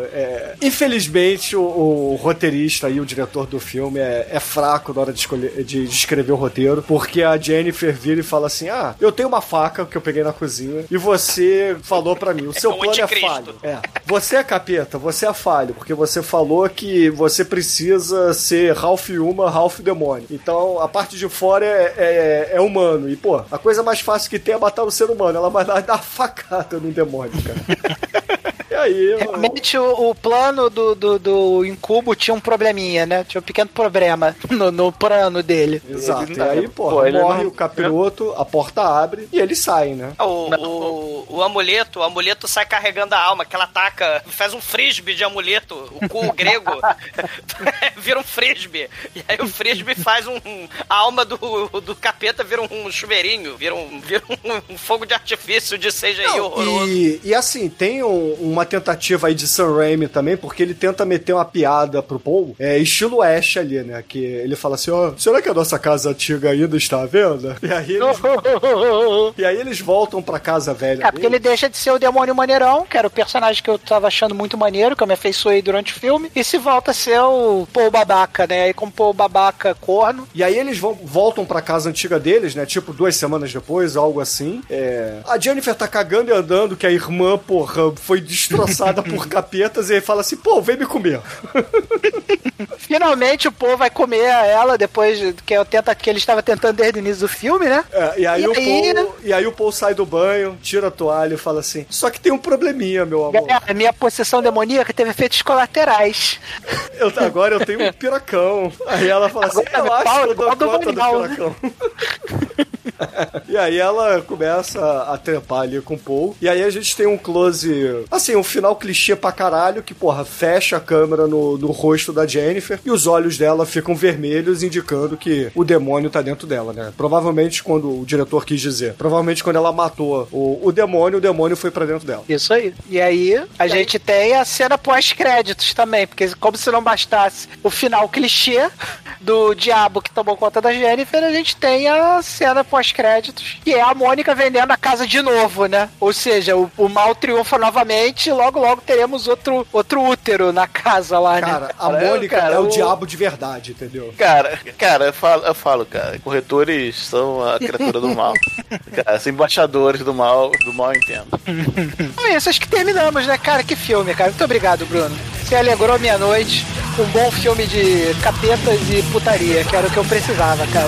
infelizmente o roteirista e o diretor do filme é fraco na hora de escrever o roteiro, porque a Jennifer vira e fala assim, eu tenho uma faca que eu peguei na cozinha e você falou pra mim, o seu plano é falho. Você é capeta, você é falho, porque você falou que você precisa ser Ralph Uma, Ralph demônio. Então, a parte de fora é humano. E, a coisa mais fácil que tem é matar o ser humano. Ela vai dar facada no demônio, cara. E aí... Realmente o plano do incubo tinha um probleminha, né? Tinha um pequeno problema no plano dele. Exato. E aí, morre o capiroto, a porta abre e eles saem, né? O amuleto sai carregando a alma, que ela ataca, faz um frisbee de amuleto, o cu grego vira um frisbee. E aí o frisbee faz a alma do capeta vira um chuveirinho, vira um fogo de artifício de CGI horroroso. E assim, tem uma tentativa aí de Sam Raimi também, porque ele tenta meter uma piada pro Paul, estilo Ash ali, né? Que ele fala assim, será que a nossa casa antiga ainda está à venda? E aí eles voltam pra casa velha. Porque ele deixa de ser o demônio maneirão, que era o personagem que eu tava achando muito maneiro, que eu me afeiçoei durante o filme, e se volta a ser o Paul babaca, né? Aí como Paul babaca corno. E aí eles voltam pra casa antiga deles, né? Tipo 2 semanas depois, algo assim. A Jennifer tá cagando e andando, que a irmã, foi destroçada por capetas, e ele fala assim, vem me comer. Finalmente o Paul vai comer ela, depois que ele estava tentando desde o início do filme, né? E aí o Paul sai do banho, tira a toalha e fala assim, só que tem um probleminha, meu amor. A minha possessão demoníaca teve efeitos colaterais. Agora eu tenho um piracão. Aí ela fala assim, eu acho que eu dou conta do piracão. E aí ela começa a trepar ali com o Paul. E aí a gente tem um close, assim, um final clichê pra caralho, que, porra, fecha a câmera no rosto da Jennifer e os olhos dela ficam vermelhos, indicando que o demônio tá dentro dela, né? Provavelmente quando o diretor quis dizer, provavelmente quando ela matou o demônio foi pra dentro dela. Isso aí. E aí a gente tem a cena pós-créditos também, porque como se não bastasse o final clichê do diabo que tomou conta da Jennifer, a gente tem a cena pós-créditos, que é a Mônica vendendo a casa de novo, né? Ou seja, o mal triunfa novamente e logo teremos outro útero na casa lá, né? Cara, a Mônica é o diabo de verdade, entendeu? Cara, eu falo, cara, corretores são a criatura do mal. Cara, são embaixadores do mal eu entendo. É isso, acho que terminamos, né, cara? Que filme, cara. Muito obrigado, Bruno. Você alegrou minha noite com um bom filme de capetas e putaria, que era o que eu precisava, cara.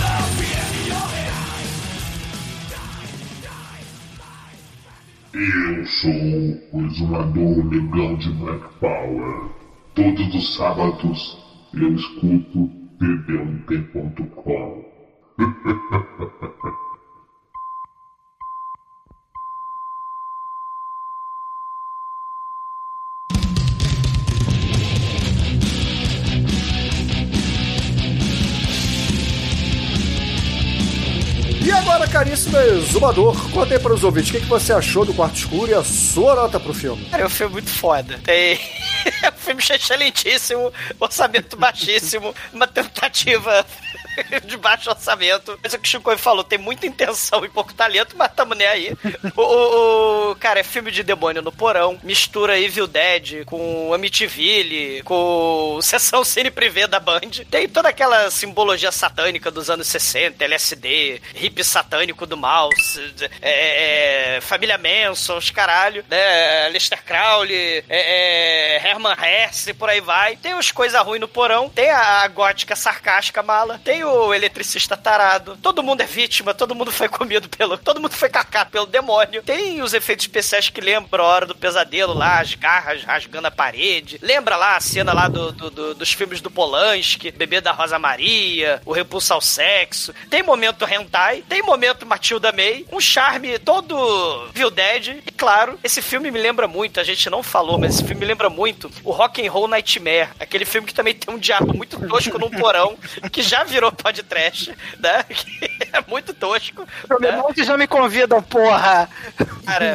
Eu sou o exumador negão de Black Power. Todos os sábados eu escuto td1p.com. E agora, caríssimo exumador, conta aí para os ouvintes o que você achou do Quarto Escuro e a sua nota pro filme. Cara, é um filme muito foda. Tem um filme excelentíssimo, orçamento baixíssimo, uma tentativa de baixo orçamento. Mas o que o Chico falou, tem muita intenção e pouco talento, mas tamo nem aí. Cara, é filme de demônio no porão, mistura Evil Dead com Amityville, com Sessão Cine Privé da Band. Tem toda aquela simbologia satânica dos anos 60, LSD, hippie satânico do mal, Família Manson, os caralho, né? Lester Crowley, Herman Hesse, por aí vai. Tem as coisas ruins no porão, tem a gótica sarcástica mala, tem o eletricista tarado, todo mundo é vítima, todo mundo foi todo mundo foi cacado pelo demônio. Tem os efeitos especiais que lembram a Hora do Pesadelo lá, as garras rasgando a parede. Lembra lá a cena lá dos filmes do Polanski, Bebê da Rosa Maria, O Repulso ao Sexo. Tem momento hentai, tem momento Matilda May, um charme todo Evil Dead. E claro, esse filme me lembra muito, a gente não falou, mas esse filme me lembra muito o Rock'n'Roll Nightmare, aquele filme que também tem um diabo muito tosco num porão, que já virou podcast, né? Que é muito tosco. Né? Vocês não me convidam, porra! Cara,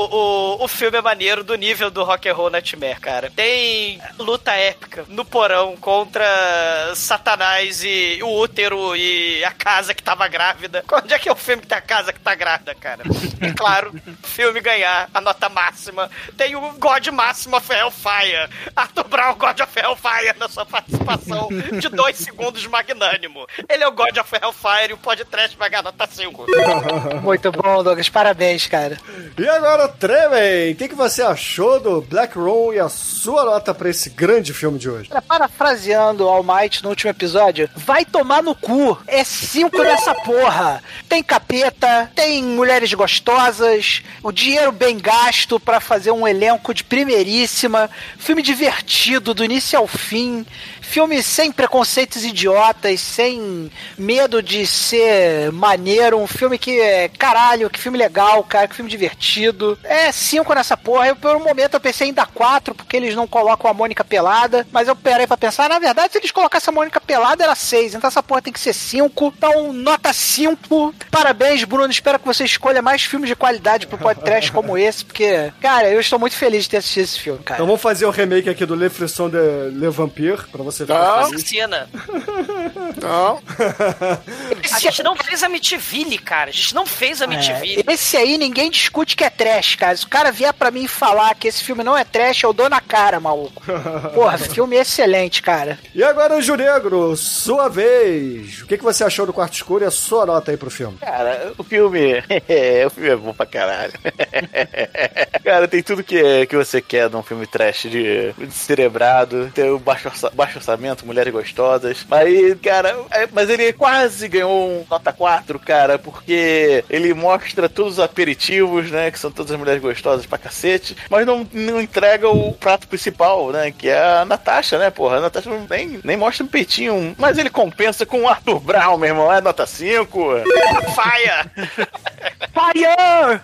o filme é maneiro do nível do Rock'n'Roll Nightmare, cara. Tem luta épica no porão contra Satanás e o útero e a casa que tava grávida. Onde é que é o filme que tem a casa que tá grávida, cara? E claro, o filme ganhar a nota máxima. Tem o God Máximo of Hellfire. Arthur Brown, God of Hellfire, na sua participação de 2 segundos magnânimo. Ele é o God of Hellfire e o podcast vai ganhar nota 5. Muito bom, Douglas. Parabéns, cara. E agora, Tremen, o que você achou do Black Room e a sua nota pra esse grande filme de hoje? Parafraseando All Might no último episódio, vai tomar no cu. É 5 nessa porra. Tem capeta, tem mulheres gostosas, o dinheiro bem gasto pra fazer um elenco de primeiríssima, filme divertido do início ao fim, filme sem preconceitos idiotas, sem medo de ser maneiro, um filme que é caralho, que filme legal, cara, que filme divertido. É 5 nessa porra. Eu, por um momento eu pensei em dar 4, porque eles não colocam a Mônica pelada, mas eu parei pra pensar, na verdade, se eles colocassem a Mônica pelada era 6, então essa porra tem que ser 5. Então, nota 5. Parabéns, Bruno, espero que você escolha mais filmes de qualidade pro podcast como esse, porque, cara, eu estou muito feliz de ter assistido esse filme, cara. Então vamos fazer o remake aqui do Le Frisson de Le Vampire, pra você ficar feliz. Não. A gente não fez a Amityville, cara. A gente não fez a Amityville. Esse aí ninguém discute que é trash, cara. Se o cara vier pra mim falar que esse filme não é trash, eu dou na cara, maluco. Porra, filme excelente, cara. E agora, Anjo Negro, sua vez. O que você achou do Quarto Escuro e a sua nota aí pro filme? Cara, o filme é bom pra caralho. Cara, tem tudo que você quer num filme trash de cerebrado. Tem o baixo orçamento, mulheres gostosas. Mas, cara, mas ele quase ganhou nota nota 4, cara, porque ele mostra todos os aperitivos, né, que são todas as mulheres gostosas pra cacete, mas não entrega o prato principal, né, que é a Natasha, né, porra. A Natasha nem mostra um peitinho, mas ele compensa com o Arthur Brown, meu irmão, é nota 5. Fire! Fire!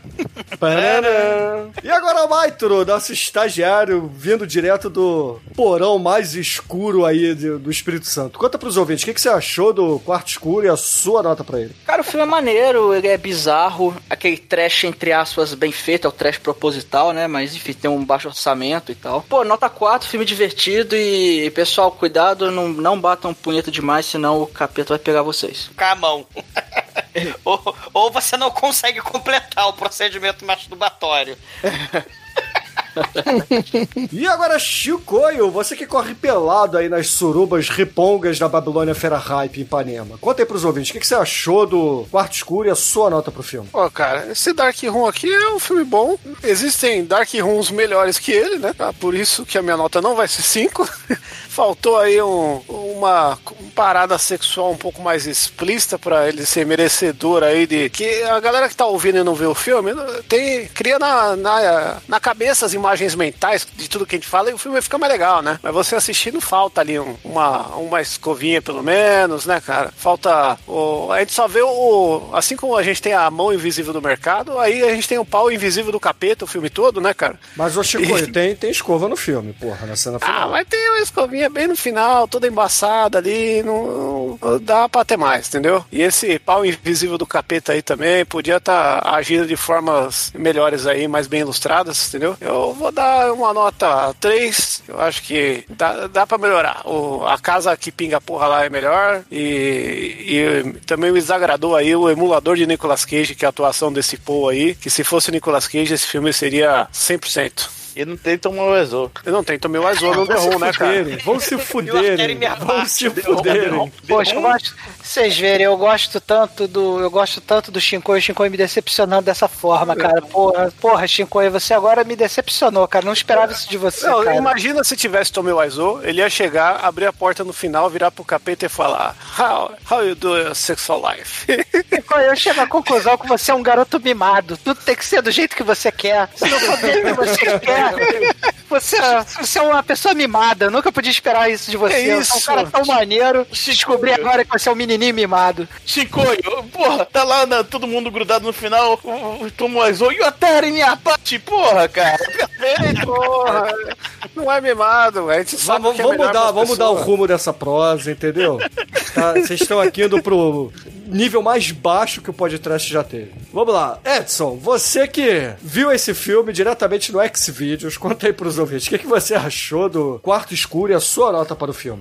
E agora o Maitro, nosso estagiário, vindo direto do porão mais escuro aí do Espírito Santo. Conta pros ouvintes, o que você achou do Quarto Escuro e a sua nota pra ele? Cara, o filme é maneiro, ele é bizarro, aquele trash, entre aspas, bem feito, é o trash proposital, né, mas enfim, tem um baixo orçamento e tal. Pô, nota 4, filme divertido e, pessoal, cuidado, não batam punheta demais, senão o capeta vai pegar vocês. Com a mão. ou você não consegue completar o procedimento masturbatório. E agora, Chicoio, você que corre pelado aí nas surubas ripongas da Babilônia Fera Hype em Ipanema. Conta aí pros ouvintes, o que você achou do Quarto Escuro e a sua nota pro filme? Ó, cara, esse Dark Room aqui é um filme bom. Existem Dark Rooms melhores que ele, né? Por isso que a minha nota não vai ser 5. Faltou aí uma parada sexual um pouco mais explícita pra ele ser merecedor aí de... Que a galera que tá ouvindo e não vê o filme cria na cabeça as imagens mentais de tudo que a gente fala e o filme fica mais legal, né? Mas você assistindo, falta ali uma escovinha pelo menos, né, cara? Falta... a gente só vê assim como a gente tem a mão invisível do mercado, aí a gente tem o pau invisível do capeta o filme todo, né, cara? Mas, ô Chicoio, tem escova no filme, porra, na cena final. Ah, mas tem uma escovinha bem no final, toda embaçada ali, não dá pra ter mais, entendeu? E esse pau invisível do capeta aí também podia estar agindo de formas melhores aí, mais bem ilustradas, entendeu? Eu vou dar uma nota 3, eu acho que dá pra melhorar. A casa que pinga porra lá é melhor e também me desagradou aí o emulador de Nicolas Cage, que é a atuação desse Paul aí, que se fosse Nicolas Cage esse filme seria 100%. E não tem Tommy Wiseau. Não tem Tommy Wiseau no The Room, né, cara? Vão se fuderem. Vão se fuderem. Poxa, vocês verem, eu gosto tanto do Shinkoi, o Shinkoi me decepcionando dessa forma, cara. Porra, Shinkoi, você agora me decepcionou, cara. Não esperava isso de você, não, cara. Imagina se tivesse Tommy Wiseau, ele ia chegar, abrir a porta no final, virar pro capeta e falar How you do your sexual life? Shinkoi, eu chego à conclusão que você é um garoto mimado. Tudo tem que ser do jeito que você quer. Se não for do jeito que você quer, você é uma pessoa mimada. Eu nunca podia esperar isso de você. É isso. Você é um cara tão maneiro. Descobri agora que você é um menininho mimado. Chicoio, porra, tá lá todo mundo grudado no final, o Tom Wiseau e o Atari minha parte, porra, cara. Perfeito. Porra, não é mimado, a gente sabe que é vamos mudar o rumo dessa prosa, entendeu? Tá, vocês estão aqui indo pro nível mais baixo que o podcast já teve. Vamos lá, Edson, você que viu esse filme diretamente no Xvideos, conta aí pros ouvintes, o que você achou do Quarto Escuro e a sua nota para o filme?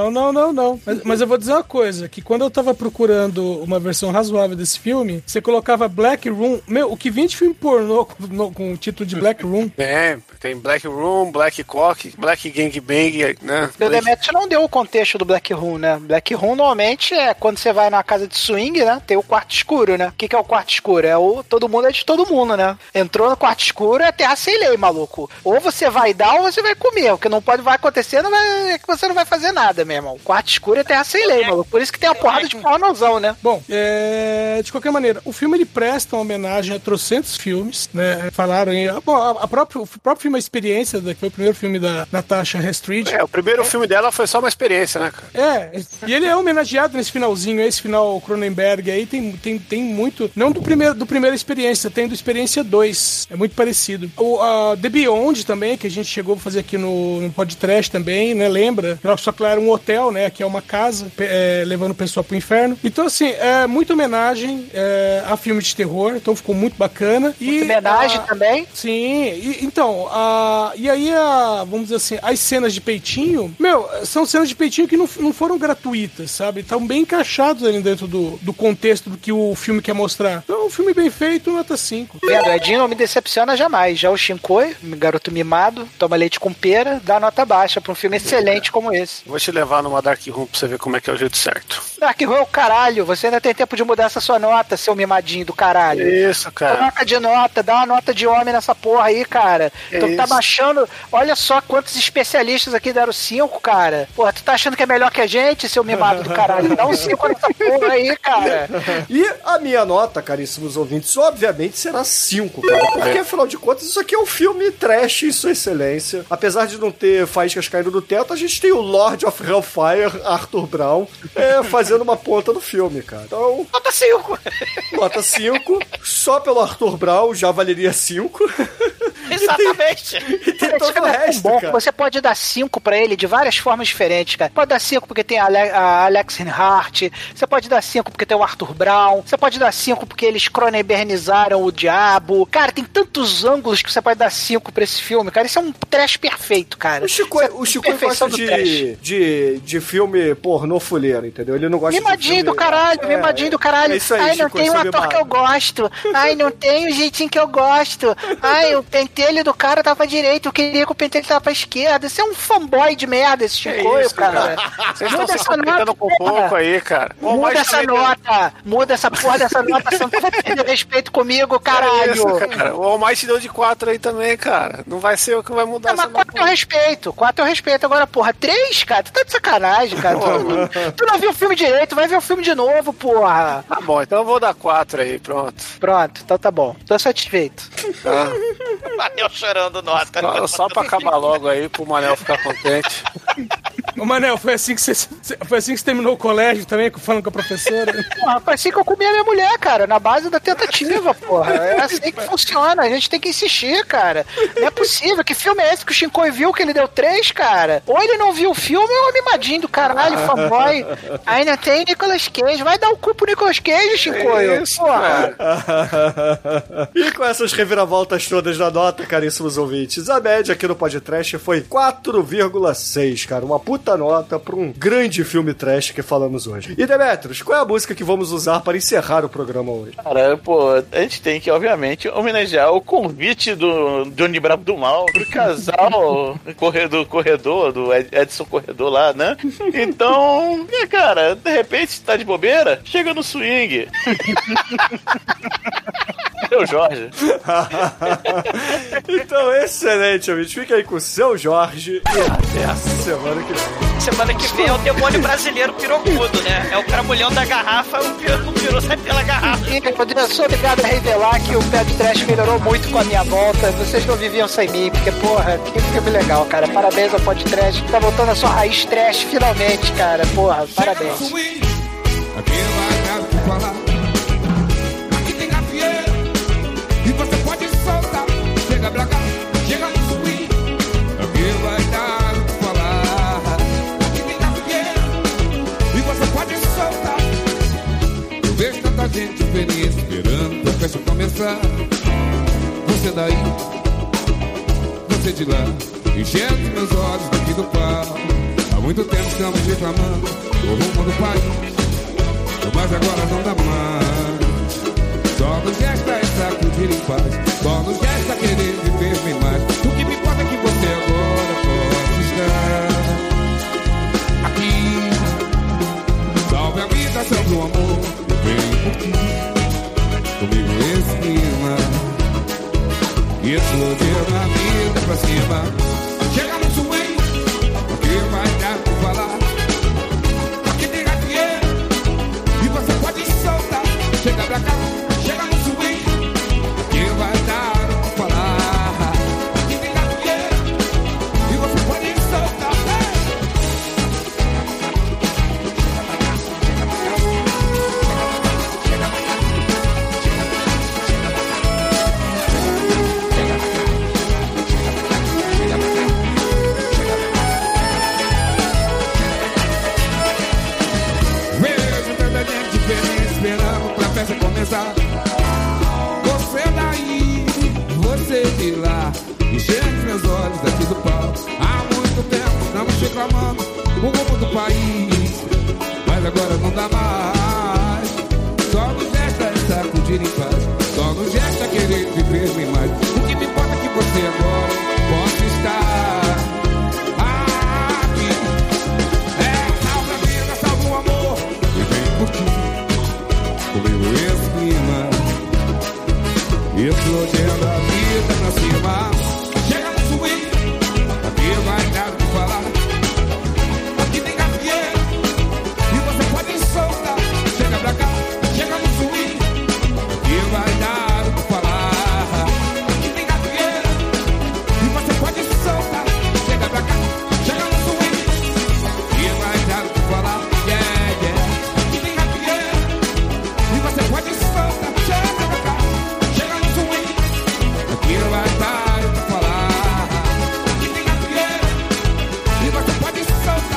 Não. Mas eu vou dizer uma coisa, que quando eu tava procurando uma versão razoável desse filme, você colocava Black Room, o que vinha de filme pornô com o título de Black Room? Tem Black Room, Black Cock, Black Gangbang, né? O Demetrio não deu o contexto do Black Room, né? Black Room normalmente é quando você vai na casa de swing, né? Tem o quarto escuro, né? O que é o quarto escuro? Todo mundo é de todo mundo, né? Entrou no quarto escuro é terra sem lei, maluco. Ou você vai dar ou você vai comer. O que não vai acontecer é que você não vai fazer nada, meu irmão. Quarto escuro é terra sem lei, maluco. Por isso que tem a porrada de pornozão, né? Bom, de qualquer maneira, o filme ele presta uma homenagem a trocentos filmes, né? Falaram aí. Bom, o próprio filme A Experiência, que foi o primeiro filme da Natasha Hestridge. O primeiro filme dela foi só uma experiência, né, cara? E ele é homenageado nesse finalzinho, esse final Cronenberg aí, tem muito, não do primeira experiência, tem do Experiência 2, é muito parecido. O The Beyond também, que a gente chegou a fazer aqui no podcast também, né, lembra? Só que lá era um hotel, né, aqui é uma casa, levando o pessoal pro inferno. Então, assim, é muita homenagem a filme de terror, então ficou muito bacana. Muita homenagem também? Sim, então, e aí, vamos dizer assim, as cenas de peitinho, são cenas de peitinho que não foram gratuitas, sabe? Estão bem encaixados ali dentro do contexto do que o filme quer mostrar. Então, um filme bem feito, nota 5. O Edinho não me decepciona jamais. Já o Shinkoi, garoto mimado, toma leite com pera, dá nota baixa pra um filme excelente como esse. Vou te levar numa Dark Room pra você ver como é que é o jeito certo. Dark Room é o caralho. Você ainda tem tempo de mudar essa sua nota, seu mimadinho do caralho. Isso, cara. Troca de nota, dá uma nota de homem nessa porra aí, cara. Tu tá baixando... Olha só quantos especialistas aqui deram 5, cara. Porra, tu tá achando que é melhor que a gente, seu mimado do caralho? Dá um 5 nessa porra aí, cara. E a minha nota, caríssimos ouvintes, obviamente será 5, cara. Porque, afinal de contas, isso aqui é um filme trash em sua excelência. Apesar de não ter faíscas caindo do teto, a gente tem o Lord of Hellfire, Arthur Brown, fazendo uma ponta no filme, cara. Então... Nota 5. Nota 5. Só pelo Arthur Brown já valeria 5. Exatamente. E tem todo o resto, bom, cara. Você pode dar 5 pra ele de várias formas diferentes, cara. Pode dar 5 porque tem a Alex Hart. Você pode dar 5 porque tem o Arthur Brown. Você pode dar 5 porque eles Cronenbergizaram o diabo. Cara, tem tantos ângulos que você pode dar 5 pra esse filme, cara. Isso é um trash perfeito, cara. O Chico gosta de filme pornô fuleiro, entendeu? Ele não gosta mimadinho de filme... do caralho, mimadinho do caralho. É isso aí, ai, não Chico, tem um ator que eu gosto. Ai, não tem o jeitinho que eu gosto. Ai, o pentelho do cara tava pra direita, eu queria que o pentelho tava pra esquerda. Você é um fanboy de merda, esse Chico, cara. Vocês estão se completando com pouco aí, cara. Muda essa nota. Muda essa porra dessa nota. Você não vai ter respeito comigo, caralho. É isso, cara. O Almighty deu de 4 aí também, cara. Não vai ser o que vai mudar essa nota. Mas 4 eu respeito. 4 eu respeito. Agora, porra, 3, cara? Tu tá de sacanagem, cara. Tu não viu o filme direito, vai ver o filme de novo, porra. Tá bom, então eu vou dar 4 aí, pronto. Pronto, então tá bom. Tô satisfeito. Tá. Bateu chorando nota. Só pra acabar logo aí, pro Manel ficar contente. Ô, Manel, foi assim que você terminou o colégio também, falando com a professora? Porra, foi assim que eu comi a minha mulher, cara, na base da tentativa, porra. É assim que funciona, a gente tem que insistir, cara. Não é possível. Que filme é esse que o Shinkoi viu que ele deu 3, cara? Ou ele não viu o filme ou é um mimadinho do caralho, fanboy. Ainda tem Nicolas Cage. Vai dar o cu pro Nicolas Cage, Shinkoi. Isso, porra. E com essas reviravoltas todas da nota, caríssimos ouvintes, a média aqui no podcast foi 4,6, cara. Uma puta nota pra um grande filme trash que falamos hoje. E Demetrius, qual é a música que vamos usar para encerrar o programa hoje? Cara, pô, a gente tem que, obviamente, homenagear o convite do Johnny Bravo do Mal pro casal corredor, do Edson Corredor lá, né? Então, cara, de repente, tá de bobeira, chega no swing. Seu Jorge. Então, excelente, ouvinte. Fica aí com o Seu Jorge e até a semana que vem. Semana que vem é o demônio brasileiro pirocudo, né? É o cramulhão da garrafa, o piru sai pela garrafa. Eu sou obrigado a revelar que o Pé de Trash melhorou muito com a minha volta. Vocês não viviam sem mim, porque, porra, que filme legal, cara. Parabéns ao Pod Trash. Tá voltando a sua raiz trash finalmente, cara. Porra, parabéns. Aqui vai dar o que falar. Aqui tem gafieira e você pode soltar. Chega pra cá, chega no swing. Aqui vai dar o que falar. Aqui tem gafieira e você pode soltar. Eu vejo tanta gente feliz esperando pra festa começar. Você daí, você de lá, enchendo os meus olhos daqui do pau. Há muito tempo estamos reclamando o rumo do país, mas agora não dá mais. Só nos resta sacudir em paz, só nos resta querer viver bem mais. O que me importa é que você agora possa estar aqui. Salve a vida, salve o amor, vem por ti, comigo esse clima, e explodindo a vida pra cima. Chega no swing, o que vai dar pra falar? Aqui tem gafieira e você pode soltar. Chega pra cá, chega no swing, que vai dar o que falar. Aqui tem gafieira e você pode soltar. Vejo tanta gente feliz esperando pra festa começar. Você daí, você de lá, enchendo meus olhos daqui do pau. Há muito tempo estamos reclamando o rumo do país, mas agora não dá mais. Só nos resta sacudir em paz, só nos resta querer viver bem mais. O que me importa é que você agora possa estar aqui. É, salve a vida, salve o amor, e vem por ti, comigo esse clima, explodindo a vida pra cima. Chega no swing, aqui vai dar o que falar. Aqui tem gafieira e você pode soltar. Chega pra cá, aqui vai dar o que falar. Aqui tem gafieira e você pode soltar.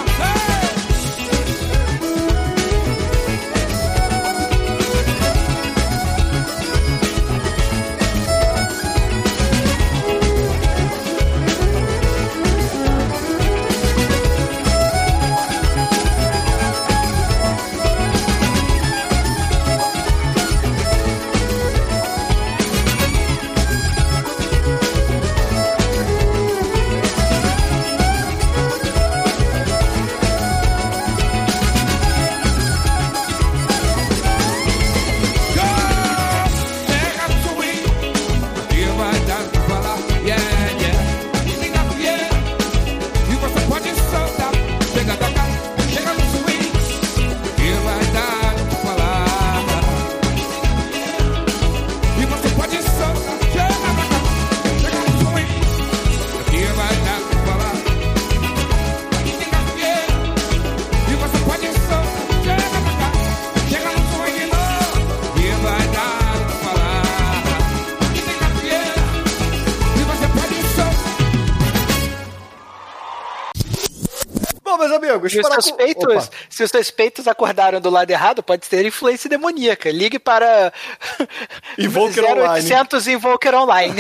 amigos, se os seus peitos acordaram do lado errado, pode ser influência demoníaca. Ligue para Invoker 0800 Invoker Online.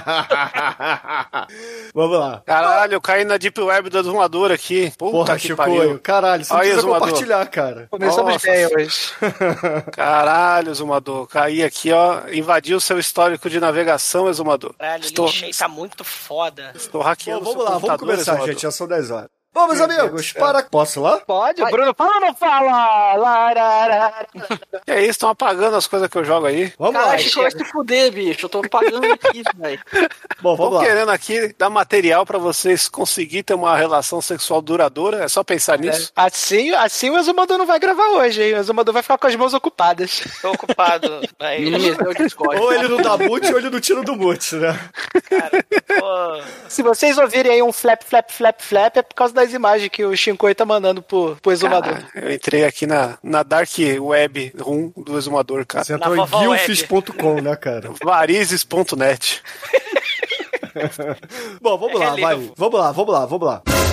Vamos lá. Caralho, eu caí na Deep Web do Exumador aqui. Puta que pariu. Caralho, você precisa compartilhar, cara. Começamos bem hoje. Caralho, Exumador. Caí aqui, ó. Invadiu o seu histórico de navegação, Exumador. Caralho, Linchei tá muito foda. Estou hackeando. Vamos lá, vamos começar, gente. Já são 10 horas. Vamos, amigos, para... Posso ir lá? Pode, o Bruno fala ou não fala? Lararara. E aí, estão apagando as coisas que eu jogo aí? Vamos lá. Acho que vai se fuder, bicho. Eu tô apagando aqui, velho. Bom, vamos lá. Tô querendo aqui dar material pra vocês conseguirem ter uma relação sexual duradoura. É só pensar nisso. Assim o Exumador não vai gravar hoje, hein? O Exumador vai ficar com as mãos ocupadas. Tô ocupado. Ou ele não dá mute ou ele não tira do mute, né? Cara, pô. Se vocês ouvirem aí um flap, flap, flap, flap, é por causa das imagens que o Shinkoi tá mandando pro Exumador. Eu entrei aqui na Dark Web room do Exumador, cara. Você entrou em guilfish.com, né, cara? Varizes.net. Bom, vamos lá, vai. Vamos lá.